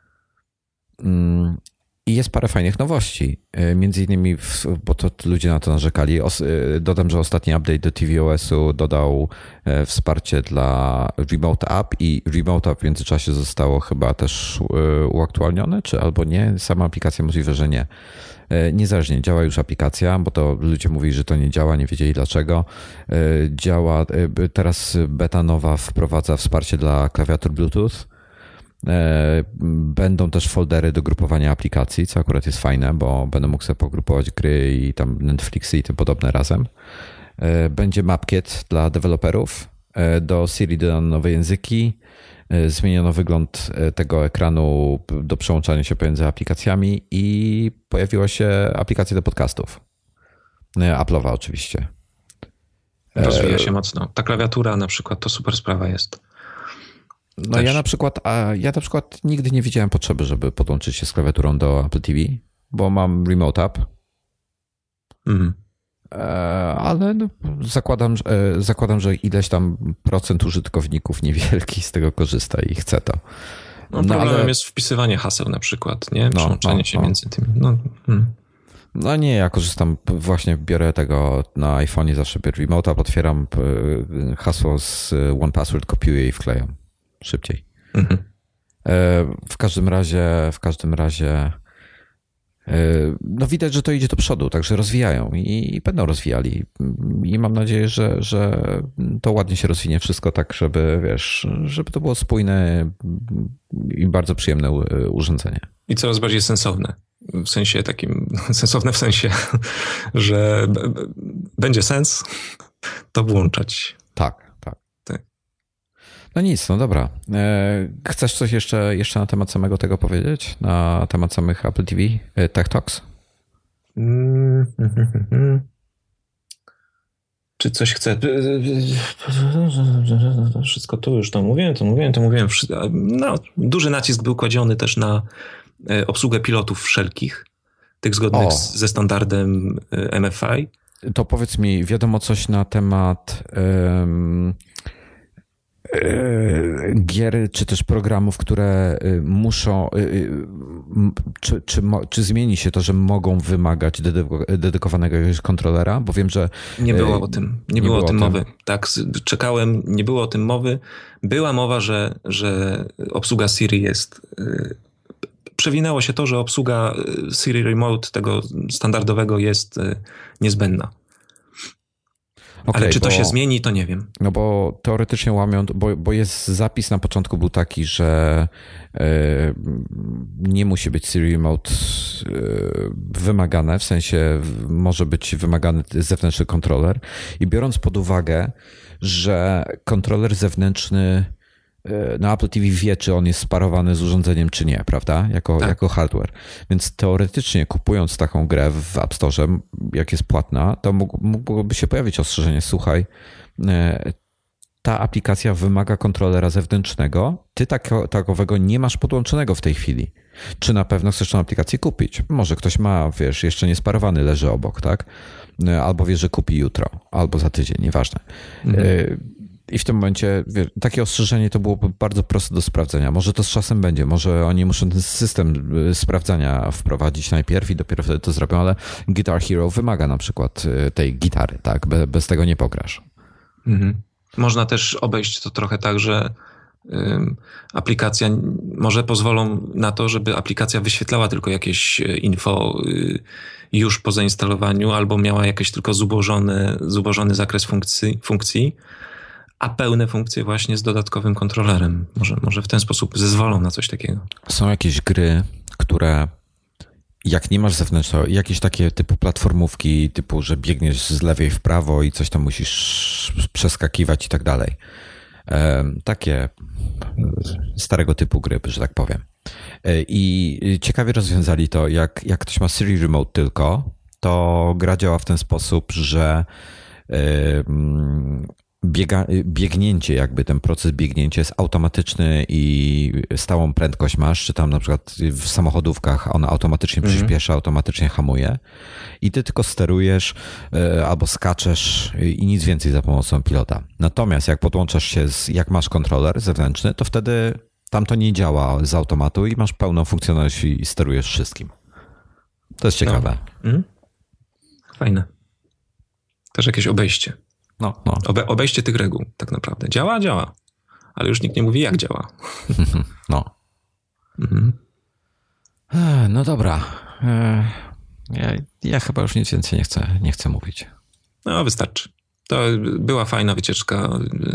I jest parę fajnych nowości. Między innymi, bo to ludzie na to narzekali, dodam, że ostatni update do tvOS-u dodał wsparcie dla Remote App i Remote App w międzyczasie zostało chyba też uaktualnione, czy albo nie. Sama aplikacja możliwe, że nie. Niezależnie, działa już aplikacja, bo to ludzie mówili, że to nie działa, nie wiedzieli dlaczego. Działa, teraz beta nowa wprowadza wsparcie dla klawiatur Bluetooth. Będą też foldery do grupowania aplikacji, co akurat jest fajne, bo będę mógł sobie pogrupować gry i tam Netflixy i tym podobne razem. Będzie MapKit dla deweloperów. Do Siri dodano nowe języki. Zmieniono wygląd tego ekranu do przełączania się pomiędzy aplikacjami i pojawiła się aplikacja do podcastów. Apple'owa oczywiście. Rozwija się mocno. Ta klawiatura na przykład to super sprawa jest. No też. Ja na przykład nigdy nie widziałem potrzeby, żeby podłączyć się z klawiaturą do Apple TV, bo mam Remote App. Ale no, zakładam, że ileś tam procent użytkowników niewielki z tego korzysta i chce to. No, problemem jest wpisywanie haseł na przykład, nie? Przełączanie się między tymi. No nie, ja korzystam, właśnie biorę tego na iPhone'ie, zawsze biorę Remote App, otwieram hasło z One Password, kopiuję i wklejam szybciej. W każdym razie no widać, że to idzie do przodu, także rozwijają i będą rozwijali. I mam nadzieję, że to ładnie się rozwinie wszystko tak, żeby to było spójne i bardzo przyjemne urządzenie. I coraz bardziej sensowne. W sensie takim, sensowne w sensie, że będzie sens to włączać. Tak. No nic, no dobra. Chcesz coś jeszcze na temat samego tego powiedzieć? Na temat samych Apple TV Tech Talks? Czy coś chcę? Wszystko tu już to mówiłem. No, duży nacisk był kładziony też na obsługę pilotów wszelkich, tych zgodnych ze standardem MFI. To powiedz mi, wiadomo coś na temat gier, czy też programów, które muszą, czy zmieni się to, że mogą wymagać dedykowanego jakiegoś kontrolera? Bo wiem, że... Nie było o tym. Nie było o tym mowy. Tak, czekałem, nie było o tym mowy. Była mowa, że obsługa Siri jest... Przewinęło się to, że obsługa Siri Remote tego standardowego jest niezbędna. Okay, ale czy to się zmieni, to nie wiem. No bo teoretycznie łamią, bo jest zapis na początku był taki, że nie musi być Siri Remote wymagane, w sensie może być wymagany zewnętrzny kontroler i biorąc pod uwagę, że kontroler zewnętrzny na Apple TV wie, czy on jest sparowany z urządzeniem, czy nie, prawda? Jako hardware. Więc teoretycznie kupując taką grę w App Store, jak jest płatna, to mogłoby się pojawić ostrzeżenie, słuchaj, ta aplikacja wymaga kontrolera zewnętrznego, ty takowego nie masz podłączonego w tej chwili. Czy na pewno chcesz tę aplikację kupić? Może ktoś ma, jeszcze niesparowany, leży obok, tak? Albo wie, że kupi jutro, albo za tydzień, nieważne. I w tym momencie takie ostrzeżenie to byłoby bardzo proste do sprawdzenia. Może to z czasem będzie, może oni muszą ten system sprawdzania wprowadzić najpierw i dopiero wtedy to zrobią, ale Guitar Hero wymaga na przykład tej gitary, tak? Bez tego nie pograsz. Można też obejść to trochę tak, że aplikacja, może pozwolą na to, żeby aplikacja wyświetlała tylko jakieś info już po zainstalowaniu albo miała jakiś tylko zubożony zakres funkcji, a pełne funkcje właśnie z dodatkowym kontrolerem. Może w ten sposób zezwolą na coś takiego. Są jakieś gry, które jak nie masz zewnętrznego, jakieś takie typu platformówki, typu, że biegniesz z lewej w prawo i coś tam musisz przeskakiwać i tak dalej. Takie starego typu gry, że tak powiem. I ciekawie rozwiązali to, jak ktoś ma Siri Remote tylko, to gra działa w ten sposób, że biegnięcie, jakby ten proces biegnięcia jest automatyczny i stałą prędkość masz, czy tam na przykład w samochodówkach ona automatycznie przyspiesza, automatycznie hamuje i ty tylko sterujesz albo skaczesz i nic więcej za pomocą pilota. Natomiast jak podłączasz się, jak masz kontroler zewnętrzny, to wtedy tam to nie działa z automatu i masz pełną funkcjonalność i sterujesz wszystkim. To jest ciekawe. Fajne. Też jakieś obejście. No. Obejście tych reguł tak naprawdę. Działa. Ale już nikt nie mówi, jak działa. No. No dobra. Ja chyba już nic więcej nie chcę mówić. No, wystarczy. To była fajna wycieczka.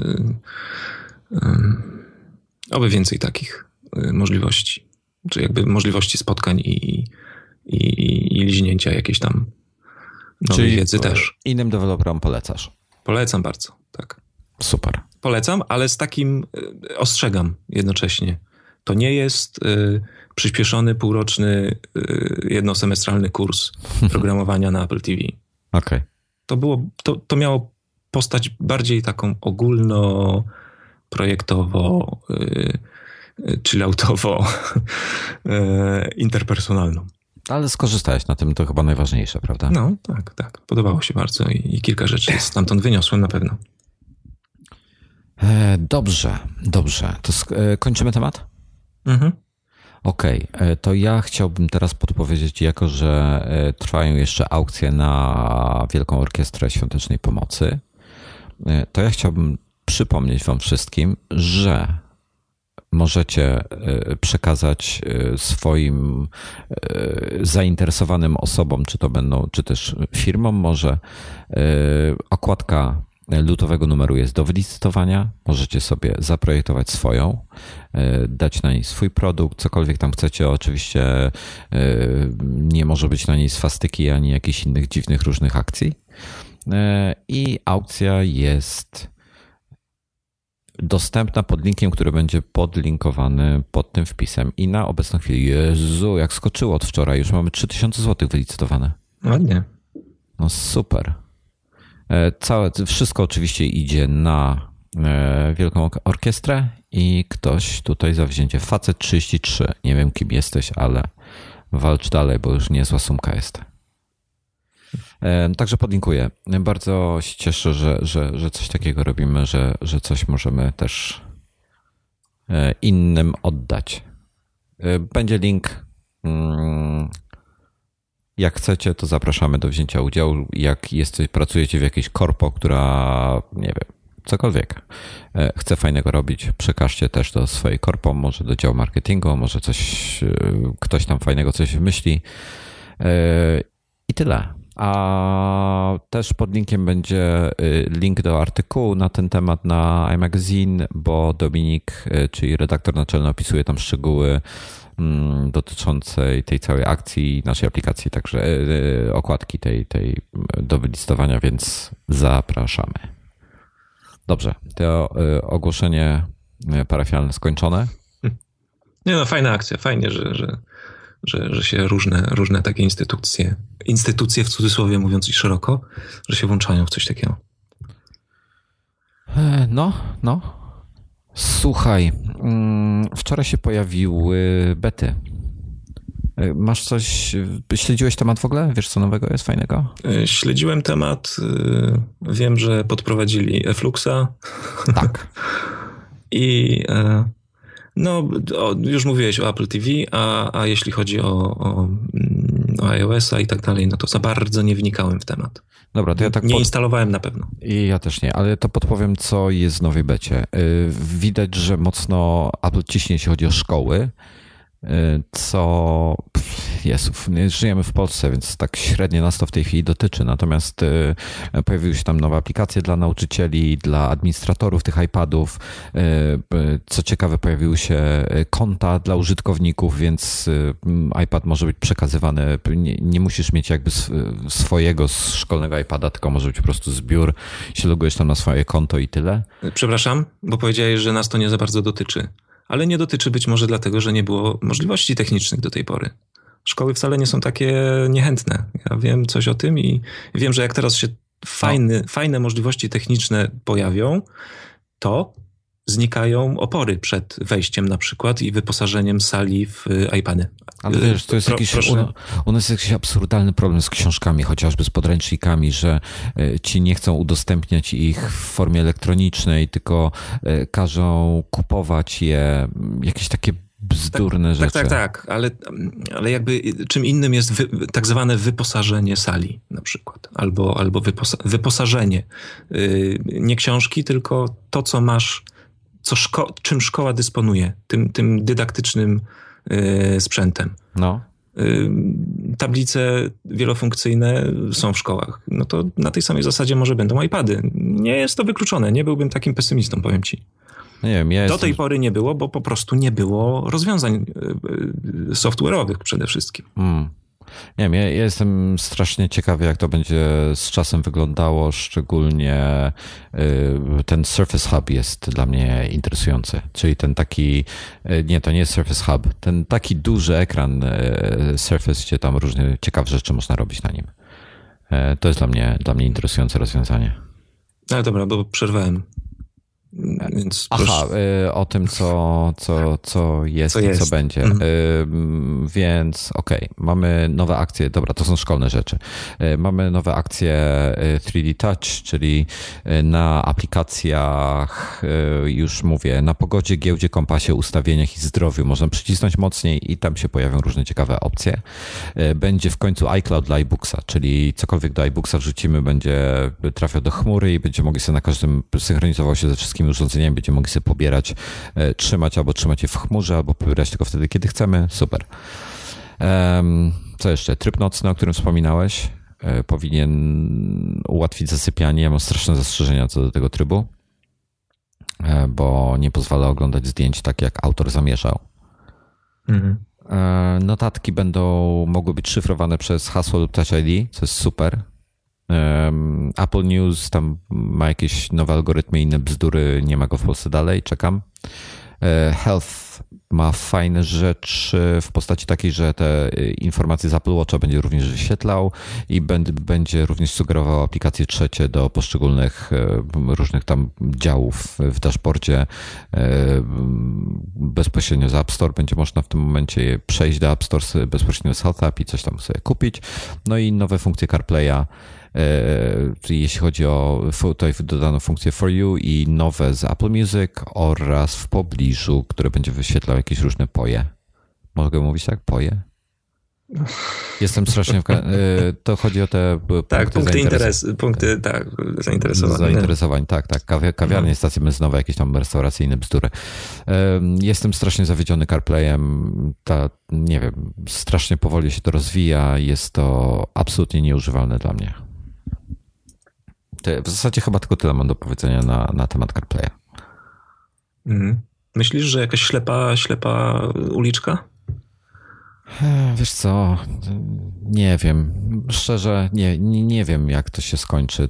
Oby więcej takich możliwości. Czy jakby możliwości spotkań i liźnięcia jakiejś tam nowej wiedzy też. Innym deweloperom polecasz? Polecam bardzo, tak. Super. Polecam, ale z takim ostrzegam jednocześnie. To nie jest przyspieszony, półroczny, jednosemestralny kurs programowania na Apple TV. Okej. To miało postać bardziej taką ogólnoprojektowo, chilloutowo, interpersonalną. Ale skorzystałeś na tym, to chyba najważniejsze, prawda? No, tak. Podobało się bardzo i kilka rzeczy stamtąd wyniosłem na pewno. Dobrze. To kończymy temat? Mhm. Okej, to ja chciałbym teraz podpowiedzieć, jako że trwają jeszcze aukcje na Wielką Orkiestrę Świątecznej Pomocy, to ja chciałbym przypomnieć wam wszystkim, że możecie przekazać swoim zainteresowanym osobom, czy też firmom może, okładka lutowego numeru jest do wylicytowania. Możecie sobie zaprojektować swoją, dać na niej swój produkt, cokolwiek tam chcecie. Oczywiście nie może być na niej swastyki ani jakichś innych dziwnych różnych akcji. I aukcja jest dostępna pod linkiem, który będzie podlinkowany pod tym wpisem. I na obecną chwilę, Jezu, jak skoczyło od wczoraj, już mamy 3000 zł wylicytowane. Ładnie. No super. Wszystko oczywiście idzie na Wielką Orkiestrę i ktoś tutaj za wzięcie. Facet 33. Nie wiem, kim jesteś, ale walcz dalej, bo już niezła sumka jest. Także podlinkuję. Bardzo się cieszę, że coś takiego robimy, że coś możemy też innym oddać. Będzie link. Jak chcecie, to zapraszamy do wzięcia udziału. Jak pracujecie w jakiejś korpo, która, nie wiem, cokolwiek chce fajnego robić, przekażcie też do swojej korpo, może do działu marketingu, może ktoś tam fajnego coś wymyśli. I tyle. A też pod linkiem będzie link do artykułu na ten temat na iMagazine, bo Dominik, czyli redaktor naczelny, opisuje tam szczegóły dotyczącej tej całej akcji, naszej aplikacji, także okładki tej do wylistowania, więc zapraszamy. Dobrze, to ogłoszenie parafialne skończone. Nie no, fajna akcja, fajnie, że się różne takie instytucje w cudzysłowie mówiąc i szeroko, że się włączają w coś takiego. No. Słuchaj, wczoraj się pojawiły bety. Masz coś, śledziłeś temat w ogóle? Wiesz, co nowego jest fajnego? Śledziłem temat, wiem, że podprowadzili Effluxa. Tak. I no, już mówiłeś o Apple TV, a jeśli chodzi o iOS-a i tak dalej, no to za bardzo nie wnikałem w temat. Dobra, to ja tak nie instalowałem na pewno. I ja też nie, ale to podpowiem, co jest w nowej becie. Widać, że mocno Apple ciśnie, jeśli chodzi o szkoły, co żyjemy w Polsce, więc tak średnio nas to w tej chwili dotyczy. Natomiast pojawiły się tam nowe aplikacje dla nauczycieli, dla administratorów tych iPadów. Co ciekawe, pojawiły się konta dla użytkowników, więc iPad może być przekazywany. Nie musisz mieć jakby swojego szkolnego iPada, tylko może być po prostu zbiór. Się logujesz tam na swoje konto i tyle. Przepraszam, bo powiedziałeś, że nas to nie za bardzo dotyczy. Ale nie dotyczy być może dlatego, że nie było możliwości technicznych do tej pory. Szkoły wcale nie są takie niechętne. Ja wiem coś o tym i wiem, że jak teraz się fajne możliwości techniczne pojawią, to znikają opory przed wejściem na przykład i wyposażeniem sali w iPady. Ale wiesz, to jest u nas jest jakiś absurdalny problem z książkami, chociażby z podręcznikami, że ci nie chcą udostępniać ich w formie elektronicznej, tylko każą kupować je, jakieś takie bzdurne rzeczy. Tak, ale jakby czym innym jest tak zwane wyposażenie sali na przykład, albo wyposażenie. Nie książki, tylko to, co masz, czym szkoła dysponuje, tym dydaktycznym sprzętem. No. Tablice wielofunkcyjne są w szkołach. No to na tej samej zasadzie może będą iPady. Nie jest to wykluczone. Nie byłbym takim pesymistą, powiem ci. Nie wiem, Do tej pory nie było, bo po prostu nie było rozwiązań software'owych przede wszystkim. Nie wiem, ja jestem strasznie ciekawy, jak to będzie z czasem wyglądało, szczególnie ten Surface Hub jest dla mnie interesujący, czyli ten taki, nie, to nie jest Surface Hub, ten taki duży ekran Surface, gdzie tam różne ciekawe rzeczy można robić na nim. To jest dla mnie interesujące rozwiązanie. Ale dobra, bo przerwałem. Więc o tym, co jest i co będzie. Więc okej, mamy nowe akcje, dobra, to są szkolne rzeczy. Mamy nowe akcje 3D Touch, czyli na aplikacjach, już mówię, na pogodzie, giełdzie, kompasie, ustawieniach i zdrowiu można przycisnąć mocniej i tam się pojawią różne ciekawe opcje. Będzie w końcu iCloud dla iBooksa, czyli cokolwiek do iBooksa wrzucimy, będzie trafiał do chmury i będziemy mogli sobie na każdym synchronizował się ze wszystkimi urządzeniami, będziemy mogli sobie pobierać, trzymać je w chmurze, albo pobierać tylko wtedy, kiedy chcemy. Super. Co jeszcze? Tryb nocny, o którym wspominałeś, powinien ułatwić zasypianie. Ja mam straszne zastrzeżenia co do tego trybu, bo nie pozwala oglądać zdjęć tak, jak autor zamierzał. Notatki będą mogły być szyfrowane przez hasło lub Touch ID, co jest super. Apple News tam ma jakieś nowe algorytmy, inne bzdury, nie ma go w Polsce dalej, czekam. Health ma fajne rzeczy w postaci takiej, że te informacje z Apple Watcha będzie również wyświetlał i będzie również sugerował aplikacje trzecie do poszczególnych różnych tam działów w dashboardzie bezpośrednio z App Store. Będzie można w tym momencie przejść do App Store bezpośrednio z Health App i coś tam sobie kupić. No i nowe funkcje CarPlaya, jeśli chodzi o tutaj dodaną funkcję For You i nowe z Apple Music oraz w pobliżu, które będzie wyświetlał jakieś różne poje. Mogę mówić tak? Poje? Jestem strasznie... To chodzi o te punkty zainteresowań. Tak. Kawiarnie, stacje benzynowe, jakieś tam restauracyjne bzdury. Jestem strasznie zawiedziony CarPlayem. Nie wiem, strasznie powoli się to rozwija. Jest to absolutnie nieużywalne dla mnie. W zasadzie chyba tylko tyle mam do powiedzenia na temat CarPlaya. Myślisz, że jakaś ślepa uliczka? Wiesz co, nie wiem. Szczerze, nie wiem, jak to się skończy.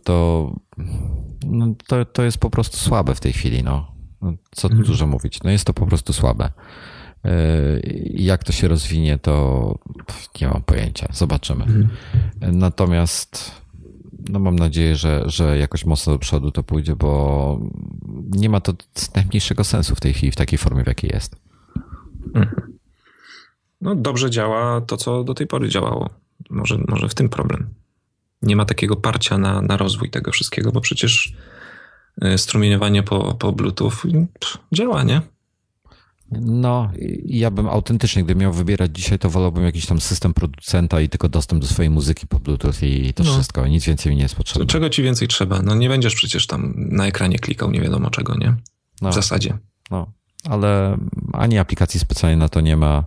To jest po prostu słabe w tej chwili. Co tu dużo mówić. Jest to po prostu słabe. Jak to się rozwinie, to nie mam pojęcia. Zobaczymy. Natomiast mam nadzieję, że jakoś mocno do przodu to pójdzie, bo nie ma to najmniejszego sensu w tej chwili, w takiej formie, w jakiej jest. Dobrze działa to, co do tej pory działało. Może w tym problem. Nie ma takiego parcia na rozwój tego wszystkiego, bo przecież strumieniowanie po Bluetooth działa, nie? Ja bym autentycznie, gdybym miał wybierać dzisiaj, to wolałbym jakiś tam system producenta i tylko dostęp do swojej muzyki po Bluetooth i to wszystko. Nic więcej mi nie jest potrzebne. Czego ci więcej trzeba? Nie będziesz przecież tam na ekranie klikał nie wiadomo czego, nie? W zasadzie. Ale ani aplikacji specjalnie na to nie ma.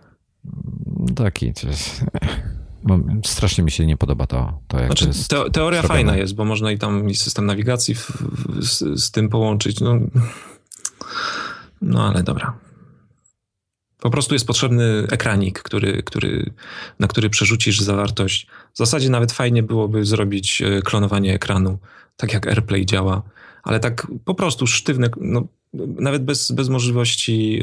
Strasznie mi się nie podoba to jak to jest teoria zrobione. Fajna jest, bo można i tam system nawigacji z tym połączyć. Ale dobra. Po prostu jest potrzebny ekranik, na który przerzucisz zawartość. W zasadzie nawet fajnie byłoby zrobić klonowanie ekranu, tak jak AirPlay działa, ale tak po prostu sztywne, nawet bez możliwości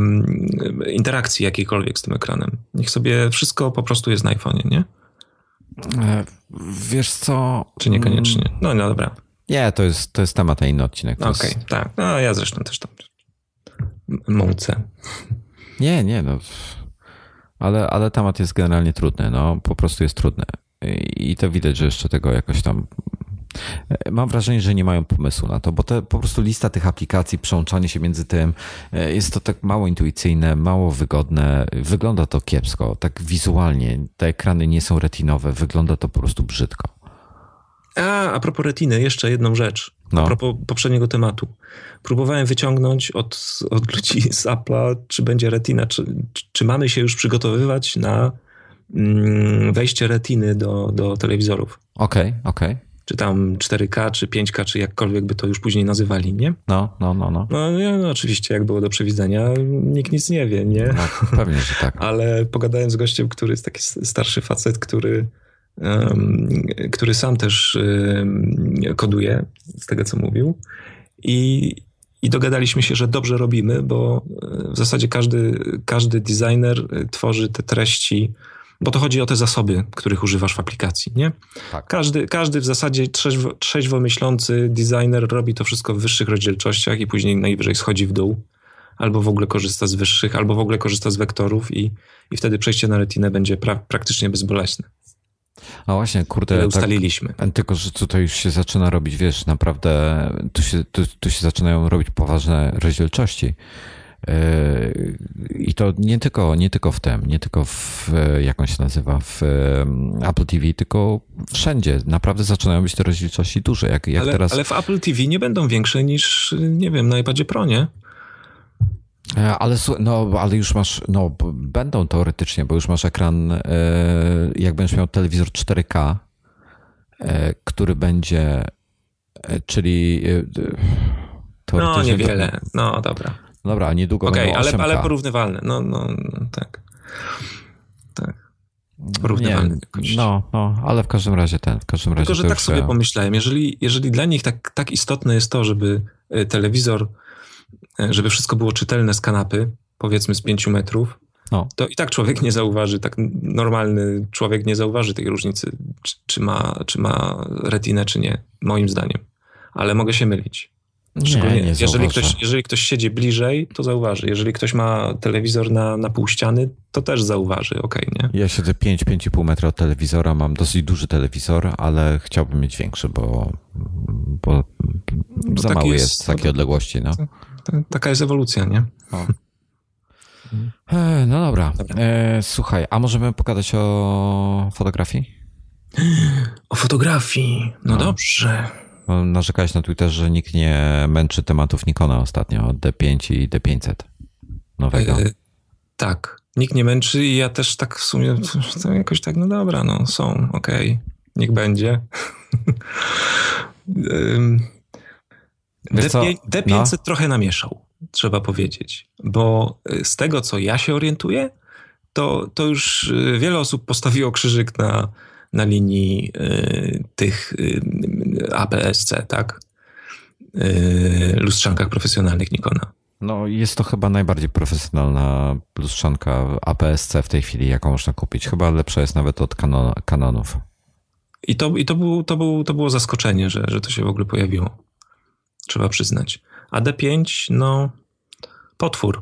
interakcji jakiejkolwiek z tym ekranem. Niech sobie wszystko po prostu jest na iPhone'ie, nie? Wiesz co? Czy niekoniecznie? No dobra. Nie, to jest temat na inny odcinek. Okej, tak. No ja zresztą też tam mącę. Nie, no. Ale temat jest generalnie trudny, no po prostu jest trudny. I to widać, że jeszcze tego jakoś tam. Mam wrażenie, że nie mają pomysłu na to, bo po prostu lista tych aplikacji, przełączanie się między tym, jest to tak mało intuicyjne, mało wygodne, wygląda to kiepsko, tak wizualnie, te ekrany nie są retinowe, wygląda to po prostu brzydko. A propos retiny, jeszcze jedną rzecz. No. A propos poprzedniego tematu. Próbowałem wyciągnąć od ludzi z Apple'a, czy będzie retina, czy mamy się już przygotowywać na wejście retiny do telewizorów. Okej. Czy tam 4K, czy 5K, czy jakkolwiek by to już później nazywali, nie? No. No oczywiście, jak było do przewidzenia, nikt nic nie wie, nie? No, pewnie, że tak. Ale pogadałem z gościem, który jest taki starszy facet, który sam też koduje, z tego co mówił. I dogadaliśmy się, że dobrze robimy, bo w zasadzie każdy designer tworzy te treści, bo to chodzi o te zasoby, których używasz w aplikacji, nie? Tak. Każdy w zasadzie trzeźwo myślący designer robi to wszystko w wyższych rozdzielczościach i później najwyżej schodzi w dół, albo w ogóle korzysta z wyższych, albo w ogóle korzysta z wektorów i wtedy przejście na retinę będzie praktycznie bezbolesne. A właśnie, kurde. Tyle ustaliliśmy. Tak, tylko, że tutaj już się zaczyna robić, wiesz, naprawdę tu się zaczynają robić poważne rozdzielczości. I to nie tylko w tym, nie tylko w, jak on się nazywa, w Apple TV, tylko wszędzie. Naprawdę zaczynają być te rozdzielczości duże. Jak teraz... ale w Apple TV nie będą większe niż, nie wiem, na iPadzie Pro, nie? Ale już masz, będą teoretycznie, bo już masz ekran, jak będziesz miał telewizor 4K, który będzie, czyli teoretycznie... No niewiele, no dobra. Dobra, a niedługo będą 8K. Ale porównywalne, no tak. Porównywalne jakoś. No, ale w każdym razie Tylko, że tak sobie pomyślałem, jeżeli dla nich tak istotne jest to, żeby telewizor, żeby wszystko było czytelne z kanapy, powiedzmy z 5 metrów, to i tak człowiek nie zauważy, tak normalny człowiek nie zauważy tej różnicy, czy ma retinę, czy nie, moim zdaniem. Ale mogę się mylić. Nie jeżeli ktoś siedzi bliżej, to zauważy. Jeżeli ktoś ma telewizor na pół ściany, to też zauważy, nie? Ja siedzę 5,5 metra od telewizora, mam dosyć duży telewizor, ale chciałbym mieć większy, bo za mały jest z takiej odległości. No. Taka jest ewolucja, nie? No dobra. Słuchaj, a możemy pogadać o fotografii? O fotografii, no dobrze. Narzekałeś na Twitterze, że nikt nie męczy tematów Nikona ostatnio, D5 i D500 nowego. Tak, nikt nie męczy i ja też tak w sumie to jakoś tak, no dobra, no są, okej, niech będzie. D500 trochę namieszał, trzeba powiedzieć, bo z tego, co ja się orientuję, to już wiele osób postawiło krzyżyk na linii tych APS-C, tak? Lustrzankach profesjonalnych Nikona. No jest to chyba najbardziej profesjonalna lustrzanka APS-C w tej chwili, jaką można kupić. Chyba lepsza jest nawet od Canonów. I to było zaskoczenie, że to się w ogóle pojawiło. Trzeba przyznać. A D5, no potwór.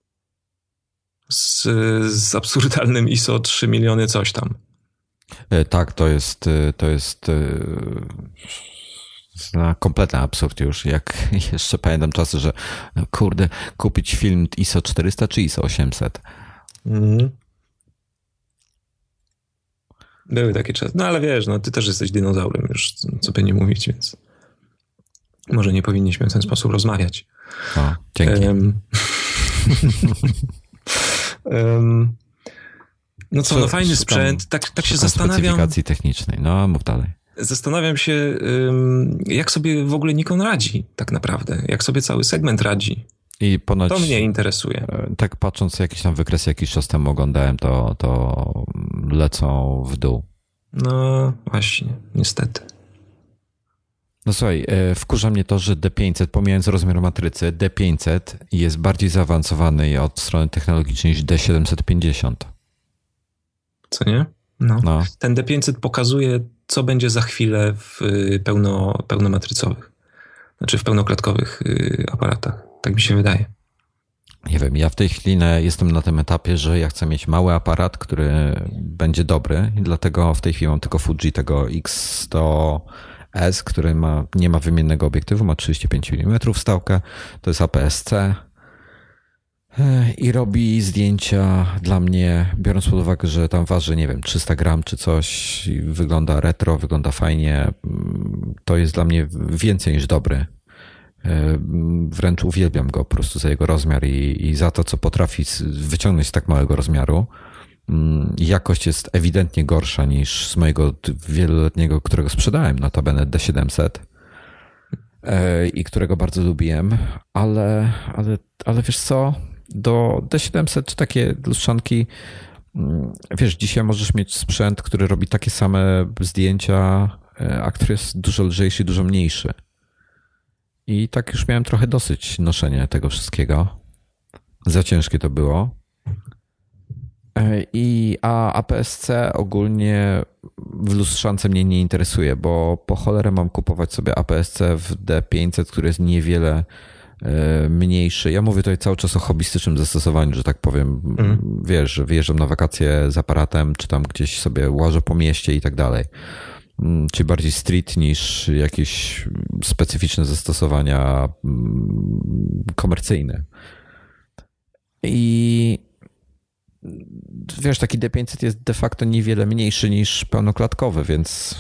Z absurdalnym ISO 3 miliony coś tam. Tak, to jest kompletny absurd już. Jak jeszcze pamiętam czasy, że kurde, kupić film ISO 400 czy ISO 800. Były takie czasy. No ale wiesz, ty też jesteś dinozaurem już, co by nie mówić, więc może nie powinniśmy w ten sposób rozmawiać. O, dzięki. No co, fajny sprzęt, tak się zastanawiam. Specyfikacji technicznej, mów dalej. Zastanawiam się, jak sobie w ogóle Nikon radzi tak naprawdę, jak sobie cały segment radzi. I ponoć, to mnie interesuje. Tak patrząc jakiś tam wykres jakiś czas temu oglądałem, to lecą w dół. No właśnie, niestety. No słuchaj, wkurza mnie to, że D500, pomijając rozmiar matrycy, D500 jest bardziej zaawansowany od strony technologicznej niż D750. Co nie? No. Ten D500 pokazuje, co będzie za chwilę w pełnomatrycowych, znaczy w pełnoklatkowych aparatach. Tak mi się wydaje. Nie wiem, ja w tej chwili jestem na tym etapie, że ja chcę mieć mały aparat, który będzie dobry i dlatego w tej chwili mam tylko Fuji tego X100S, który nie ma wymiennego obiektywu, ma 35 mm wstałkę, to jest APS-C i robi zdjęcia dla mnie, biorąc pod uwagę, że tam waży, nie wiem, 300 gram czy coś, wygląda retro, wygląda fajnie, to jest dla mnie więcej niż dobry. Wręcz uwielbiam go po prostu za jego rozmiar i za to, co potrafi wyciągnąć z tak małego rozmiaru. Jakość jest ewidentnie gorsza niż z mojego wieloletniego, którego sprzedałem, notabene D700 i którego bardzo lubiłem, ale wiesz co, do D700 czy takie lustrzanki, wiesz, dzisiaj możesz mieć sprzęt, który robi takie same zdjęcia, a który jest dużo lżejszy i dużo mniejszy. I tak już miałem trochę dosyć noszenia tego wszystkiego. Za ciężkie to było. A APS-C ogólnie w lustrzance mnie nie interesuje, bo po cholerę mam kupować sobie APS-C w D500, który jest niewiele mniejszy. Ja mówię tutaj cały czas o hobbystycznym zastosowaniu, że tak powiem. Wiesz, że wyjeżdżam na wakacje z aparatem, czy tam gdzieś sobie łażę po mieście i tak dalej. Czy bardziej street niż jakieś specyficzne zastosowania komercyjne. I wiesz, taki D500 jest de facto niewiele mniejszy niż pełnoklatkowy, więc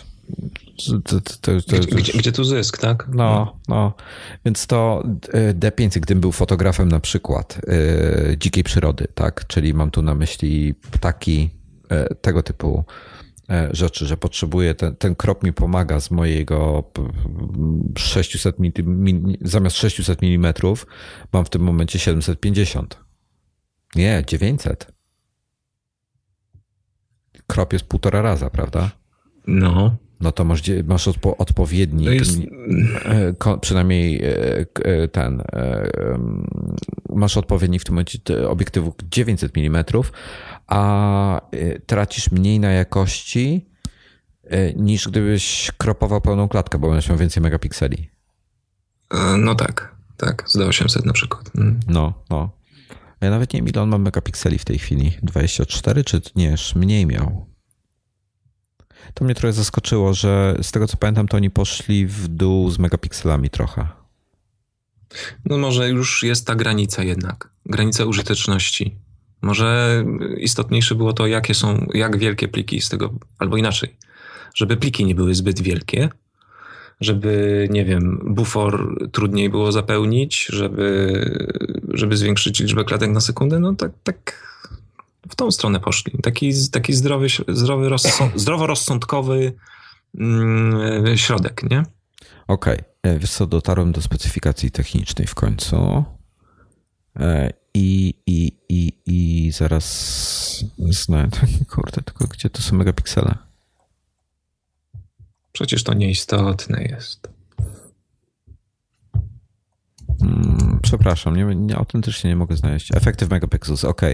Gdzie tu zysk, tak? No. Więc to D500, gdybym był fotografem na przykład dzikiej przyrody, tak? Czyli mam tu na myśli ptaki, tego typu rzeczy, że potrzebuję, ten krop mi pomaga z mojego 600 zamiast 600 mm mam w tym momencie 750. Nie, 900. Krop jest 1,5 raza, prawda? No to masz odpowiedni, przynajmniej masz odpowiedni w tym momencie obiektywu 900 mm, a tracisz mniej na jakości niż gdybyś kropował pełną klatkę, bo będziesz miał więcej megapikseli. No tak, z D800 na przykład. No. Ja nawet nie wiem, ile on ma megapikseli w tej chwili. 24 czy nie, mniej miał. To mnie trochę zaskoczyło, że z tego co pamiętam, to oni poszli w dół z megapikselami trochę. No może już jest ta granica jednak. Granica użyteczności. Może istotniejsze było to, jak wielkie pliki z tego, albo inaczej. Żeby pliki nie były zbyt wielkie, żeby, nie wiem, bufor trudniej było zapełnić, żeby zwiększyć liczbę klatek na sekundę, no tak w tą stronę poszli. Taki zdroworozsądkowy środek, nie? Okej. Wiesz co, dotarłem do specyfikacji technicznej w końcu. I zaraz znajdę. Kurde, tylko gdzie to są megapiksele? Przecież to nieistotne jest. Przepraszam, autentycznie nie mogę znaleźć. Effective Megapixels, ok.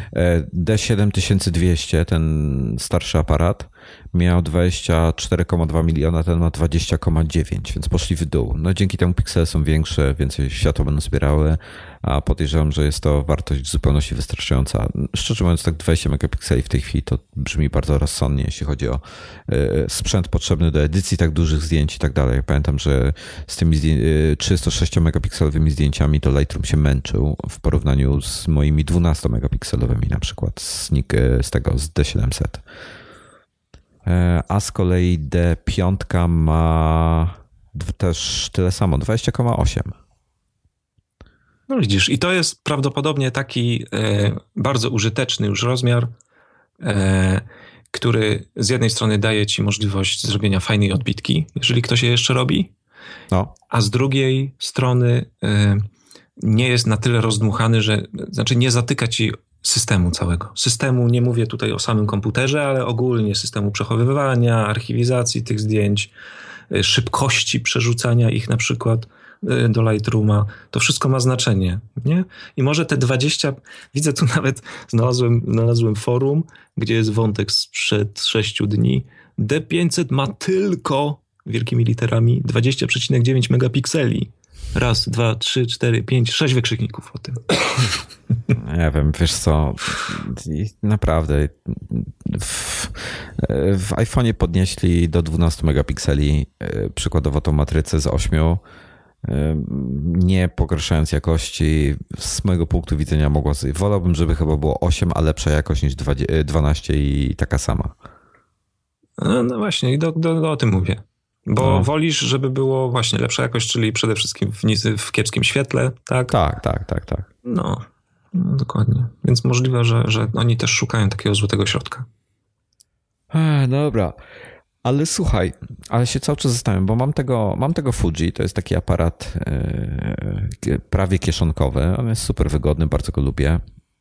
D7200, ten starszy aparat, miał 24,2 miliona, ten ma 20,9, więc poszli w dół. No dzięki temu piksele są większe, więcej światła będą zbierały, a podejrzewam, że jest to wartość w zupełności wystarczająca. Szczerze mówiąc, tak 20 megapikseli w tej chwili to brzmi bardzo rozsądnie, jeśli chodzi o sprzęt potrzebny do edycji tak dużych zdjęć i tak dalej. Pamiętam, że z tymi 306 megapikselowymi zdjęciami to Lightroom się męczył w porównaniu z moimi 12 megapikselowymi na przykład z D700. A z kolei D5 ma też tyle samo, 20,8. No widzisz, i to jest prawdopodobnie taki bardzo użyteczny już rozmiar, który z jednej strony daje ci możliwość zrobienia fajnej odbitki, jeżeli ktoś je jeszcze robi, a z drugiej strony nie jest na tyle rozdmuchany, znaczy nie zatyka ci systemu całego. Systemu, nie mówię tutaj o samym komputerze, ale ogólnie systemu przechowywania, archiwizacji tych zdjęć, szybkości przerzucania ich na przykład, do Lightrooma, to wszystko ma znaczenie, nie? I może te 20, widzę tu nawet, znalazłem forum, gdzie jest wątek sprzed 6 dni, D500 ma tylko, wielkimi literami, 20,9 megapikseli. Raz, dwa, trzy, cztery, pięć, 6 wykrzykników o tym. Nie wiem, wiesz co, naprawdę w iPhone'ie podnieśli do 12 megapikseli, przykładowo tą matrycę z 8, nie pogarszając jakości. Z mojego punktu widzenia wolałbym, żeby chyba było 8, a lepsza jakość niż 12 i taka sama. No właśnie, i o tym mówię. Bo wolisz, żeby było właśnie lepsza jakość, czyli przede wszystkim w kiepskim świetle, tak? Tak. No, dokładnie. Więc możliwe, że oni też szukają takiego złotego środka. Dobra. Ale słuchaj, ale się cały czas zastanawiam, bo mam tego Fuji, to jest taki aparat prawie kieszonkowy. On jest super wygodny, bardzo go lubię.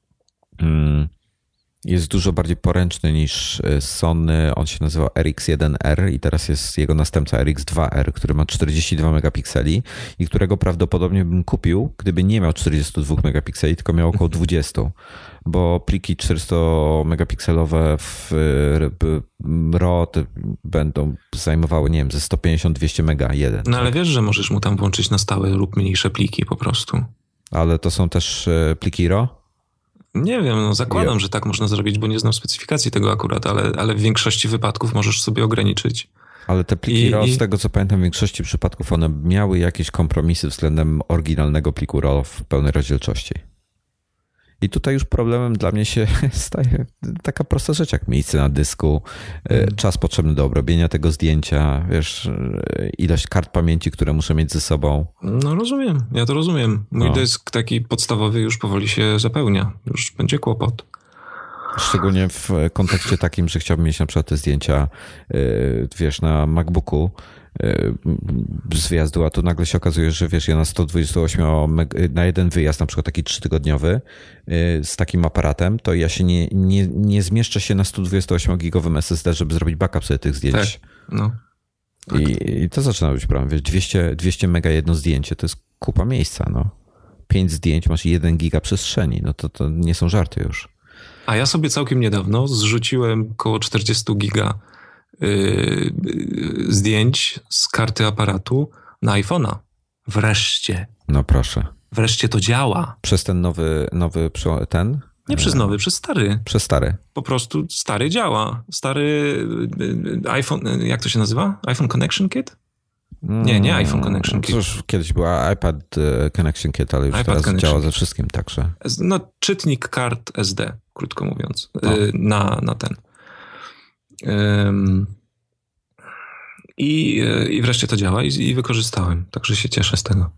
Jest dużo bardziej poręczny niż Sony. On się nazywa RX1R i teraz jest jego następca RX2R, który ma 42 megapikseli i którego prawdopodobnie bym kupił, gdyby nie miał 42 megapikseli, tylko miał około 20, bo pliki 400 megapikselowe w RAW będą zajmowały, nie wiem, ze 150-200 mega jeden. No ale wiesz, że możesz mu tam włączyć na stałe lub mniejsze pliki po prostu. Ale to są też pliki RAW? Nie wiem, no zakładam, że tak można zrobić, bo nie znam specyfikacji tego akurat, ale w większości wypadków możesz sobie ograniczyć. Ale te pliki RAW, z tego co pamiętam, w większości przypadków one miały jakieś kompromisy względem oryginalnego pliku RAW w pełnej rozdzielczości. I tutaj już problemem dla mnie się staje taka prosta rzecz jak miejsce na dysku, czas potrzebny do obrobienia tego zdjęcia, wiesz, ilość kart pamięci, które muszę mieć ze sobą. No rozumiem, ja to rozumiem. Mój dysk taki podstawowy już powoli się zapełnia, już będzie kłopot. Szczególnie w kontekście takim, że chciałbym mieć na przykład te zdjęcia, wiesz, na MacBooku z wyjazdu, a tu nagle się okazuje, że wiesz, ja na 128 na jeden wyjazd, na przykład taki 3-tygodniowy z takim aparatem, to ja się nie zmieszczę się na 128-gigowym SSD, żeby zrobić backup sobie tych zdjęć. Tak, no. Tak. I to zaczyna być problem. Wiesz, 200 mega jedno zdjęcie, to jest kupa miejsca, no. 5 zdjęć, masz 1 giga przestrzeni, no to nie są żarty już. A ja sobie całkiem niedawno zrzuciłem około 40 giga zdjęć z karty aparatu na iPhone'a. Wreszcie. No proszę. Wreszcie to działa. Przez ten nowy ten? Nie przez nowy, przez stary. Przez stary. Po prostu stary działa. Stary iPhone, jak to się nazywa? iPhone Connection Kit? Nie iPhone Connection Kit. Cóż, kiedyś była iPad Connection Kit, ale już iPad teraz działa ze wszystkim, także. No, czytnik kart SD, krótko mówiąc, na ten. I wreszcie to działa i wykorzystałem, także się cieszę z tego.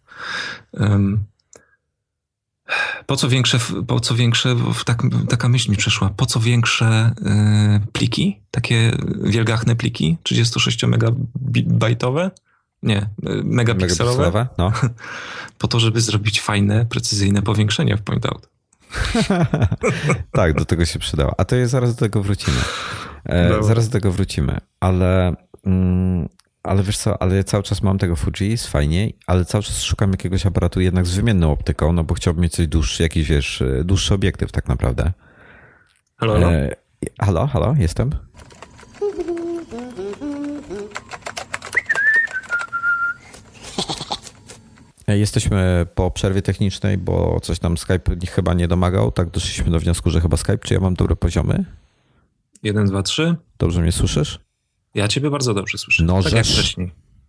Po co większe, taka myśl mi przeszła, po co większe pliki, takie wielgachne pliki, 36 megabajtowe? Nie, megapikselowe? No. Po to, żeby zrobić fajne, precyzyjne powiększenie w point out. Tak, do tego się przydało. A to zaraz do tego wrócimy. Zaraz do tego wrócimy, ale wiesz co, ale ja cały czas mam tego Fuji, jest fajnie, ale cały czas szukam jakiegoś aparatu jednak z wymienną optyką, no bo chciałbym mieć coś dłuższy, jakiś, wiesz, dłuższy obiektyw tak naprawdę. Halo, jestem. Jesteśmy po przerwie technicznej, bo coś tam Skype chyba nie domagał, tak doszliśmy do wniosku, że chyba Skype, czy ja mam dobre poziomy? 1, 2, 3. Dobrze mnie słyszysz? Ja ciebie bardzo dobrze słyszę. No, tak jak wcześniej.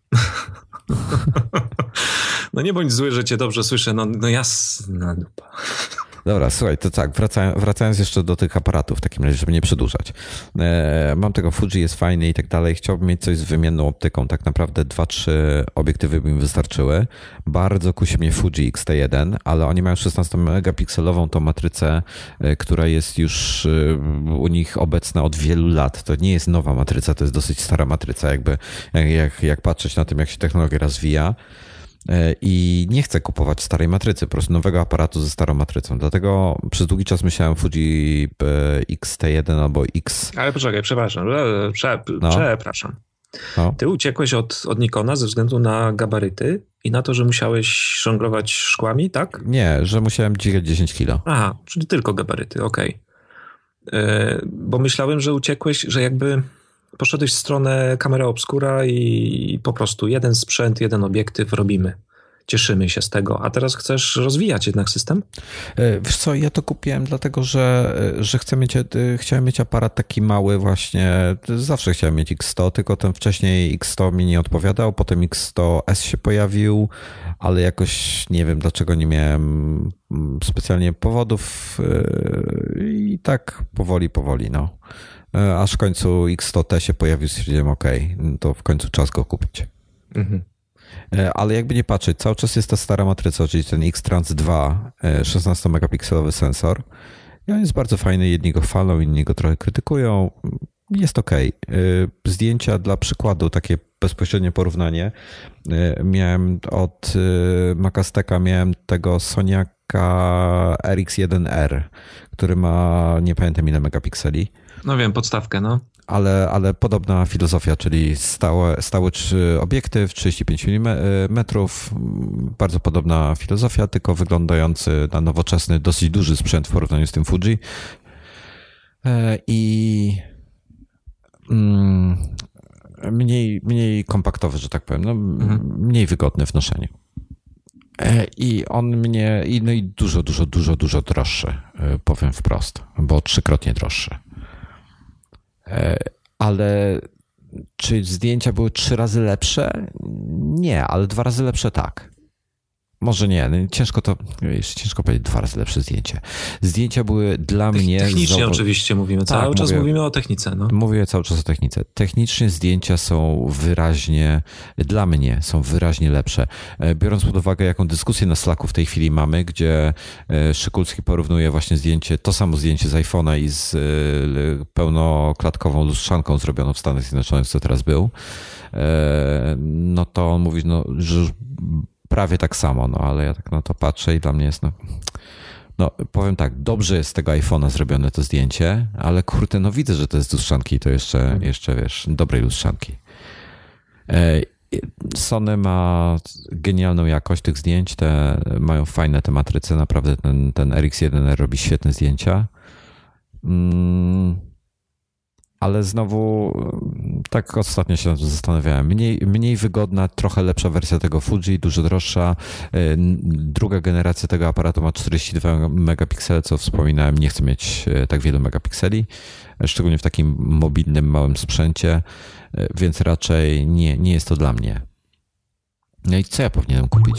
No nie bądź zły, że cię dobrze słyszę. No jasna dupa. Dobra, słuchaj, to tak, wracając jeszcze do tych aparatów w takim razie, żeby nie przedłużać. Mam tego Fuji, jest fajny i tak dalej. Chciałbym mieć coś z wymienną optyką. Tak naprawdę 2-3 obiektywy by mi wystarczyły. Bardzo kusi mnie Fuji X-T1, ale oni mają 16-megapikselową tą matrycę, która jest już u nich obecna od wielu lat. To nie jest nowa matryca, to jest dosyć stara matryca, jakby jak patrzeć na tym, jak się technologia rozwija. I nie chcę kupować starej matrycy, po prostu nowego aparatu ze starą matrycą. Dlatego przez długi czas myślałem Fuji X-T1 albo X. Ale poczekaj, przepraszam. No. Ty uciekłeś od Nikona ze względu na gabaryty i na to, że musiałeś żonglować szkłami, tak? Nie, że musiałem dźwigać 10 kilo. Aha, czyli tylko gabaryty, okej. Bo myślałem, że uciekłeś, że jakby poszedłeś w stronę kamera obscura i po prostu jeden sprzęt, jeden obiektyw robimy. Cieszymy się z tego. A teraz chcesz rozwijać jednak system? Wiesz co, ja to kupiłem dlatego, że chciałem mieć aparat taki mały właśnie. Zawsze chciałem mieć X100, tylko ten wcześniej X100 mi nie odpowiadał, potem X100S się pojawił, ale jakoś nie wiem dlaczego nie miałem specjalnie powodów i tak powoli, no. Aż w końcu X100T się pojawił, stwierdziłem, okej, to w końcu czas go kupić. Mhm. Ale jakby nie patrzeć, cały czas jest ta stara matryca, czyli ten X-Trans 2, 16-megapikselowy sensor. I on jest bardzo fajny, jedni go chwalą, inni go trochę krytykują. Jest okej. Zdjęcia dla przykładu, takie bezpośrednie porównanie. Miałem od Macasteka, miałem tego Soniaka RX1R, który ma, nie pamiętam ile megapikseli. No wiem, podstawkę, no. Ale podobna filozofia, czyli stały obiektyw 35 mm, bardzo podobna filozofia, tylko wyglądający na nowoczesny, dosyć duży sprzęt w porównaniu z tym Fuji. I mniej kompaktowy, że tak powiem, no, mniej wygodny w noszeniu. I on mnie, no i dużo droższy, powiem wprost, bo 3-krotnie droższy. Ale czy zdjęcia były 3 razy lepsze? Nie, ale 2 razy lepsze tak. Może nie, ciężko powiedzieć 2 razy lepsze zdjęcie. Zdjęcia były dla mnie... Technicznie oczywiście mówimy, cały czas mówimy o technice. No. Mówię cały czas o technice. Technicznie zdjęcia są dla mnie są wyraźnie lepsze. Biorąc pod uwagę, jaką dyskusję na Slacku w tej chwili mamy, gdzie Szykulski porównuje właśnie to samo zdjęcie z iPhone'a i z pełnoklatkową lustrzanką zrobioną w Stanach Zjednoczonych, co teraz był, no to on mówi, że prawie tak samo, no ale ja tak na to patrzę i dla mnie jest, no powiem tak, dobrze jest z tego iPhone'a zrobione to zdjęcie, ale kurde, no widzę, że to jest z lustrzanki, to jeszcze wiesz, dobrej lustrzanki. Sony ma genialną jakość tych zdjęć, mają fajne te matryce, naprawdę ten RX1R robi świetne zdjęcia. Ale znowu tak ostatnio się nad tym zastanawiałem. Mniej wygodna, trochę lepsza wersja tego Fuji, dużo droższa. Druga generacja tego aparatu ma 42 megapiksele, co wspominałem, nie chcę mieć tak wielu megapikseli, szczególnie w takim mobilnym, małym sprzęcie, więc raczej nie jest to dla mnie. No i co ja powinienem kupić?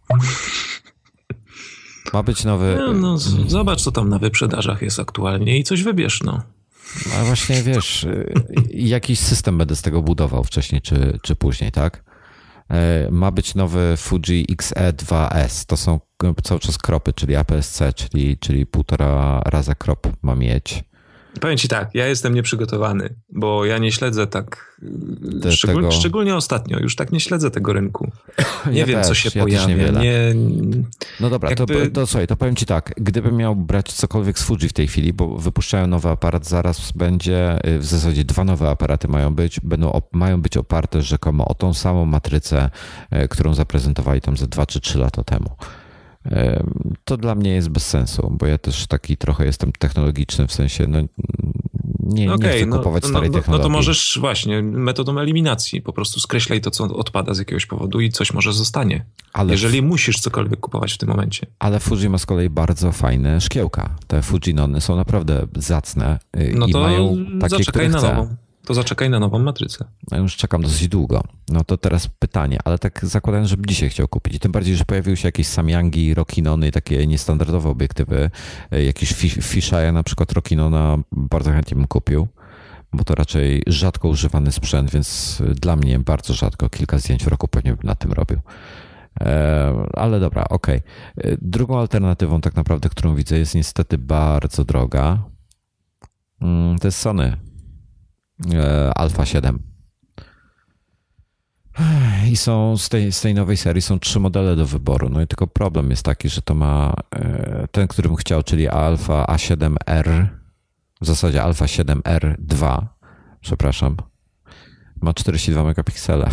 Ma być nowy... No, zobacz, co tam na wyprzedażach jest aktualnie i coś wybierz, no. A właśnie wiesz, jakiś system będę z tego budował wcześniej czy później, tak? Ma być nowy Fuji Xe2S. To są cały czas kropy, czyli APS-C, czyli 1,5 raza krop ma mieć. Powiem ci tak, ja jestem nieprzygotowany, bo ja nie śledzę tak, szczególnie ostatnio, już tak nie śledzę tego rynku. Nie wiem, co się pojawia. No dobra, to słuchaj, to powiem ci tak, gdybym miał brać cokolwiek z Fuji w tej chwili, bo wypuszczają nowy aparat, zaraz będzie, w zasadzie 2 nowe aparaty mają być oparte rzekomo o tą samą matrycę, którą zaprezentowali tam ze 2 czy 3 lata temu. To dla mnie jest bez sensu, bo ja też taki trochę jestem technologiczny, w sensie nie chcę kupować starej technologii. No to możesz właśnie metodą eliminacji, po prostu skreślaj to, co odpada z jakiegoś powodu i coś może zostanie. Jeżeli musisz cokolwiek kupować w tym momencie. Ale Fuji ma z kolei bardzo fajne szkiełka. Te Fujinony są naprawdę zacne i mają takie, które chcę. To zaczekaj na nową matrycę. Ja już czekam dosyć długo. No to teraz pytanie, ale tak zakładając, żebym dzisiaj chciał kupić. I tym bardziej, że pojawiły się jakieś Samyangi, Rokinony, takie niestandardowe obiektywy. Jakiś fisheye, na przykład Rokinona bardzo chętnie bym kupił, bo to raczej rzadko używany sprzęt, więc dla mnie bardzo rzadko, kilka zdjęć w roku pewnie bym na tym robił. Ale dobra, okej. Drugą alternatywą tak naprawdę, którą widzę, jest niestety bardzo droga. To jest Sony Alpha 7. I są z tej nowej serii są 3 modele do wyboru. No i tylko problem jest taki, że to ma ten, który bym chciał, czyli Alpha A7R, w zasadzie Alpha 7R2, przepraszam. Ma 42 megapiksele.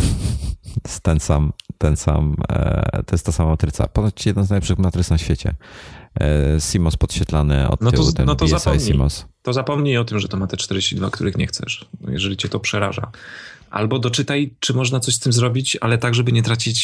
To jest ta sama matryca. Ponoć jedna z najlepszych matryc na świecie. CMOS podświetlany od tyłu, ten BSI CMOS. To zapomnij o tym, że to ma te 42, których nie chcesz, jeżeli cię to przeraża. Albo doczytaj, czy można coś z tym zrobić, ale tak, żeby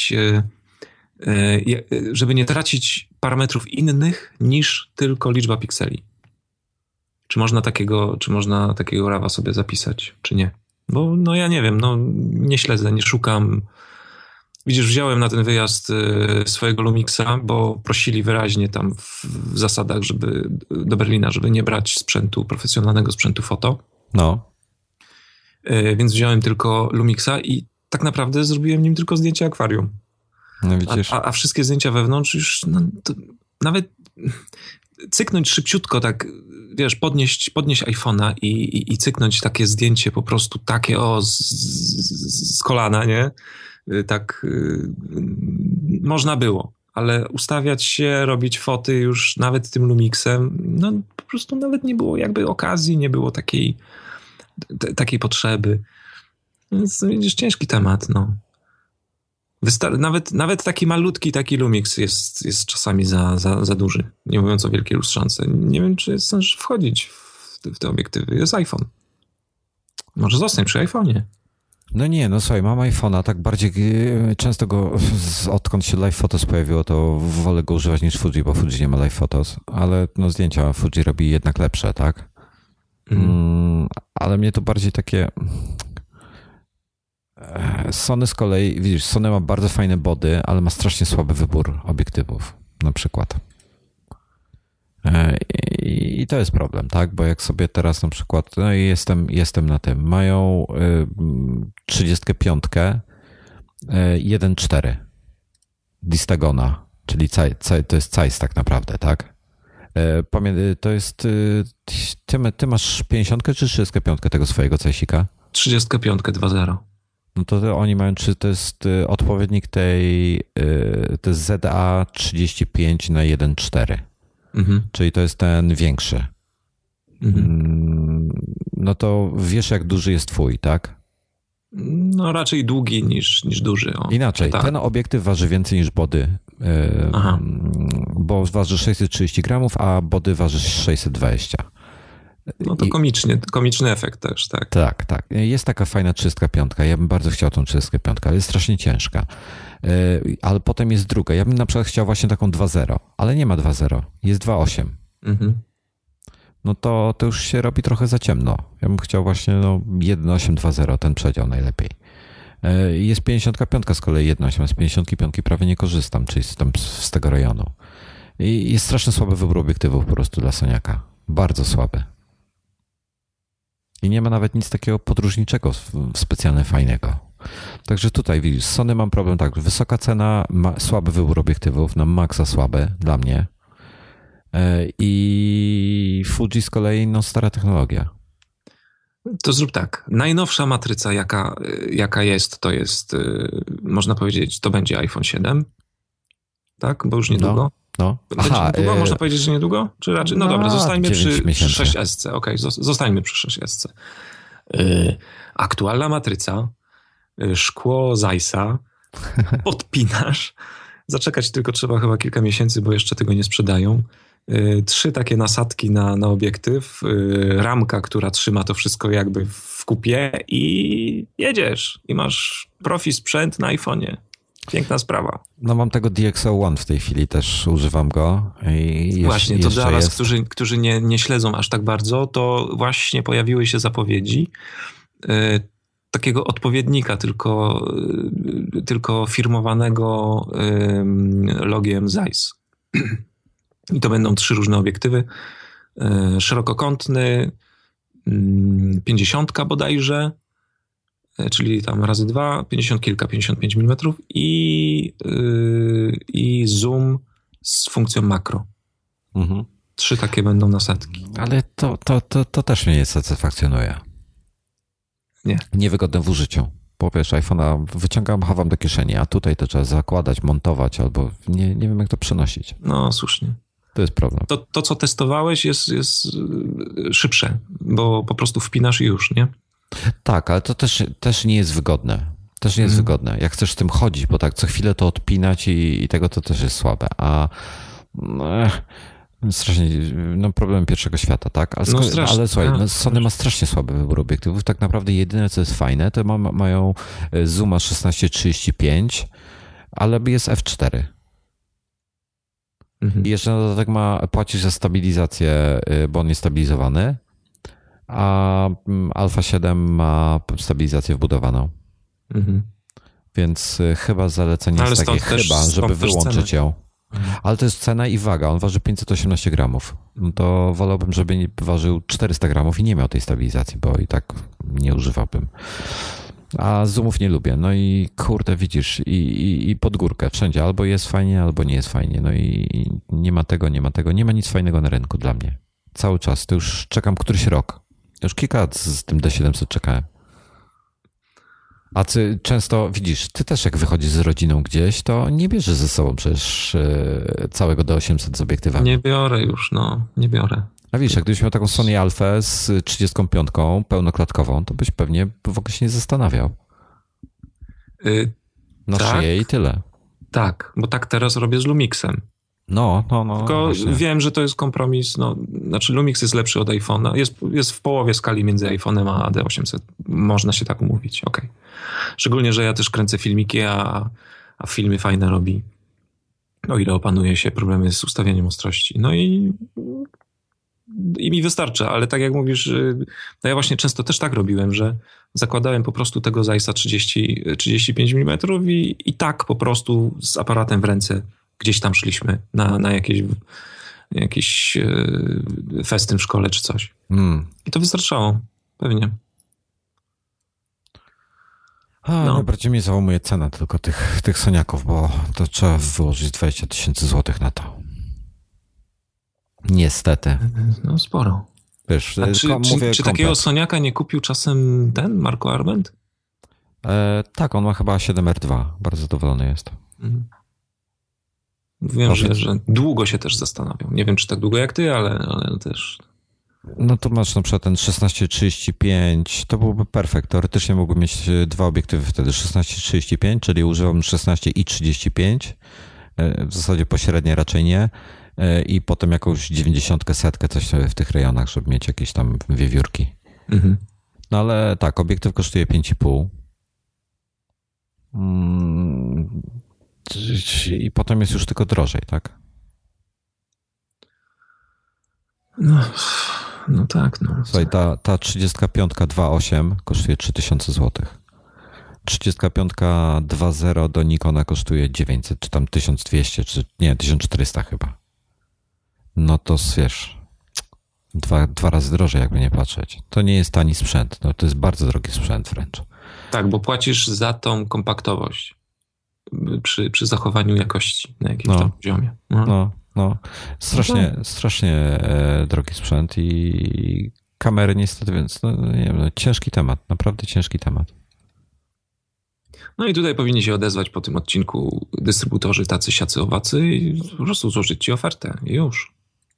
nie tracić parametrów innych niż tylko liczba pikseli. Czy można takiego rawa sobie zapisać, czy nie? Bo no ja nie wiem, nie śledzę, nie szukam. Widzisz, wziąłem na ten wyjazd swojego Lumixa, bo prosili wyraźnie tam w zasadach, do Berlina, żeby nie brać profesjonalnego sprzętu foto. No. Więc wziąłem tylko Lumixa i tak naprawdę zrobiłem nim tylko zdjęcie akwarium. No widzisz. A wszystkie zdjęcia wewnątrz już nawet cyknąć szybciutko, tak wiesz, podnieść iPhone'a i cyknąć takie zdjęcie po prostu takie z kolana, nie? Tak można było, ale ustawiać się, robić foty już nawet tym Lumixem, po prostu nawet nie było jakby okazji, nie było takiej potrzeby. Więc widzisz, ciężki temat, Nawet taki malutki, taki Lumix jest czasami za duży, nie mówiąc o wielkiej lustrzance. Nie wiem, czy chcesz wchodzić w te obiektywy. Jest iPhone. Może zostań przy iPhone'ie. No nie, słuchaj, mam iPhone'a, tak bardziej często go, odkąd się Live Photos pojawiło, to wolę go używać niż Fuji, bo Fuji nie ma Live Photos, ale zdjęcia Fuji robi jednak lepsze, tak? Ale mnie to bardziej takie... Sony z kolei, widzisz, Sony ma bardzo fajne body, ale ma strasznie słaby wybór obiektywów, na przykład. I to jest problem, tak? Bo jak sobie teraz na przykład, jestem na tym, mają 35 1.4 Distagona, czyli to jest Zeiss tak naprawdę, tak? To jest, ty masz 50 czy 35 tego swojego Zeissika? 35 2.0. No to oni mają, czy to jest odpowiednik to jest ZA 35 na 1.4. Czyli to jest ten większy. No to wiesz, jak duży jest twój, tak? No raczej długi niż duży. Inaczej, ten obiektyw waży więcej niż body, bo waży 630 gramów, a body waży 620. No to komiczny efekt też, tak? Tak. Jest taka fajna 35. Ja bym bardzo chciał tą 35, ale jest strasznie ciężka. Ale potem jest druga. Ja bym na przykład chciał właśnie taką 2.0, ale nie ma 2.0. Jest 2.8. No to już się robi trochę za ciemno. Ja bym chciał właśnie 1.8, 2.0, ten przedział najlepiej. Jest 55 z kolei 1.8, z 55 prawie nie korzystam, czyli z tego rejonu. I jest strasznie słaby wybór obiektywów po prostu dla Soniaka. Bardzo słaby. I nie ma nawet nic takiego podróżniczego, specjalnie fajnego. Także tutaj widzisz, z Sony mam problem tak, wysoka cena, słaby wybór obiektywów, na maksa słaby dla mnie. I Fuji z kolei, stara technologia. To zrób tak. Najnowsza matryca, jaka jest, to jest, można powiedzieć, to będzie iPhone 7. Tak? Bo już niedługo. Niedługo? Można powiedzieć, że niedługo? Czy raczej? No dobra, zostańmy przy 6S. Okej, zostańmy przy 6S. Aktualna matryca, szkło Zeissa, podpinasz. Zaczekać tylko trzeba chyba kilka miesięcy, bo jeszcze tego nie sprzedają. 3 takie nasadki na obiektyw, ramka, która trzyma to wszystko jakby w kupie i jedziesz. I masz profi sprzęt na iPhone'ie. Piękna sprawa. Mam tego DxO One w tej chwili, też używam go. Właśnie, to dla was, którzy nie śledzą aż tak bardzo, to właśnie pojawiły się zapowiedzi takiego odpowiednika, tylko firmowanego logiem Zeiss. I to będą 3 różne obiektywy. Szerokokątny, 50 bodajże, czyli tam razy 2, 50 kilka, 55 mm i zoom z funkcją makro. 3 takie będą nasadki. Ale to też mnie nie satysfakcjonuje. Nie. Niewygodne w użyciu. Bo wiesz, iPhone'a wyciągam, chowam do kieszeni, a tutaj to trzeba zakładać, montować, albo nie wiem, jak to przenosić. No, słusznie. To jest problem. To co testowałeś jest szybsze, bo po prostu wpinasz i już, nie? Tak, ale to też nie jest wygodne. Też nie jest wygodne. Jak chcesz z tym chodzić, bo tak co chwilę to odpinać i tego to też jest słabe. A strasznie, no problem pierwszego świata, tak? Ale, No strasznie, ale słuchaj, tak. no Sony ma strasznie słaby wybór obiektywów. Tak naprawdę jedyne, co jest fajne, to mają zooma 16-35, ale jest f4. I jeszcze na dodatek płacisz za stabilizację, bo on jest stabilizowany, a Alpha 7 ma stabilizację wbudowaną. Więc chyba zalecenie jest takie, żeby wyłączyć ją. Ale to jest cena i waga. On waży 518 gramów. No to wolałbym, żeby ważył 400 gramów i nie miał tej stabilizacji, bo i tak nie używałbym. A zoomów nie lubię. No i kurde, widzisz, i pod górkę wszędzie. Albo jest fajnie, albo nie jest fajnie. No i nie ma tego. Nie ma nic fajnego na rynku dla mnie. Cały czas. To już czekam któryś rok. Już kilka lat z tym D700 czekałem. A ty często, widzisz, ty też jak wychodzisz z rodziną gdzieś, to nie bierzesz ze sobą przecież całego D800 z obiektywami. Nie biorę już, nie biorę. A widzisz, jak gdybyś miał taką Sony Alphę z 35 pełnoklatkową, to byś pewnie w ogóle się nie zastanawiał. Na szyję i tyle. Tak, bo tak teraz robię z Lumixem. No. Tylko właśnie. wiem, że to jest kompromis. Znaczy Lumix jest lepszy od iPhone'a. Jest w połowie skali między iPhone'em a D800. Można się tak umówić, okej. Szczególnie, że ja też kręcę filmiki, a filmy fajne robi. O ile opanuje się problemy z ustawieniem ostrości. No i mi wystarcza, ale tak jak mówisz, no ja właśnie często też tak robiłem, że zakładałem po prostu tego Zeissa 35 mm i tak po prostu z aparatem w ręce gdzieś tam szliśmy na jakiś festyn w szkole czy coś. I to wystarczało, pewnie. Najbardziej mnie załamuje cena tylko tych Soniaków, bo to trzeba wyłożyć 20 000 złotych na to. Niestety. No sporo. Wiesz, czy takiego Soniaka nie kupił czasem ten Marco Arment? Tak, on ma chyba 7R2. Bardzo zadowolony jest. Wiem, że długo się też zastanawiał. Nie wiem, czy tak długo jak ty, ale też... No to masz na przykład ten 16-35, to byłby perfekt. Teoretycznie mógłbym mieć dwa obiektywy wtedy. 16-35, czyli używam 16 i 35. W zasadzie pośrednie raczej nie. I potem jakąś 90, setkę, coś w tych rejonach, żeby mieć jakieś tam wiewiórki. No ale tak, obiektyw kosztuje 5,5. I potem jest już tylko drożej, tak? No tak, no. Słuchaj, ta 35 2.8 kosztuje 3000 zł. 35 2.0 do Nikona kosztuje 900, czy tam 1200, czy nie, 1400 chyba. No to wiesz, dwa razy drożej, jakby nie patrzeć. To nie jest tani sprzęt, no to jest bardzo drogi sprzęt wręcz. Tak, bo płacisz za tą kompaktowość przy zachowaniu jakości na jakimś tam poziomie. No. Strasznie drogi sprzęt i kamery niestety, więc nie wiem, ciężki temat, naprawdę ciężki temat. No i tutaj powinni się odezwać po tym odcinku dystrybutorzy tacy, siacy, owacy i po prostu złożyć ci ofertę i już.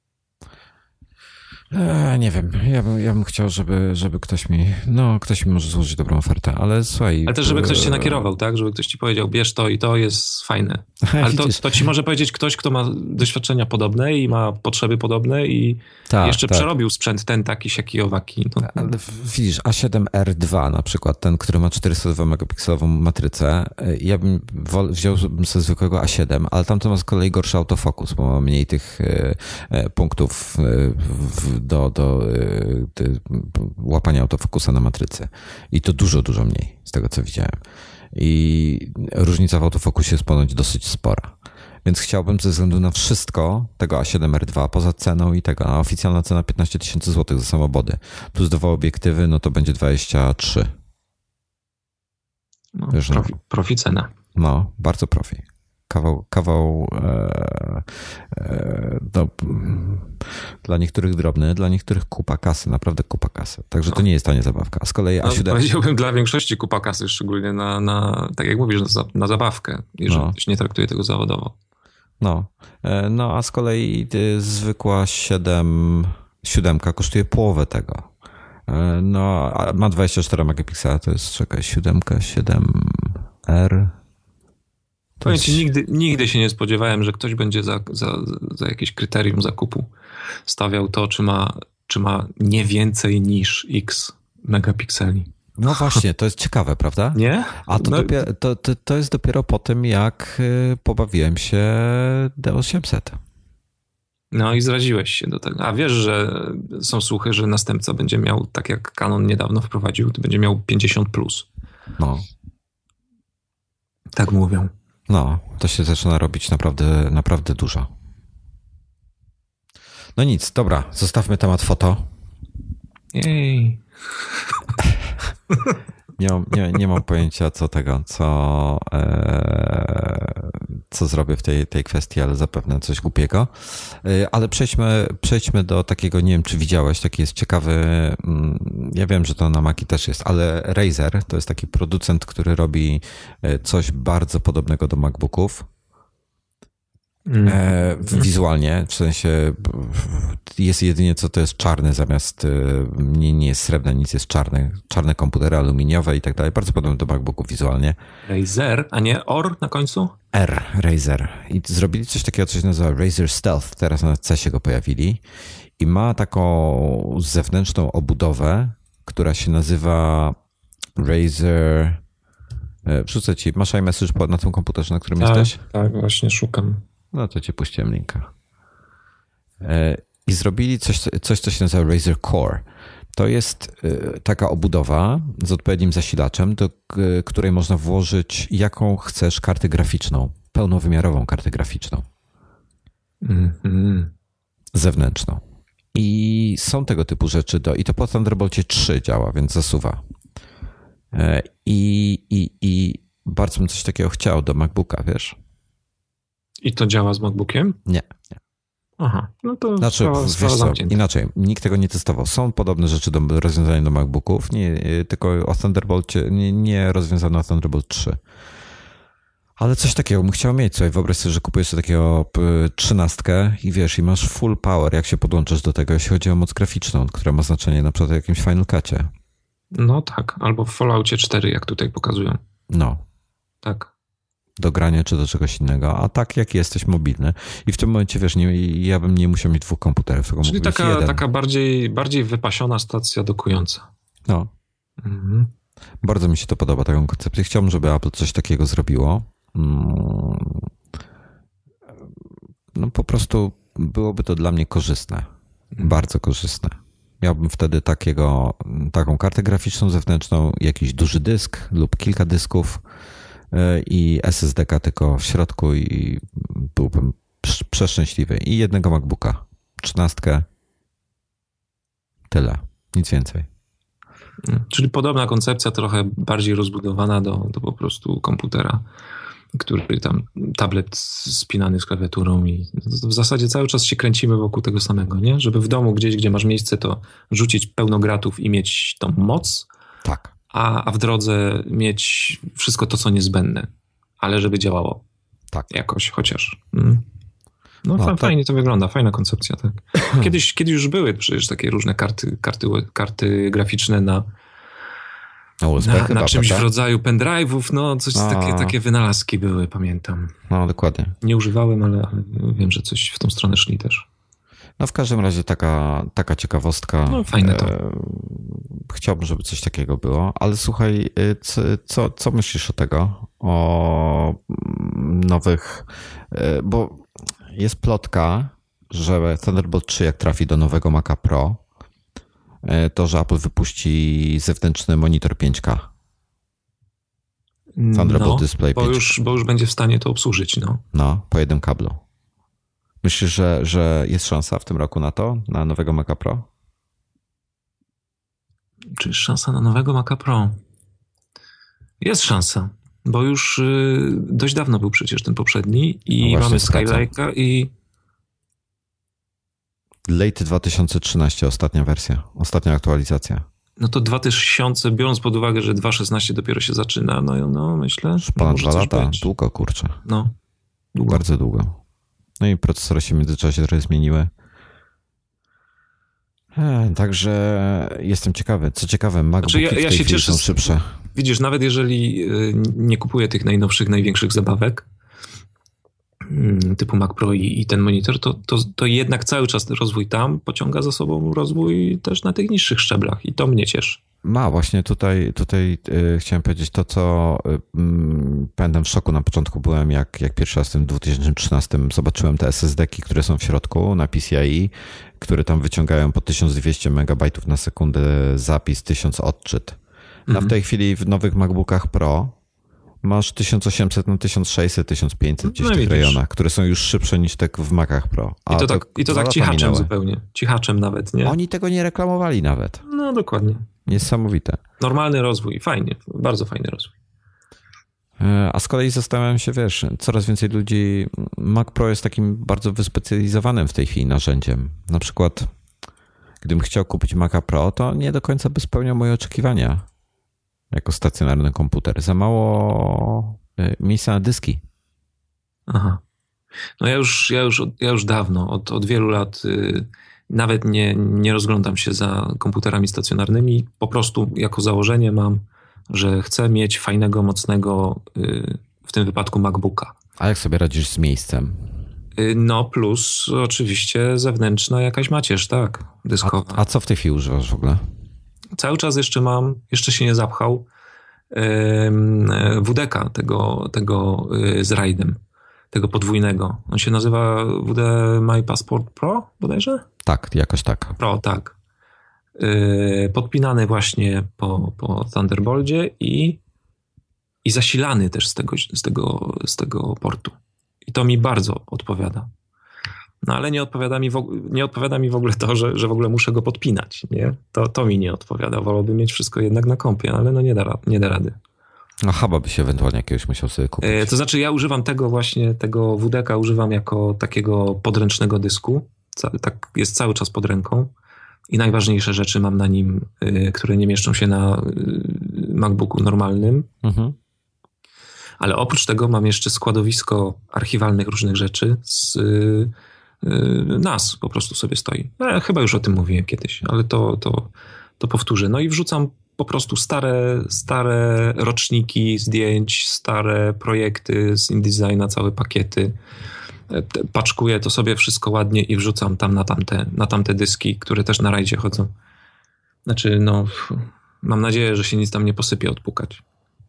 Nie wiem, ja bym chciał, żeby ktoś mi może złożyć dobrą ofertę, ale słuchaj... Ale też, żeby ktoś cię nakierował, tak? Żeby ktoś ci powiedział, bierz to i to jest fajne. Ale to ci może powiedzieć ktoś, kto ma doświadczenia podobne i ma potrzeby podobne i jeszcze przerobił sprzęt ten, taki, siaki, owaki. No. Ale widzisz, A7R2 na przykład, ten, który ma 402 megapikselową matrycę, ja bym wziął sobie zwykłego A7, ale tamten ma z kolei gorszy autofokus, bo ma mniej tych punktów do łapania autofokusa na matrycy. I to dużo mniej, z tego co widziałem. I różnica w autofokusie jest ponoć dosyć spora. Więc chciałbym ze względu na wszystko tego A7R2, poza ceną i tego, a oficjalna cena 15 000 złotych za samobody, plus dwa obiektywy, no to będzie 23. No, profi cena. No, bardzo profi. Kawał dla niektórych drobny, dla niektórych kupa kasy, naprawdę kupa kasy. Także to nie jest tania zabawka. A z kolei A7... Powiedziałbym dla większości kupa kasy, szczególnie na tak jak mówisz, na zabawkę, jeżeli ktoś nie traktuje tego zawodowo. No, a z kolei zwykła 7 kosztuje połowę tego. No, ma 24 megapiksela, to jest, czekaj, 7R. Powiem ci, nigdy się nie spodziewałem, że ktoś będzie za jakieś kryterium zakupu stawiał to, czy ma nie więcej niż X megapikseli. No właśnie, to jest ciekawe, prawda? Nie? A to jest dopiero po tym, jak pobawiłem się D800. No i zraziłeś się do tego. A wiesz, że są słuchy, że następca będzie miał, tak jak Canon niedawno wprowadził, to będzie miał 50+. No. Tak mówią. No, to się zaczyna robić naprawdę, naprawdę dużo. No nic, dobra, zostawmy temat foto. Jej. Nie mam pojęcia co zrobię w tej kwestii, ale zapewne coś głupiego. Ale przejdźmy do takiego, nie wiem czy widziałeś, taki jest ciekawy, ja wiem, że to na Maci też jest, ale Razer to jest taki producent, który robi coś bardzo podobnego do MacBooków. Wizualnie, w sensie jest jedynie co to jest czarny zamiast, nie jest srebrne, nic jest czarne. Czarne komputery aluminiowe i tak dalej. Bardzo podobne do MacBooków wizualnie. Razer, a nie OR na końcu? Razer. I zrobili coś takiego, co się nazywa Razer Stealth. Teraz na CES-ie go pojawili. I ma taką zewnętrzną obudowę, która się nazywa Razer... Wrzucę ci, masz iMessage na tym komputerze, na którym jesteś? Tak, właśnie szukam. No to ci puściłem linka. I zrobili coś, co się nazywa Razer Core. To jest taka obudowa z odpowiednim zasilaczem, do której można włożyć jaką chcesz kartę graficzną. Pełnowymiarową kartę graficzną. Zewnętrzną. I są tego typu rzeczy. I to po Thunderbolcie 3 działa, więc zasuwa. I bardzo bym coś takiego chciał do MacBooka, wiesz? I to działa z MacBookiem? Nie. Aha, no to znaczy, wiesz co, inaczej, nikt tego nie testował. Są podobne rzeczy do rozwiązania do MacBooków, tylko o Thunderbolcie, nie rozwiązano o Thunderbolt 3. Ale coś takiego bym chciał mieć. Słuchaj, wyobraź sobie, że kupujesz sobie takiego 13 i wiesz, i masz full power, jak się podłączasz do tego, jeśli chodzi o moc graficzną, która ma znaczenie na przykład w jakimś Final Cutie. No tak, albo w Falloutie 4, jak tutaj pokazują. No. Tak. Do grania czy do czegoś innego, a tak jak jesteś mobilny. I w tym momencie, wiesz, ja bym nie musiał mieć 2 komputerów, tylko czyli mógł mieć jeden. Taka bardziej wypasiona stacja dokująca. No. Bardzo mi się to podoba, taką koncepcję. Chciałbym, żeby Apple coś takiego zrobiło. No po prostu byłoby to dla mnie korzystne. Bardzo korzystne. Miałbym wtedy taką kartę graficzną zewnętrzną, jakiś duży dysk lub kilka dysków i SSD-ka tylko w środku i byłbym przeszczęśliwy. I jednego MacBooka. 13. Tyle. Nic więcej. Czyli podobna koncepcja, trochę bardziej rozbudowana do po prostu komputera, który tam tablet spinany z klawiaturą i w zasadzie cały czas się kręcimy wokół tego samego, nie? Żeby w domu gdzieś, gdzie masz miejsce, to rzucić pełno gratów i mieć tą moc. Tak. A w drodze mieć wszystko to, co niezbędne, ale żeby działało. Tak. Jakoś chociaż. No fajnie to wygląda, fajna koncepcja, tak. Kiedyś już były przecież takie różne karty graficzne na czymś w rodzaju pendrive'ów, no coś takie wynalazki były, pamiętam. No dokładnie. Nie używałem, ale wiem, że coś w tą stronę szli też. No w każdym razie taka ciekawostka. No fajne to. Chciałbym, żeby coś takiego było, ale słuchaj, co myślisz o tego? O nowych, bo jest plotka, że Thunderbolt 3 jak trafi do nowego Maca Pro, to, że Apple wypuści zewnętrzny monitor 5K. Thunderbolt Display 5K. Bo już będzie w stanie to obsłużyć, no. No, po jednym kablu. Myślisz, że jest szansa w tym roku na to? Na nowego Maca Pro? Czy jest szansa na nowego Maca Pro? Jest szansa, bo już dość dawno był przecież ten poprzedni i mamy Skylike'a i... Late 2013, ostatnia wersja, ostatnia aktualizacja. No to 2000, biorąc pod uwagę, że 2.16 dopiero się zaczyna, no myślę... Już ponad 2 lata, długo kurczę. No, długo. Bardzo długo. No i procesory się w międzyczasie trochę zmieniły. Także jestem ciekawy. Co ciekawe, MacBooki Znaczy ja w tej się chwili cieszę są szybsze. Widzisz, nawet jeżeli nie kupuję tych najnowszych, największych zabawek typu Mac Pro i ten monitor, to jednak cały czas ten rozwój tam pociąga za sobą rozwój też na tych niższych szczeblach i to mnie cieszy. Właśnie tutaj chciałem powiedzieć to, co pamiętam w szoku na początku byłem, jak pierwszy raz w tym 2013 zobaczyłem te SSD-ki, które są w środku na PCIe, które tam wyciągają po 1200 megabajtów na sekundę zapis, 1000 odczyt. A w tej chwili w nowych MacBookach Pro masz 1800 na 1600, 1500 gdzieś w tych rejonach, które są już szybsze niż te w Macach Pro. I to tak cichaczem zupełnie. Cichaczem nawet, nie? Oni tego nie reklamowali nawet. No dokładnie. Niesamowite. Normalny rozwój, fajnie, bardzo fajny rozwój. A z kolei zastanawiam się, wiesz, coraz więcej ludzi, Mac Pro jest takim bardzo wyspecjalizowanym w tej chwili narzędziem. Na przykład, gdybym chciał kupić Maca Pro, to nie do końca by spełniał moje oczekiwania jako stacjonarny komputer. Za mało miejsca na dyski. Aha. No ja już dawno, od wielu lat nawet nie rozglądam się za komputerami stacjonarnymi. Po prostu jako założenie mam, że chcę mieć fajnego, mocnego, w tym wypadku MacBooka. A jak sobie radzisz z miejscem? No plus oczywiście zewnętrzna jakaś macierz, tak, dyskowa. A co w tej chwili używasz w ogóle? Cały czas jeszcze się nie zapchał WD-ka tego z RAID-em, tego podwójnego. On się nazywa WD My Passport Pro bodajże? Tak, jakoś tak. Pro, tak. Podpinany właśnie po Thunderbolcie i zasilany też z tego portu. I to mi bardzo odpowiada. No ale nie odpowiada mi w ogóle to, że w ogóle muszę go podpinać. Nie? To mi nie odpowiada. Wolałbym mieć wszystko jednak na kompie, ale no nie da rady. No huba by się ewentualnie jakiegoś musiał sobie kupić. To znaczy ja używam tego WD-ka używam jako takiego podręcznego dysku. Tak jest cały czas pod ręką. I najważniejsze rzeczy mam na nim, które nie mieszczą się na MacBooku normalnym. Mhm. Ale oprócz tego mam jeszcze składowisko archiwalnych różnych rzeczy z NAS po prostu sobie stoi. Chyba już o tym mówiłem kiedyś, ale to powtórzę. No i wrzucam po prostu stare roczniki zdjęć, stare projekty z InDesigna, całe pakiety. Paczkuję to sobie wszystko ładnie i wrzucam tam na tamte dyski, które też na rajdzie chodzą. Znaczy, no, mam nadzieję, że się nic tam nie posypie odpukać.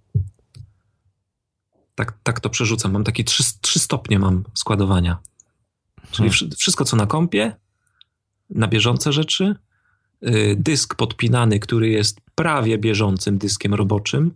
Tak to przerzucam. Mam takie 3 stopnie mam składowania. Czyli wszystko, co na kompie, na bieżące rzeczy, dysk podpinany, który jest prawie bieżącym dyskiem roboczym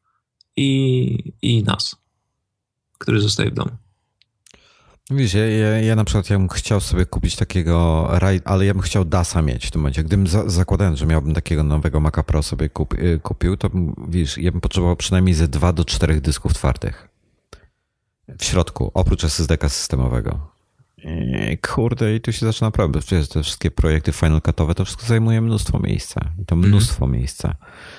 i NAS, który zostaje w domu. Wiesz, ja na przykład ja bym chciał sobie kupić takiego RAID, ale ja bym chciał DAS-a mieć w tym momencie. Gdybym zakładając, że miałbym takiego nowego Maca Pro sobie kupił, to wiesz, ja bym potrzebował przynajmniej ze 2 do 4 dysków twardych w środku, oprócz SSD-ka systemowego. Kurde, i tu się zaczyna problem. Przecież te wszystkie projekty Final Cutowe to wszystko zajmuje mnóstwo miejsca. I to mnóstwo miejsca.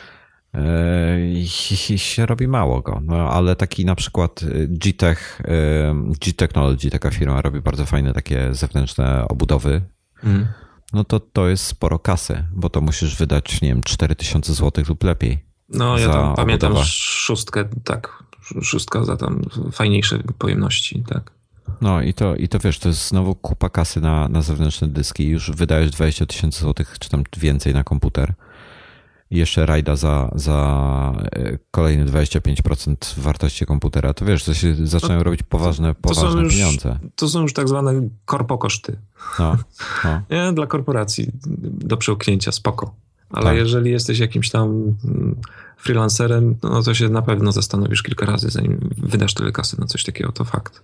I się robi mało go. No, ale taki na przykład G-Technology, taka firma, robi bardzo fajne takie zewnętrzne obudowy. No to jest sporo kasy, bo to musisz wydać, nie wiem, 4000 zł lub lepiej. No ja tam pamiętam szóstka za tam fajniejsze pojemności, tak. No i to wiesz, to jest znowu kupa kasy na zewnętrzne dyski. Już wydajesz 20 000 złotych, czy tam więcej na komputer. I jeszcze rajda za kolejne 25% wartości komputera. To wiesz, to się zaczynają robić poważne pieniądze. To są już tak zwane korpokoszty. No. Nie, dla korporacji do przełknięcia, spoko. Ale tak. Jeżeli jesteś jakimś tam freelancerem, no to się na pewno zastanowisz kilka razy, zanim wydasz tyle kasy na coś takiego, to fakt.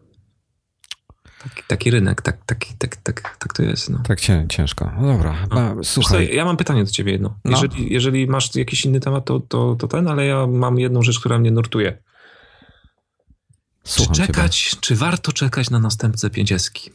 Taki rynek, tak to jest. No. Tak ciężko. No dobra, słuchaj. Ja mam pytanie do ciebie jedno. No. Jeżeli masz jakiś inny temat, to ten, ale ja mam jedną rzecz, która mnie nurtuje. Czy warto czekać na następcę 5S?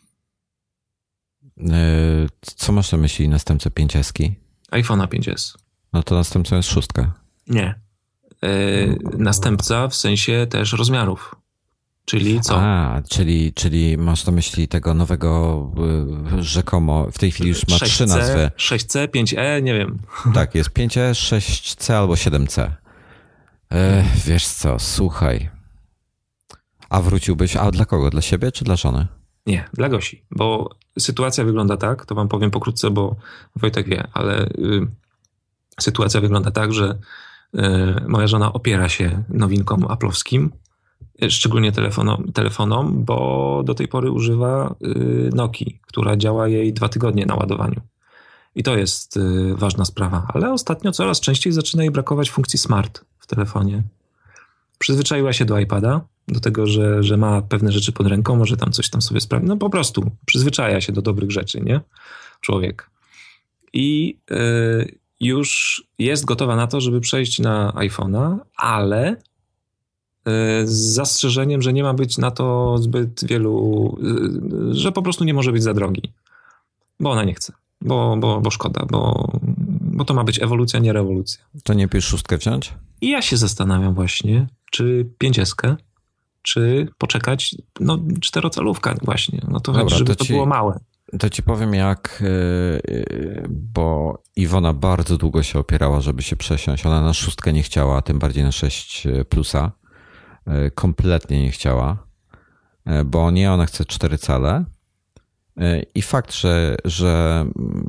Co masz na myśli następcę 5S? iPhone'a 5S. No to następcą jest 6. Nie. Następca w sensie też rozmiarów. Czyli co? Czyli masz na myśli tego nowego rzekomo, w tej chwili już ma 3 nazwy. 6C, 5E, nie wiem. Tak, jest 5E, 6C albo 7C. Wiesz co, słuchaj. A wróciłbyś, a dla kogo? Dla siebie czy dla żony? Nie, dla Gosi, bo sytuacja wygląda tak, to wam powiem pokrótce, bo Wojtek wie, ale sytuacja wygląda tak, że moja żona opiera się nowinkom aplowskim, szczególnie telefonom, bo do tej pory używa Nokii, która działa jej 2 tygodnie na ładowaniu. I to jest ważna sprawa, ale ostatnio coraz częściej zaczyna jej brakować funkcji smart w telefonie. Przyzwyczaiła się do iPada, do tego, że ma pewne rzeczy pod ręką, może tam coś tam sobie sprawi. No po prostu przyzwyczaja się do dobrych rzeczy, nie? Człowiek. I już jest gotowa na to, żeby przejść na iPhone'a, ale z zastrzeżeniem, że nie ma być na to zbyt wielu, że po prostu nie może być za drogi. Bo ona nie chce. Bo szkoda, bo to ma być ewolucja, nie rewolucja. To nie pisz 6 wziąć? I ja się zastanawiam właśnie, czy 5S, czy poczekać, 4-calówka właśnie. No to chodzi, żeby to było małe. To ci powiem jak, bo Iwona bardzo długo się opierała, żeby się przesiąść. Ona na 6 nie chciała, a tym bardziej na 6 plusa. Kompletnie nie chciała, bo nie, ona chce 4 cale. I fakt, że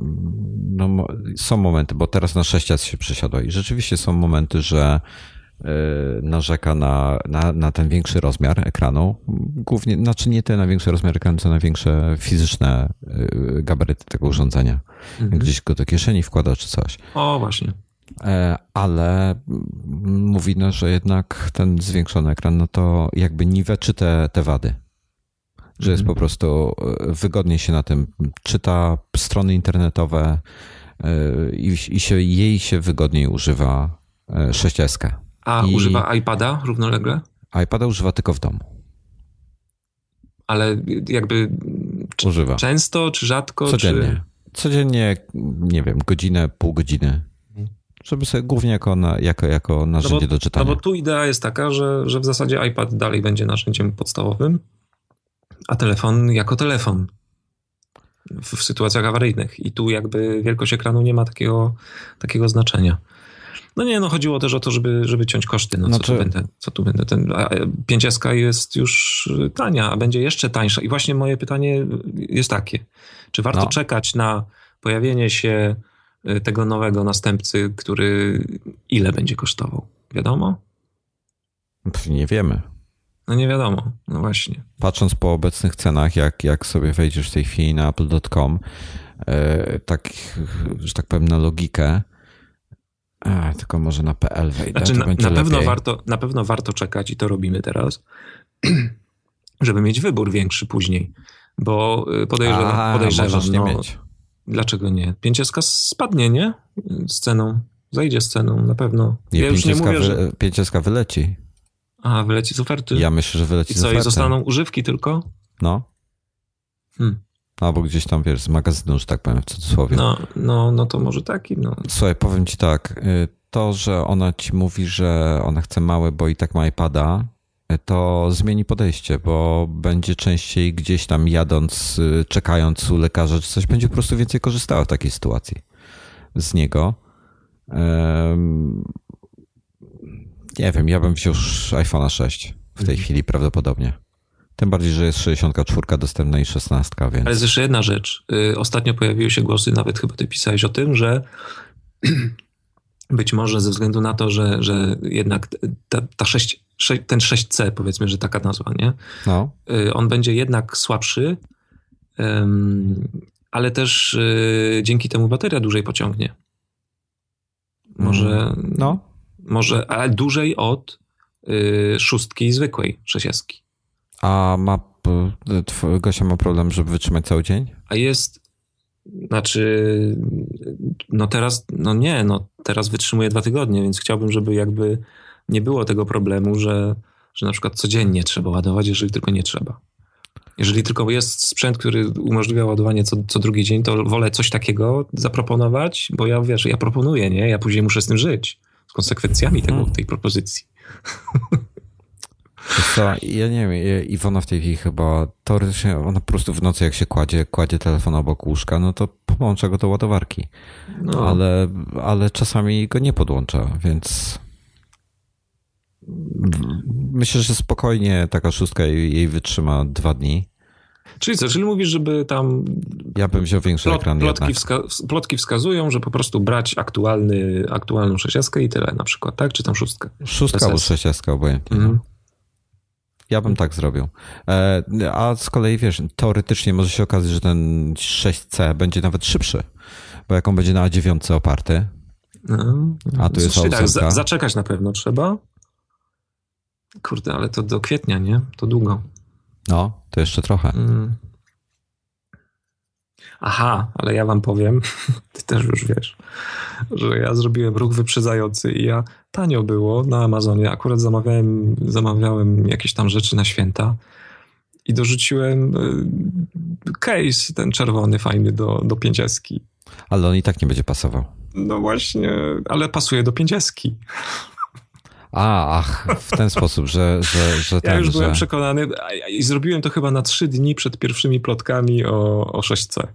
są momenty, bo teraz na 6S się przesiadła i rzeczywiście są momenty, że narzeka na ten większy rozmiar ekranu. Głównie, znaczy nie ten na większy rozmiar ekranu, co na większe fizyczne gabaryty tego urządzenia. Gdzieś go do kieszeni wkłada czy coś. O, właśnie. Ale mówi, że jednak ten zwiększony ekran, no to jakby niweczy te wady. Że jest po prostu wygodnie się na tym czyta, strony internetowe i jej się wygodniej używa 6S. A używa iPada równolegle? iPada używa tylko w domu. Ale jakby używa. Często czy rzadko? Codziennie. Codziennie, nie wiem, godzinę, pół godziny. Żeby sobie głównie jako narzędzie do czytania. No bo tu idea jest taka, że w zasadzie iPad dalej będzie narzędziem podstawowym, a telefon jako telefon w sytuacjach awaryjnych. I tu jakby wielkość ekranu nie ma takiego znaczenia. No nie, chodziło też o to, żeby ciąć koszty. Co tu będę? 5S jest już tania, a będzie jeszcze tańsza. I właśnie moje pytanie jest takie. Czy warto czekać na pojawienie się tego nowego następcy, który ile będzie kosztował? Wiadomo? Nie wiemy. No nie wiadomo, no właśnie. Patrząc po obecnych cenach, jak sobie wejdziesz w tej chwili na apple.com, że tak powiem na logikę, tylko może na PL wejdę, znaczy, to będzie na pewno warto czekać i to robimy teraz, żeby mieć wybór większy później, bo podejrzewam, nie mieć. Dlaczego nie? 5S spadnie, nie? Z ceną, zajdzie z ceną, na pewno. Ja już nie mówię, że 5S wyleci. A, wyleci z oferty? Ja myślę, że wyleci z oferty. I co, i zostaną używki tylko? No. Albo gdzieś tam, wiesz, z magazynu, że tak powiem, w cudzysłowie. No to może taki, Słuchaj, powiem ci tak, to, że ona ci mówi, że ona chce małe, bo i tak ma iPada, to zmieni podejście, bo będzie częściej gdzieś tam jadąc, czekając u lekarza czy coś, będzie po prostu więcej korzystała w takiej sytuacji z niego. Nie wiem, ja bym wziął już iPhone'a 6 w tej chwili prawdopodobnie. Tym bardziej, że jest 64 dostępna i 16, więc... Ale jest jeszcze jedna rzecz. Ostatnio pojawiły się głosy, nawet chyba ty pisałeś o tym, że być może ze względu na to, że jednak ten 6C, powiedzmy, że taka nazwa, nie? No. On będzie jednak słabszy, ale też dzięki temu bateria dłużej pociągnie. Może, ale dłużej od 6 zwykłej 6S. A Gosia ma problem, żeby wytrzymać cały dzień? A jest, teraz wytrzymuje 2 tygodnie, więc chciałbym, żeby jakby nie było tego problemu, że na przykład codziennie trzeba ładować, jeżeli tylko nie trzeba. Jeżeli tylko jest sprzęt, który umożliwia ładowanie co drugi dzień, to wolę coś takiego zaproponować, bo ja proponuję, nie? Ja później muszę z tym żyć, z konsekwencjami tej propozycji. Wiesz co, ja nie wiem, Iwona w tej chwili chyba teoretycznie, ona po prostu w nocy jak się kładzie telefon obok łóżka, no to podłącza go do ładowarki. No. Ale czasami go nie podłącza, więc myślę, że spokojnie taka szóstka jej wytrzyma 2 dni. Czyli co, czyli mówisz, żeby tam... Ja bym wziął większy ekran plotki wskazują, że po prostu brać aktualną 6 i tyle na przykład, tak? Czy tam 6? 6 albo 6, obojętnie. Mhm. Ja bym tak zrobił. A z kolei wiesz, teoretycznie może się okazać, że ten 6C będzie nawet szybszy, bo jak on będzie na A9 oparty, a tu jest tak, A8. zaczekać na pewno trzeba. Kurde, ale to do kwietnia, nie? To długo. No, to jeszcze trochę. Aha, ale ja wam powiem, ty też już wiesz, że ja zrobiłem ruch wyprzedzający i ja tanio było na Amazonie. Akurat zamawiałem jakieś tam rzeczy na święta i dorzuciłem case ten czerwony fajny do 5S. Ale on i tak nie będzie pasował. No właśnie, ale pasuje do 5S. W ten sposób, że ja już byłem przekonany i zrobiłem to chyba na 3 dni przed pierwszymi plotkami o 6C.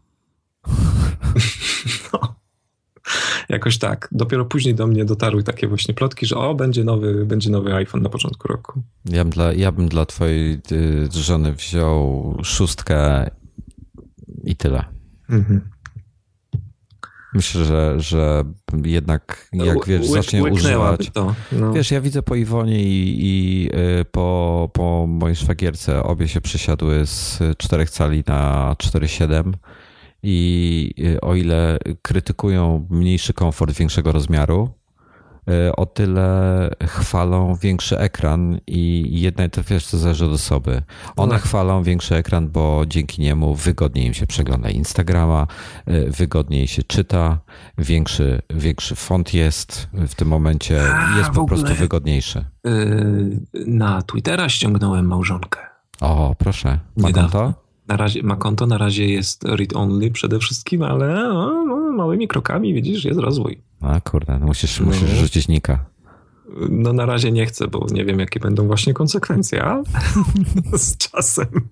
No. Jakoś tak. Dopiero później do mnie dotarły takie właśnie plotki, że będzie nowy iPhone na początku roku. Ja bym dla twojej żony wziął 6 i tyle. Mhm. Myślę, że jednak jak wiesz, zacznie używać. To, no. Wiesz, ja widzę po Iwonie i po mojej szwagierce obie się przesiadły z 4 cali na 4,7 i o ile krytykują mniejszy komfort większego rozmiaru, o tyle chwalą większy ekran i jednak to wiesz, co zależy od osoby. One chwalą większy ekran, bo dzięki niemu wygodniej im się przegląda Instagrama, wygodniej się czyta, większy font jest w tym momencie, jest po prostu wygodniejszy. Na Twittera ściągnąłem małżonkę. O, proszę. Ma konto? Ma konto, na razie jest read-only przede wszystkim, ale małymi krokami, widzisz, jest rozwój. A kurde, musisz rzucić nika. No na razie nie chcę, bo nie wiem, jakie będą właśnie konsekwencje, a z czasem.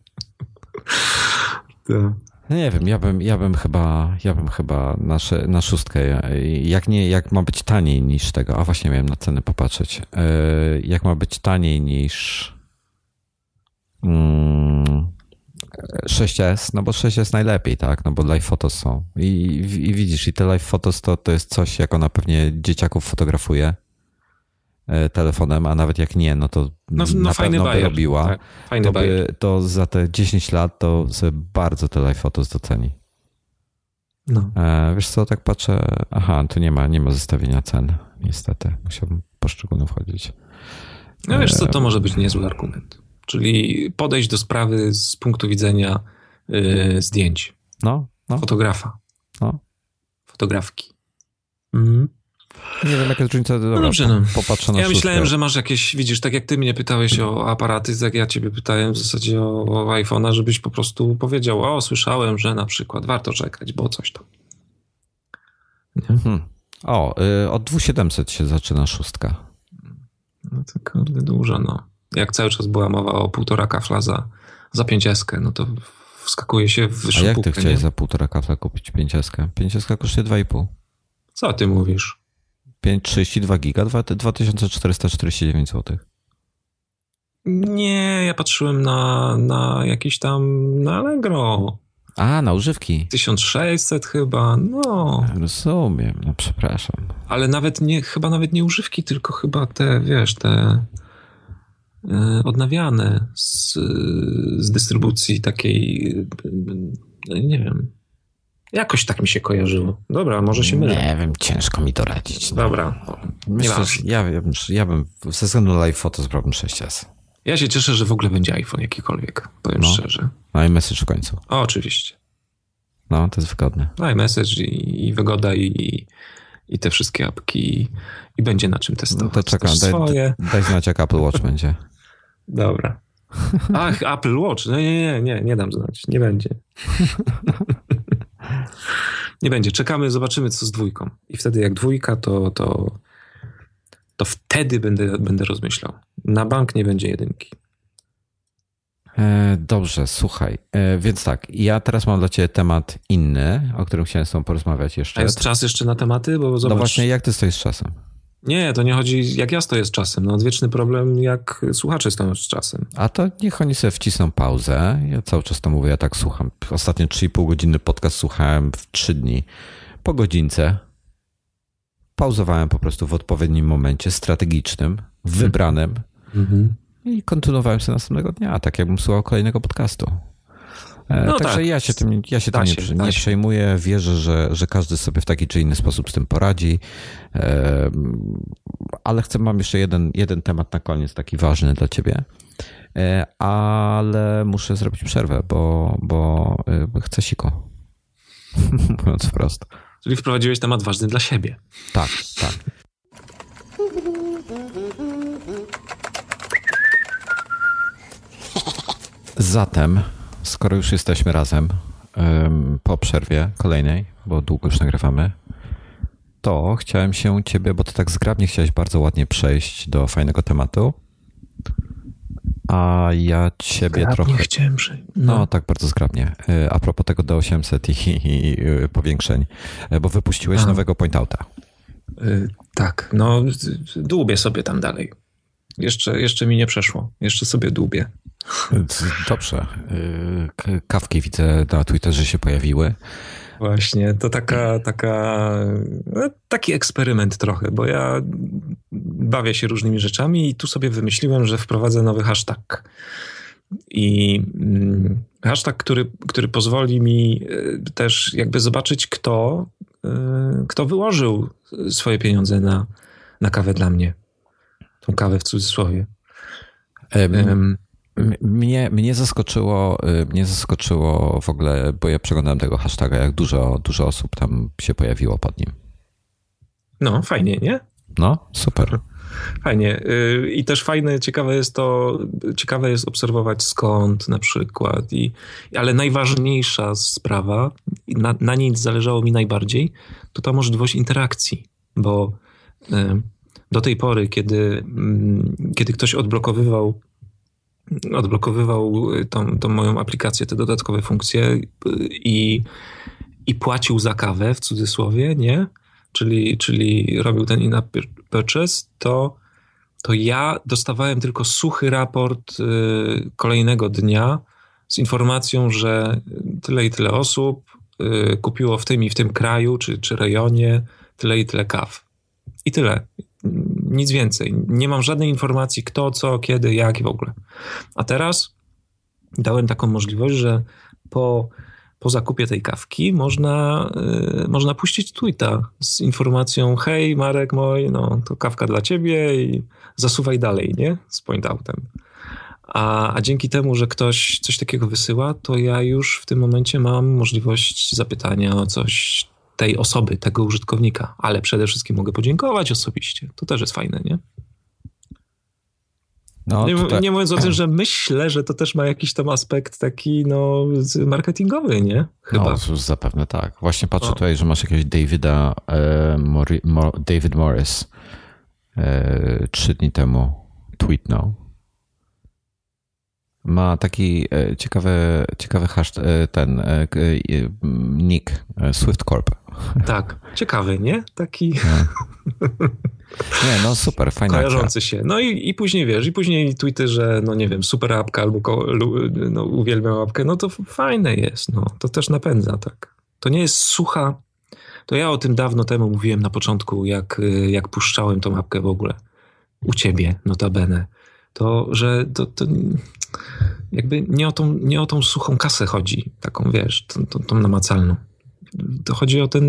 Nie wiem, ja bym chyba na 6, jak ma być taniej niż tego, a właśnie miałem na ceny popatrzeć, jak ma być taniej niż 6S, no bo 6S najlepiej, tak, no bo live photos są i widzisz, i te live photos to jest coś, jak ona pewnie dzieciaków fotografuje telefonem, a nawet jak nie, no to na pewno by robiła, tak, fajny to za te 10 lat to sobie bardzo te live photos doceni. No. Wiesz co, tak patrzę, tu nie ma zestawienia cen, niestety, musiałbym poszczególnie wchodzić. No wiesz co, to może być niezły argument. Czyli podejść do sprawy z punktu widzenia zdjęć. No. Fotografa. No. Fotografki. Nie wiem, jaka jest różnica. Dobra, dobrze, no. Popatrzę na Ja 6. myślałem, że masz jakieś, widzisz, tak jak ty mnie pytałeś o aparaty, tak ja ciebie pytałem w zasadzie o iPhone'a, żebyś po prostu powiedział, słyszałem, że na przykład warto czekać, bo coś tam. Od 2700 się zaczyna 6. No to kurde dużo, no. Jak cały czas była mowa o 1,5 kafla za 5S, no to wskakuje się w wyższą półkę. A jak półkę, ty chciałeś za 1,5 kafla kupić 5S? 5S kosztuje 2,5. Co ty mówisz? 32 giga, 2449 zł. Nie, ja patrzyłem na jakiś tam, na Allegro. Na używki. 1600 chyba, no. Rozumiem, no przepraszam. Ale chyba nawet nie używki, tylko chyba te, wiesz, te odnawiane z dystrybucji takiej, nie wiem. Jakoś tak mi się kojarzyło. Dobra, może się mylę. Nie wiem, ciężko mi doradzić. Dobra. Myślę, ja bym ze względu na live photo zrobił 6S. Ja się cieszę, że w ogóle będzie iPhone jakikolwiek, powiem szczerze. iMessage w końcu. Oczywiście. No, to jest wygodne. iMessage i wygoda i te wszystkie apki i będzie na czym testować. No to czekam, daj znać, jak Apple Watch będzie. Dobra. Ach, Apple Watch. No nie dam znać. Nie będzie. Nie będzie. Czekamy, zobaczymy, co z 2. I wtedy jak 2, to wtedy będę rozmyślał. Na bank nie będzie 1. Dobrze, słuchaj. Więc tak, ja teraz mam dla ciebie temat inny, o którym chciałem z tobą porozmawiać jeszcze. A jest czas jeszcze na tematy? Bo zobacz. No właśnie, jak ty stoisz z czasem? Nie, to nie chodzi, jak ja stoję z czasem. No, odwieczny problem, jak słuchacze stoją z czasem. A to niech oni sobie wcisną pauzę. Ja cały czas to mówię, ja tak słucham. Ostatnio 3,5 godziny podcast słuchałem w 3 dni. Po godzince pauzowałem po prostu w odpowiednim momencie, strategicznym, wybranym i kontynuowałem sobie następnego dnia, tak jakbym słuchał kolejnego podcastu. Także tak. ja się tym nie przejmuję. Wierzę, że każdy sobie w taki czy inny sposób z tym poradzi. Ale mam jeszcze jeden temat na koniec, taki ważny dla ciebie. Ale muszę zrobić przerwę, bo chcę siku. Mówiąc wprost. Czyli wprowadziłeś temat ważny dla siebie. Tak. Zatem, skoro już jesteśmy razem po przerwie kolejnej, bo długo już nagrywamy, to chciałem się ciebie, bo ty tak zgrabnie chciałeś bardzo ładnie przejść do fajnego tematu, a ja ciebie zgrabnie trochę... chciałem przejść. No tak, bardzo zgrabnie. A propos tego D800 i powiększeń, bo wypuściłeś nowego point-outa. Tak, no dłubię sobie tam dalej. Jeszcze mi nie przeszło. Jeszcze sobie dłubię. Dobrze. Kawki widzę na Twitterze się pojawiły. Właśnie, to taki eksperyment trochę, bo ja bawię się różnymi rzeczami i tu sobie wymyśliłem, że wprowadzę nowy hashtag. I hashtag, który pozwoli mi też jakby zobaczyć, kto wyłożył swoje pieniądze na kawę dla mnie. Tą kawę w cudzysłowie. Mnie zaskoczyło w ogóle, bo ja przeglądałem tego hashtaga, jak dużo osób tam się pojawiło pod nim. No, fajnie, nie? No, super. Fajnie. I też ciekawe jest obserwować skąd na przykład. Ale najważniejsza sprawa, na niej zależało mi najbardziej, to ta możliwość interakcji, bo do tej pory, kiedy ktoś odblokowywał tą moją aplikację, te dodatkowe funkcje i płacił za kawę, w cudzysłowie, nie? Czyli robił ten in-app purchase, to ja dostawałem tylko suchy raport kolejnego dnia z informacją, że tyle i tyle osób kupiło w tym i w tym kraju, czy rejonie tyle i tyle kaw. I tyle. Nic więcej. Nie mam żadnej informacji kto, co, kiedy, jak i w ogóle. A teraz dałem taką możliwość, że po zakupie tej kawki można puścić tweeta z informacją: hej Marek mój, no to kawka dla ciebie i zasuwaj dalej, nie? Z point-outem. A dzięki temu, że ktoś coś takiego wysyła, to ja już w tym momencie mam możliwość zapytania o coś tej osoby, tego użytkownika, ale przede wszystkim mogę podziękować osobiście. To też jest fajne, nie? No, nie mówiąc o tym, że myślę, że to też ma jakiś tam aspekt taki marketingowy, nie? Chyba. No, zapewne tak. Właśnie patrzę tutaj, że masz jakiegoś David Morris 3 dni temu tweetnął. Ma taki ciekawy hashtag, nick Swift Corp. Tak, ciekawy, nie? Taki... Nie, no super, fajna kojarzący się. No i później wiesz, tweety, że no nie wiem, super apka albo uwielbiam apkę, no to fajne jest, no. To też napędza, tak. To nie jest sucha. To ja o tym dawno temu mówiłem na początku, jak puszczałem tą apkę w ogóle. U ciebie, notabene. Że jakby nie o tą suchą kasę chodzi, taką wiesz, tą namacalną. To chodzi o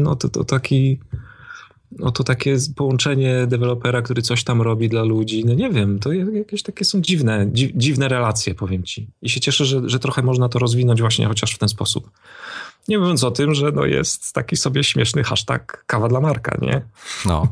to takie połączenie dewelopera, który coś tam robi dla ludzi. No nie wiem, to jakieś takie są dziwne relacje, powiem ci. I się cieszę, że trochę można to rozwinąć właśnie chociaż w ten sposób. Nie mówiąc o tym, że jest taki sobie śmieszny hashtag kawa dla Marka, nie? No.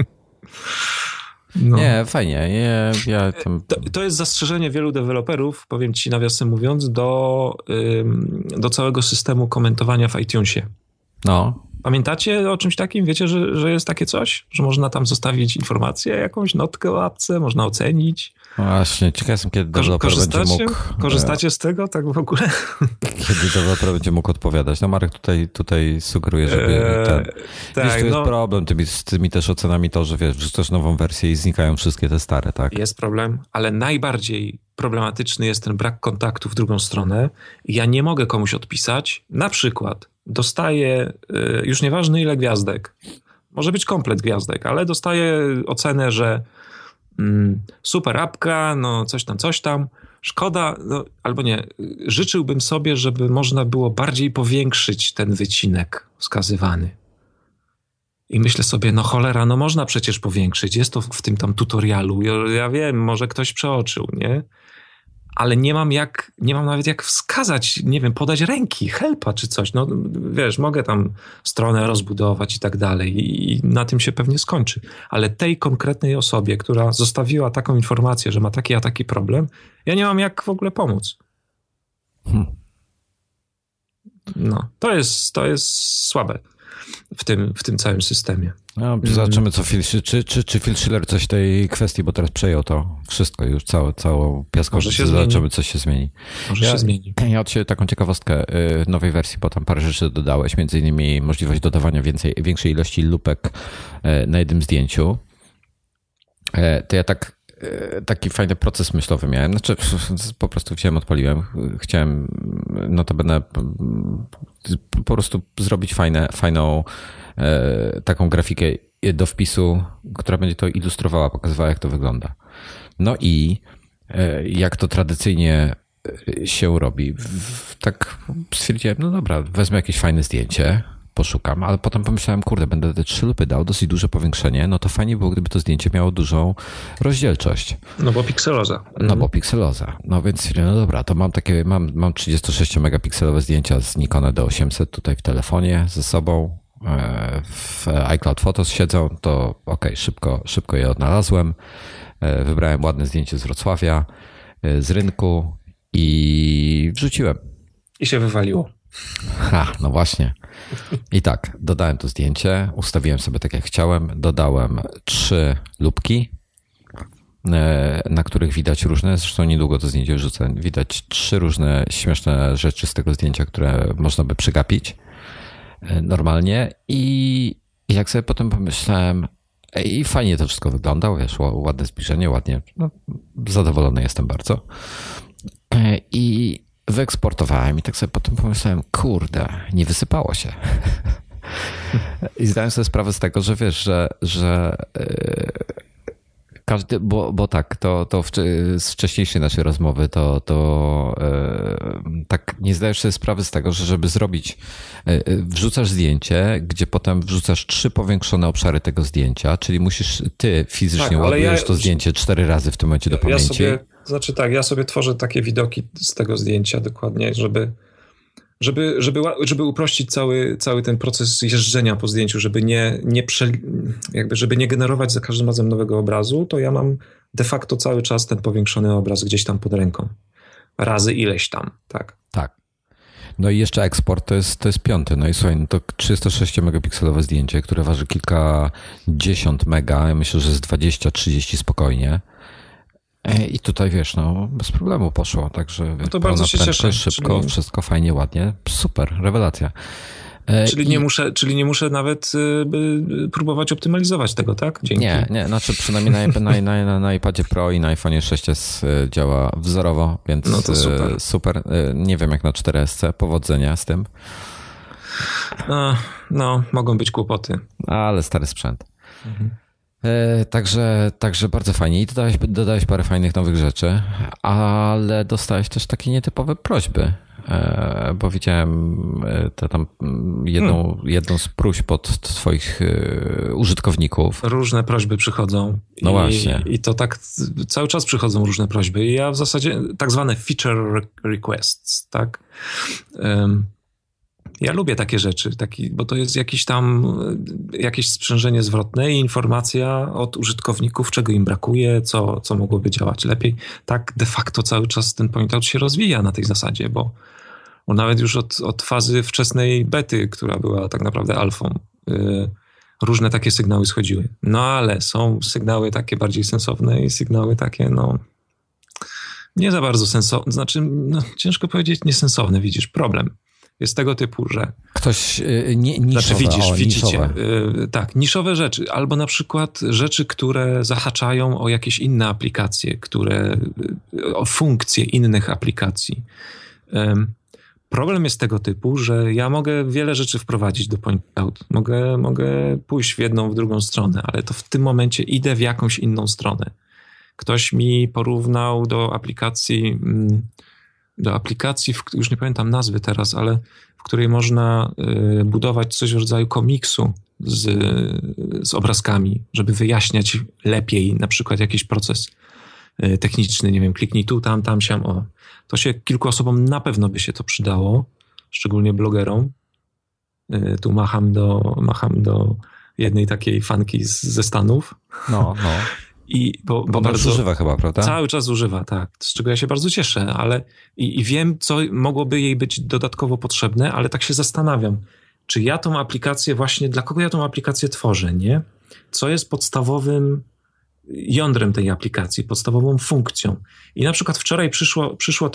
Nie, fajnie. To jest zastrzeżenie wielu deweloperów, powiem ci nawiasem mówiąc, do całego systemu komentowania w iTunesie. No. Pamiętacie o czymś takim? Wiecie, że jest takie coś? Że można tam zostawić informację, jakąś notkę o apce, można ocenić? Właśnie, ciekaw jestem, kiedy deweloper będzie mógł... Korzystacie z tego tak w ogóle? Kiedy deweloper będzie mógł odpowiadać. No Marek tutaj sugeruje, żeby... Tak, wiesz, to jest problem z tymi też ocenami to, że wiesz, wrzucasz nową wersję i znikają wszystkie te stare, tak? Jest problem, ale najbardziej problematyczny jest ten brak kontaktu w drugą stronę. Ja nie mogę komuś odpisać. Na przykład dostaję, już nieważne ile gwiazdek, może być komplet gwiazdek, ale dostaję ocenę, że super apka, no coś tam. Szkoda, no, albo nie, życzyłbym sobie, żeby można było bardziej powiększyć ten wycinek wskazywany. I myślę sobie, no cholera, no można przecież powiększyć, jest to w tym tam tutorialu, ja wiem, może ktoś przeoczył, nie? Ale nie mam nawet jak wskazać, nie wiem, podać ręki, helpa czy coś, no wiesz, mogę tam stronę rozbudować i tak dalej i na tym się pewnie skończy, ale tej konkretnej osobie, która zostawiła taką informację, że ma taki a taki problem, ja nie mam jak w ogóle pomóc. No, to jest słabe w tym całym systemie. No, zobaczymy, czy Phil Schiller coś w tej kwestii, bo teraz przejął to wszystko już, całą piaskownicę, zobaczymy, co się zmieni. Może się zmieni. Ja od Ciebie taką ciekawostkę nowej wersji, bo tam parę rzeczy dodałeś, między innymi możliwość dodawania większej ilości lupek na jednym zdjęciu. To ja taki fajny proces myślowy miałem. Znaczy, po prostu odpaliłem. Chciałem notabene po prostu zrobić fajną taką grafikę do wpisu, która będzie to ilustrowała, pokazywała, jak to wygląda. No i jak to tradycyjnie się robi. Tak stwierdziłem, no dobra, wezmę jakieś fajne zdjęcie, poszukam, ale potem pomyślałem, kurde, będę te 3 lupy dał, dosyć duże powiększenie, no to fajnie było, gdyby to zdjęcie miało dużą rozdzielczość. No bo pikseloza. No więc, no dobra, to mam 36 megapikselowe zdjęcia z Nikona D800 tutaj w telefonie ze sobą, w iCloud Photos siedzą, to okej, szybko je odnalazłem, wybrałem ładne zdjęcie z Wrocławia, z rynku i wrzuciłem. I się wywaliło. No właśnie. I tak, dodałem to zdjęcie, ustawiłem sobie tak jak chciałem, dodałem 3 lupki, na których widać różne, zresztą niedługo to zdjęcie wrzucę, widać 3 różne śmieszne rzeczy z tego zdjęcia, które można by przegapić normalnie i jak sobie potem pomyślałem, i fajnie to wszystko wygląda, wiesz, ładne zbliżenie, ładnie, no, zadowolony jestem bardzo. I wyeksportowałem i tak sobie potem pomyślałem, kurde, nie wysypało się. I zdałem sobie sprawę z tego, że wiesz, że każdy, bo tak, to z wcześniejszej naszej rozmowy, to tak nie zdajesz sobie sprawy z tego, że żeby zrobić, wrzucasz zdjęcie, gdzie potem wrzucasz 3 powiększone obszary tego zdjęcia, czyli musisz ty fizycznie ładujesz to zdjęcie 4 razy w tym momencie do pamięci. Ja sobie tworzę takie widoki z tego zdjęcia dokładnie, żeby uprościć cały ten proces jeżdżenia po zdjęciu, żeby nie generować za każdym razem nowego obrazu, to ja mam de facto cały czas ten powiększony obraz gdzieś tam pod ręką. Razy ileś tam, tak. Tak. No i jeszcze eksport to jest 5. No i słuchaj, no to 306 megapikselowe zdjęcie, które waży kilkadziesiąt mega, ja myślę, że z 20-30 spokojnie. I tutaj wiesz, no bez problemu poszło, także no to bardzo się cieszę. Szybko, wszystko fajnie, ładnie, super, rewelacja. Czyli nie muszę nawet próbować optymalizować tego, tak? Dzięki. Nie, znaczy przynajmniej na iPadzie Pro i na iPhone 6s działa wzorowo, więc no to super. Nie wiem jak na 4S, powodzenia z tym. No, mogą być kłopoty. Ale stary sprzęt. Także bardzo fajnie. I dodałeś parę fajnych nowych rzeczy, ale dostałeś też takie nietypowe prośby, bo widziałem jedną z próśb od twoich użytkowników. Różne prośby przychodzą. No właśnie. I to tak cały czas przychodzą różne prośby. I ja w zasadzie tak zwane feature requests, tak? Ja lubię takie rzeczy, bo to jest jakieś sprzężenie zwrotne i informacja od użytkowników, czego im brakuje, co mogłoby działać lepiej. Tak de facto cały czas ten point out się rozwija na tej zasadzie, bo bo nawet już od fazy wczesnej bety, która była tak naprawdę alfą, różne takie sygnały schodziły. No ale są sygnały takie bardziej sensowne i sygnały takie, no nie za bardzo sensowne, znaczy ciężko powiedzieć niesensowne, widzisz, problem jest tego typu, że ktoś niszowe, znaczy widzicie, niszowe. Tak, niszowe rzeczy, albo na przykład rzeczy, które zahaczają o jakieś inne aplikacje, o funkcje innych aplikacji. Problem jest tego typu, że ja mogę wiele rzeczy wprowadzić do point-out. Mogę pójść w jedną, w drugą stronę, ale to w tym momencie idę w jakąś inną stronę. Ktoś mi porównał do aplikacji, już nie pamiętam nazwy teraz, ale w której można budować coś w rodzaju komiksu z obrazkami, żeby wyjaśniać lepiej na przykład jakiś proces techniczny, nie wiem, kliknij tu, tam, siam, o. To się kilku osobom na pewno by się to przydało, szczególnie blogerom. Tu macham do jednej takiej fanki ze Stanów. No. Bo bardzo używa chyba, prawda? Cały czas używa, tak. Z czego ja się bardzo cieszę, ale i wiem, co mogłoby jej być dodatkowo potrzebne, ale tak się zastanawiam, czy ja tą aplikację właśnie, dla kogo ja tą aplikację tworzę, nie? Co jest podstawowym jądrem tej aplikacji, podstawową funkcją. I na przykład wczoraj przyszło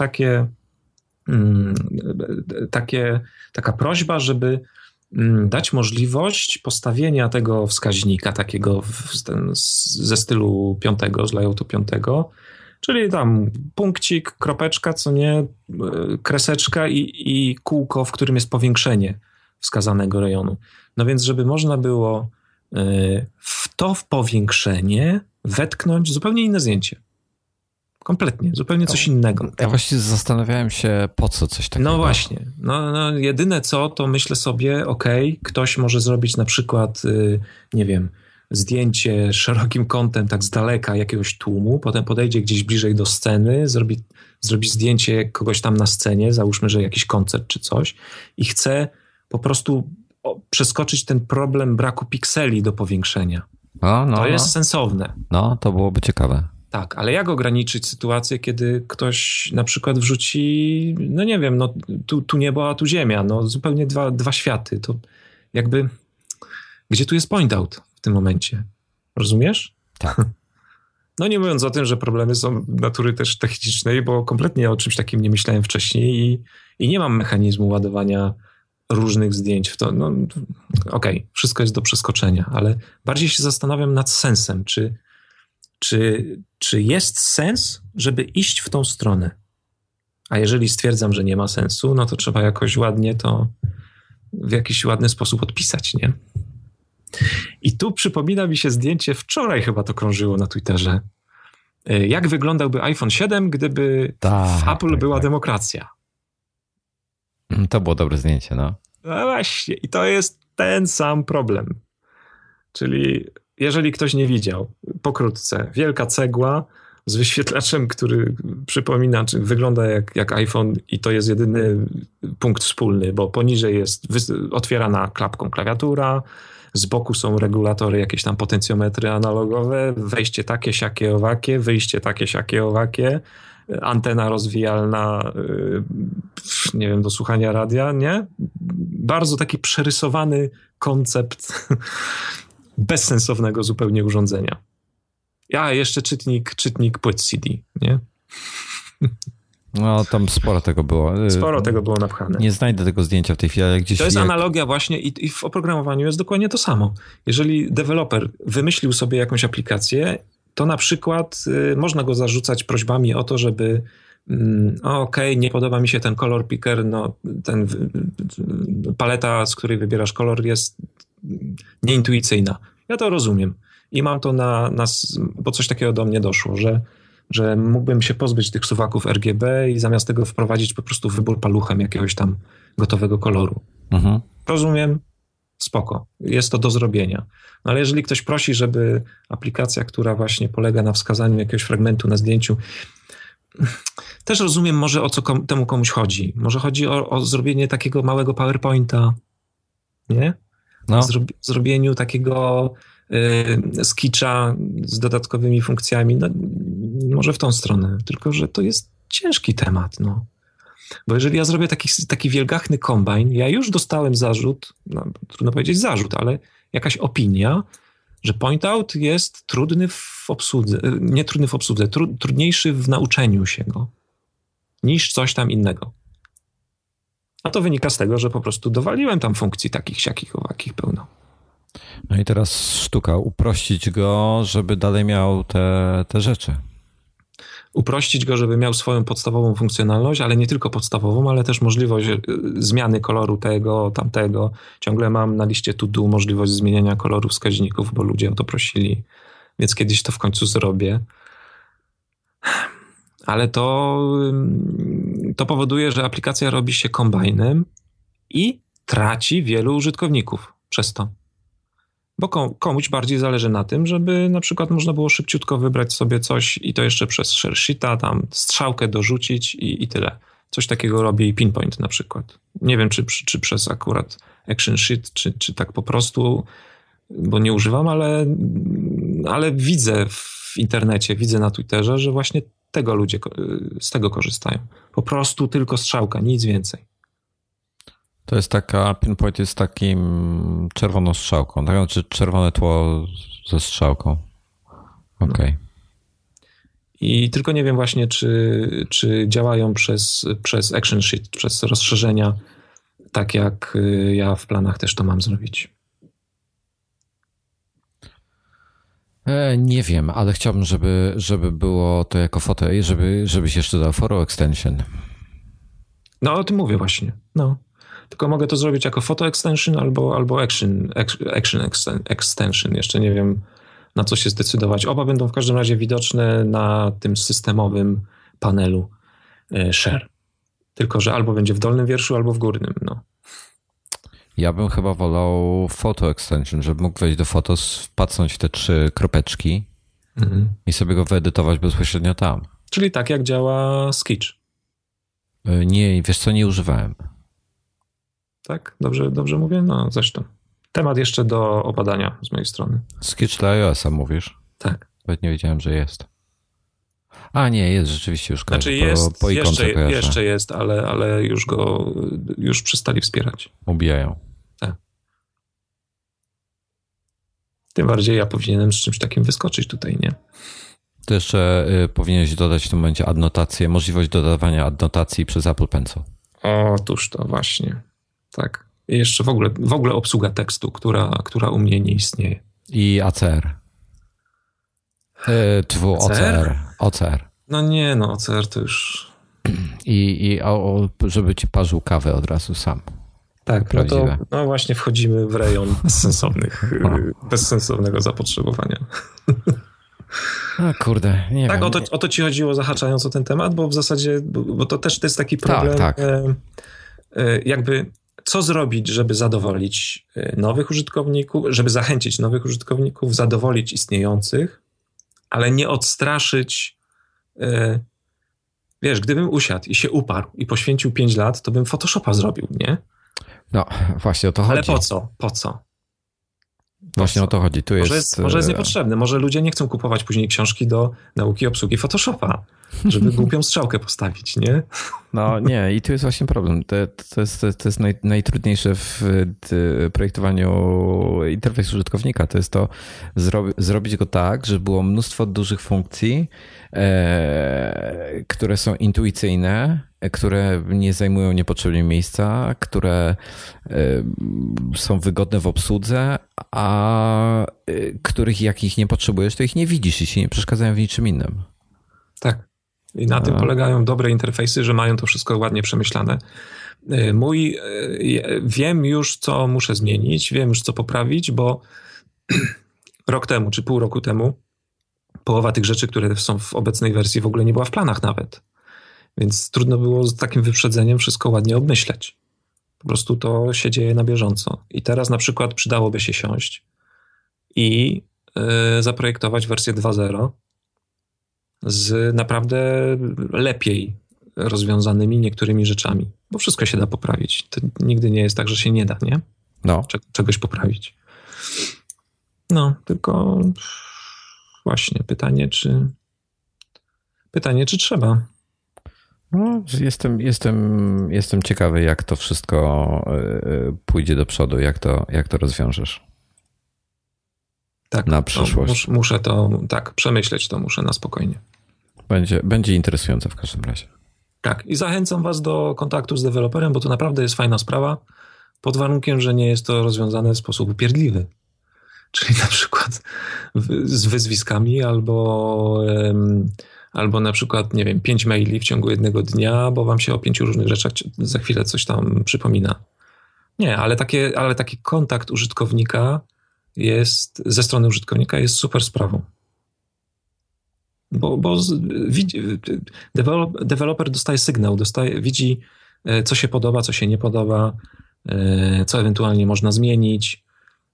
taka prośba, żeby dać możliwość postawienia tego wskaźnika takiego ze stylu 5, z layoutu 5, czyli tam punkcik, kropeczka, co nie, kreseczka i kółko, w którym jest powiększenie wskazanego rejonu. No więc, żeby można było w powiększenie wetknąć zupełnie inne zdjęcie. Kompletnie, zupełnie coś innego. Ja właśnie zastanawiałem się, po co coś takiego. No właśnie. No, jedyne co, to myślę sobie, ktoś może zrobić na przykład, nie wiem, zdjęcie szerokim kątem, tak z daleka jakiegoś tłumu, potem podejdzie gdzieś bliżej do sceny, zrobi zdjęcie kogoś tam na scenie, załóżmy, że jakiś koncert czy coś i chce po prostu przeskoczyć ten problem braku pikseli do powiększenia. To jest sensowne. No, to byłoby ciekawe. Tak, ale jak ograniczyć sytuację, kiedy ktoś na przykład wrzuci, no nie wiem, no tu niebo, a tu ziemia, no zupełnie dwa światy. To jakby, gdzie tu jest point out w tym momencie? Rozumiesz? Tak. No nie mówiąc o tym, że problemy są natury też technicznej, bo kompletnie o czymś takim nie myślałem wcześniej i nie mam mechanizmu ładowania różnych zdjęć w to. No wszystko jest do przeskoczenia, ale bardziej się zastanawiam nad sensem, czy jest sens, żeby iść w tą stronę? A jeżeli stwierdzam, że nie ma sensu, no to trzeba jakoś ładnie to w jakiś ładny sposób odpisać, nie? I tu przypomina mi się zdjęcie, wczoraj chyba to krążyło na Twitterze. Jak wyglądałby iPhone 7, gdyby w Apple była demokracja? To było dobre zdjęcie, no. No właśnie, i to jest ten sam problem. Czyli jeżeli ktoś nie widział, pokrótce, wielka cegła z wyświetlaczem, który przypomina, czy wygląda jak iPhone i to jest jedyny punkt wspólny, bo poniżej jest otwierana klapką klawiatura, z boku są regulatory, jakieś tam potencjometry analogowe, wejście takie, siakie, owakie, wyjście takie, siakie, owakie, antena rozwijalna, nie wiem, do słuchania radia, nie? Bardzo taki przerysowany koncept bezsensownego zupełnie urządzenia. Jeszcze czytnik płyt CD, nie? No, tam sporo tego było. Sporo tego było napchane. Nie znajdę tego zdjęcia w tej chwili, ale gdzieś... To jest analogia właśnie i w oprogramowaniu jest dokładnie to samo. Jeżeli deweloper wymyślił sobie jakąś aplikację, to na przykład można go zarzucać prośbami o to, żeby nie podoba mi się ten color picker, no ten paleta, z której wybierasz kolor jest nieintuicyjna. Ja to rozumiem i mam to bo coś takiego do mnie doszło, że mógłbym się pozbyć tych suwaków RGB i zamiast tego wprowadzić po prostu wybór paluchem jakiegoś tam gotowego koloru. Mhm. Rozumiem, spoko, jest to do zrobienia. No ale jeżeli ktoś prosi, żeby aplikacja, która właśnie polega na wskazaniu jakiegoś fragmentu na zdjęciu, też rozumiem może o co temu komuś chodzi. Może chodzi o zrobienie takiego małego PowerPointa, nie? No. Zrobieniu takiego skicza z dodatkowymi funkcjami, no może w tą stronę, tylko że to jest ciężki temat, no. Bo jeżeli ja zrobię taki wielgachny kombajn, ja już dostałem zarzut, trudno powiedzieć zarzut, ale jakaś opinia, że point-out jest trudny w obsłudze, nie trudny w obsłudze, trudniejszy w nauczeniu się go niż coś tam innego. A to wynika z tego, że po prostu dowaliłem tam funkcji takich, siakich, owakich pełno. No i teraz sztuka, uprościć go, żeby dalej miał te rzeczy. Uprościć go, żeby miał swoją podstawową funkcjonalność, ale nie tylko podstawową, ale też możliwość zmiany koloru tego, tamtego. Ciągle mam na liście to do możliwość zmieniania koloru wskaźników, bo ludzie o to prosili, więc kiedyś to w końcu zrobię. Ale to powoduje, że aplikacja robi się kombajnem i traci wielu użytkowników przez to. Bo komuś bardziej zależy na tym, żeby na przykład można było szybciutko wybrać sobie coś i to jeszcze przez share sheeta, tam strzałkę dorzucić i tyle. Coś takiego robi Pinpoint na przykład. Nie wiem, czy przez akurat Action Sheet, czy tak po prostu, bo nie używam, ale widzę w internecie, widzę na Twitterze, że właśnie tego ludzie z tego korzystają. Po prostu tylko strzałka, nic więcej. To jest Pinpoint jest takim czerwoną strzałką, tak? Znaczy czerwone tło ze strzałką. Okej. No. I tylko nie wiem właśnie, czy działają przez Action Sheet, przez rozszerzenia, tak jak ja w planach też to mam zrobić. Nie wiem, ale chciałbym, żeby było to jako foto i żebyś jeszcze dał photo extension. No o tym mówię właśnie. No. Tylko mogę to zrobić jako photo extension albo action extension. Jeszcze nie wiem, na co się zdecydować. Oba będą w każdym razie widoczne na tym systemowym panelu share. Tylko że albo będzie w dolnym wierszu, albo w górnym. No. Ja bym chyba wolał photo extension, żeby mógł wejść do Photos, wpacnąć w te 3 kropeczki i sobie go wyedytować bezpośrednio tam. Czyli tak jak działa Sketch. Nie, wiesz co, nie używałem. Tak? Dobrze mówię? No zresztą. Temat jeszcze do obadania z mojej strony. Sketch dla iOS-a mówisz? Tak. Nawet nie wiedziałem, że jest. A nie, jest rzeczywiście już kojarzę. Znaczy jest, jeszcze jest, ale już przestali wspierać. Ubijają. Tak. Tym bardziej ja powinienem z czymś takim wyskoczyć tutaj, nie? To jeszcze powinieneś dodać w tym momencie adnotację, możliwość dodawania adnotacji przez Apple Pencil. Otóż to właśnie. Tak. I jeszcze w ogóle obsługa tekstu, która u mnie nie istnieje. I ACR. OCR. No nie, OCR to już... Żeby ci parzył kawę od razu sam. Tak, no właśnie wchodzimy w rejon bezsensownego zapotrzebowania. A kurde, nie wiem. Tak, o to ci chodziło, zahaczając o ten temat, bo w zasadzie, bo to też to jest taki problem, tak. Jakby co zrobić, żeby zadowolić nowych użytkowników, żeby zachęcić nowych użytkowników, zadowolić istniejących, ale nie odstraszyć. Wiesz, gdybym usiadł i się uparł i poświęcił 5 lat, to bym Photoshopa zrobił, nie? No, właśnie o to chodzi. Ale po co? Właśnie o to chodzi. Może jest niepotrzebne. Może ludzie nie chcą kupować później książki do nauki obsługi Photoshopa, żeby głupią strzałkę postawić, nie? No nie, i tu jest właśnie problem. To jest najtrudniejsze w projektowaniu interfejsu użytkownika. To jest to zrobić go tak, żeby było mnóstwo dużych funkcji, które są intuicyjne, które nie zajmują niepotrzebnie miejsca, które są wygodne w obsłudze, a których jak ich nie potrzebujesz, to ich nie widzisz i się nie przeszkadzają w niczym innym. Tak. I na tym polegają dobre interfejsy, że mają to wszystko ładnie przemyślane. Wiem już, co muszę zmienić, wiem już, co poprawić, bo rok temu, czy pół roku temu połowa tych rzeczy, które są w obecnej wersji, w ogóle nie była w planach nawet. Więc trudno było z takim wyprzedzeniem wszystko ładnie obmyśleć. Po prostu to się dzieje na bieżąco. I teraz na przykład przydałoby się siąść i zaprojektować wersję 2.0 z naprawdę lepiej rozwiązanymi niektórymi rzeczami. Bo wszystko się da poprawić. To nigdy nie jest tak, że się nie da, nie? No. Czegoś poprawić. No, tylko właśnie pytanie, czy trzeba. No, jestem ciekawy, jak to wszystko pójdzie do przodu, jak to rozwiążesz. Tak, na przyszłość. Muszę to, tak, przemyśleć to muszę na spokojnie. Będzie interesujące w każdym razie. Tak, i zachęcam was do kontaktu z deweloperem, bo to naprawdę jest fajna sprawa, pod warunkiem, że nie jest to rozwiązane w sposób upierdliwy. Czyli na przykład z wyzwiskami albo na przykład, nie wiem, 5 maili w ciągu jednego dnia, bo wam się o 5 różnych rzeczach za chwilę coś tam przypomina. Nie, ale taki kontakt użytkownika ze strony użytkownika jest super sprawą. Bo deweloper dostaje sygnał, widzi, co się podoba, co się nie podoba, co ewentualnie można zmienić.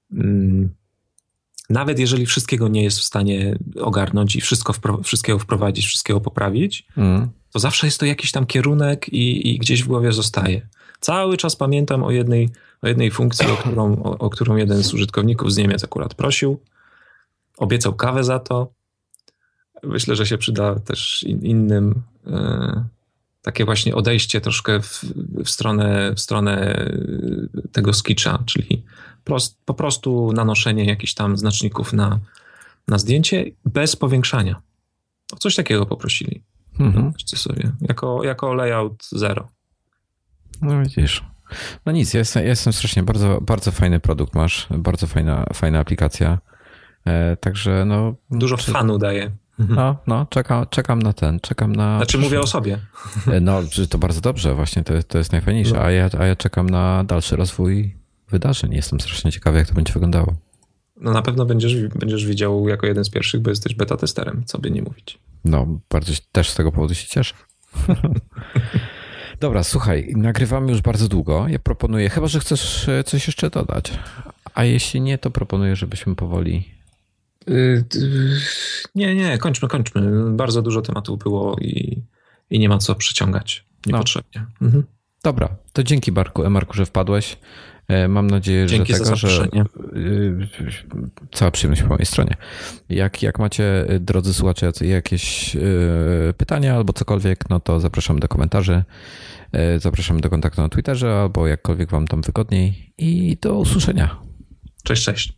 Nawet jeżeli wszystkiego nie jest w stanie ogarnąć i wszystkiego wprowadzić, wszystkiego poprawić, to zawsze jest to jakiś tam kierunek i gdzieś w głowie zostaje. Cały czas pamiętam o jednej funkcji, o którą jeden z użytkowników z Niemiec akurat prosił. Obiecał kawę za to. Myślę, że się przyda też innym takie właśnie odejście troszkę w stronę tego skitcha, czyli po prostu nanoszenie jakichś tam znaczników na zdjęcie bez powiększania. O coś takiego poprosili. Zobaczcie sobie. Jako layout 0. No widzisz. No nic, ja jestem strasznie, bardzo, bardzo fajny produkt masz, bardzo fajna aplikacja. Także no... Dużo fanu daje. No, czekam na... Znaczy mówię o sobie. No, to bardzo dobrze, właśnie to jest najfajniejsze, no. a ja czekam na dalszy rozwój wydarzeń. Jestem strasznie ciekawy, jak to będzie wyglądało. No na pewno będziesz widział jako jeden z pierwszych, bo jesteś beta testerem, co by nie mówić. No, bardzo też z tego powodu się cieszę. Dobra, słuchaj, nagrywamy już bardzo długo. Ja proponuję, chyba że chcesz coś jeszcze dodać, a jeśli nie, to proponuję, żebyśmy powoli... Nie, kończmy. Bardzo dużo tematów było i nie ma co przyciągać niepotrzebnie. No. Dobra, to dzięki Marku, że wpadłeś. Mam nadzieję, dzięki że cała przyjemność po mojej stronie. Jak macie, drodzy słuchacze, jakieś pytania albo cokolwiek, no to zapraszam do komentarzy. Zapraszam do kontaktu na Twitterze albo jakkolwiek wam tam wygodniej i do usłyszenia. Cześć.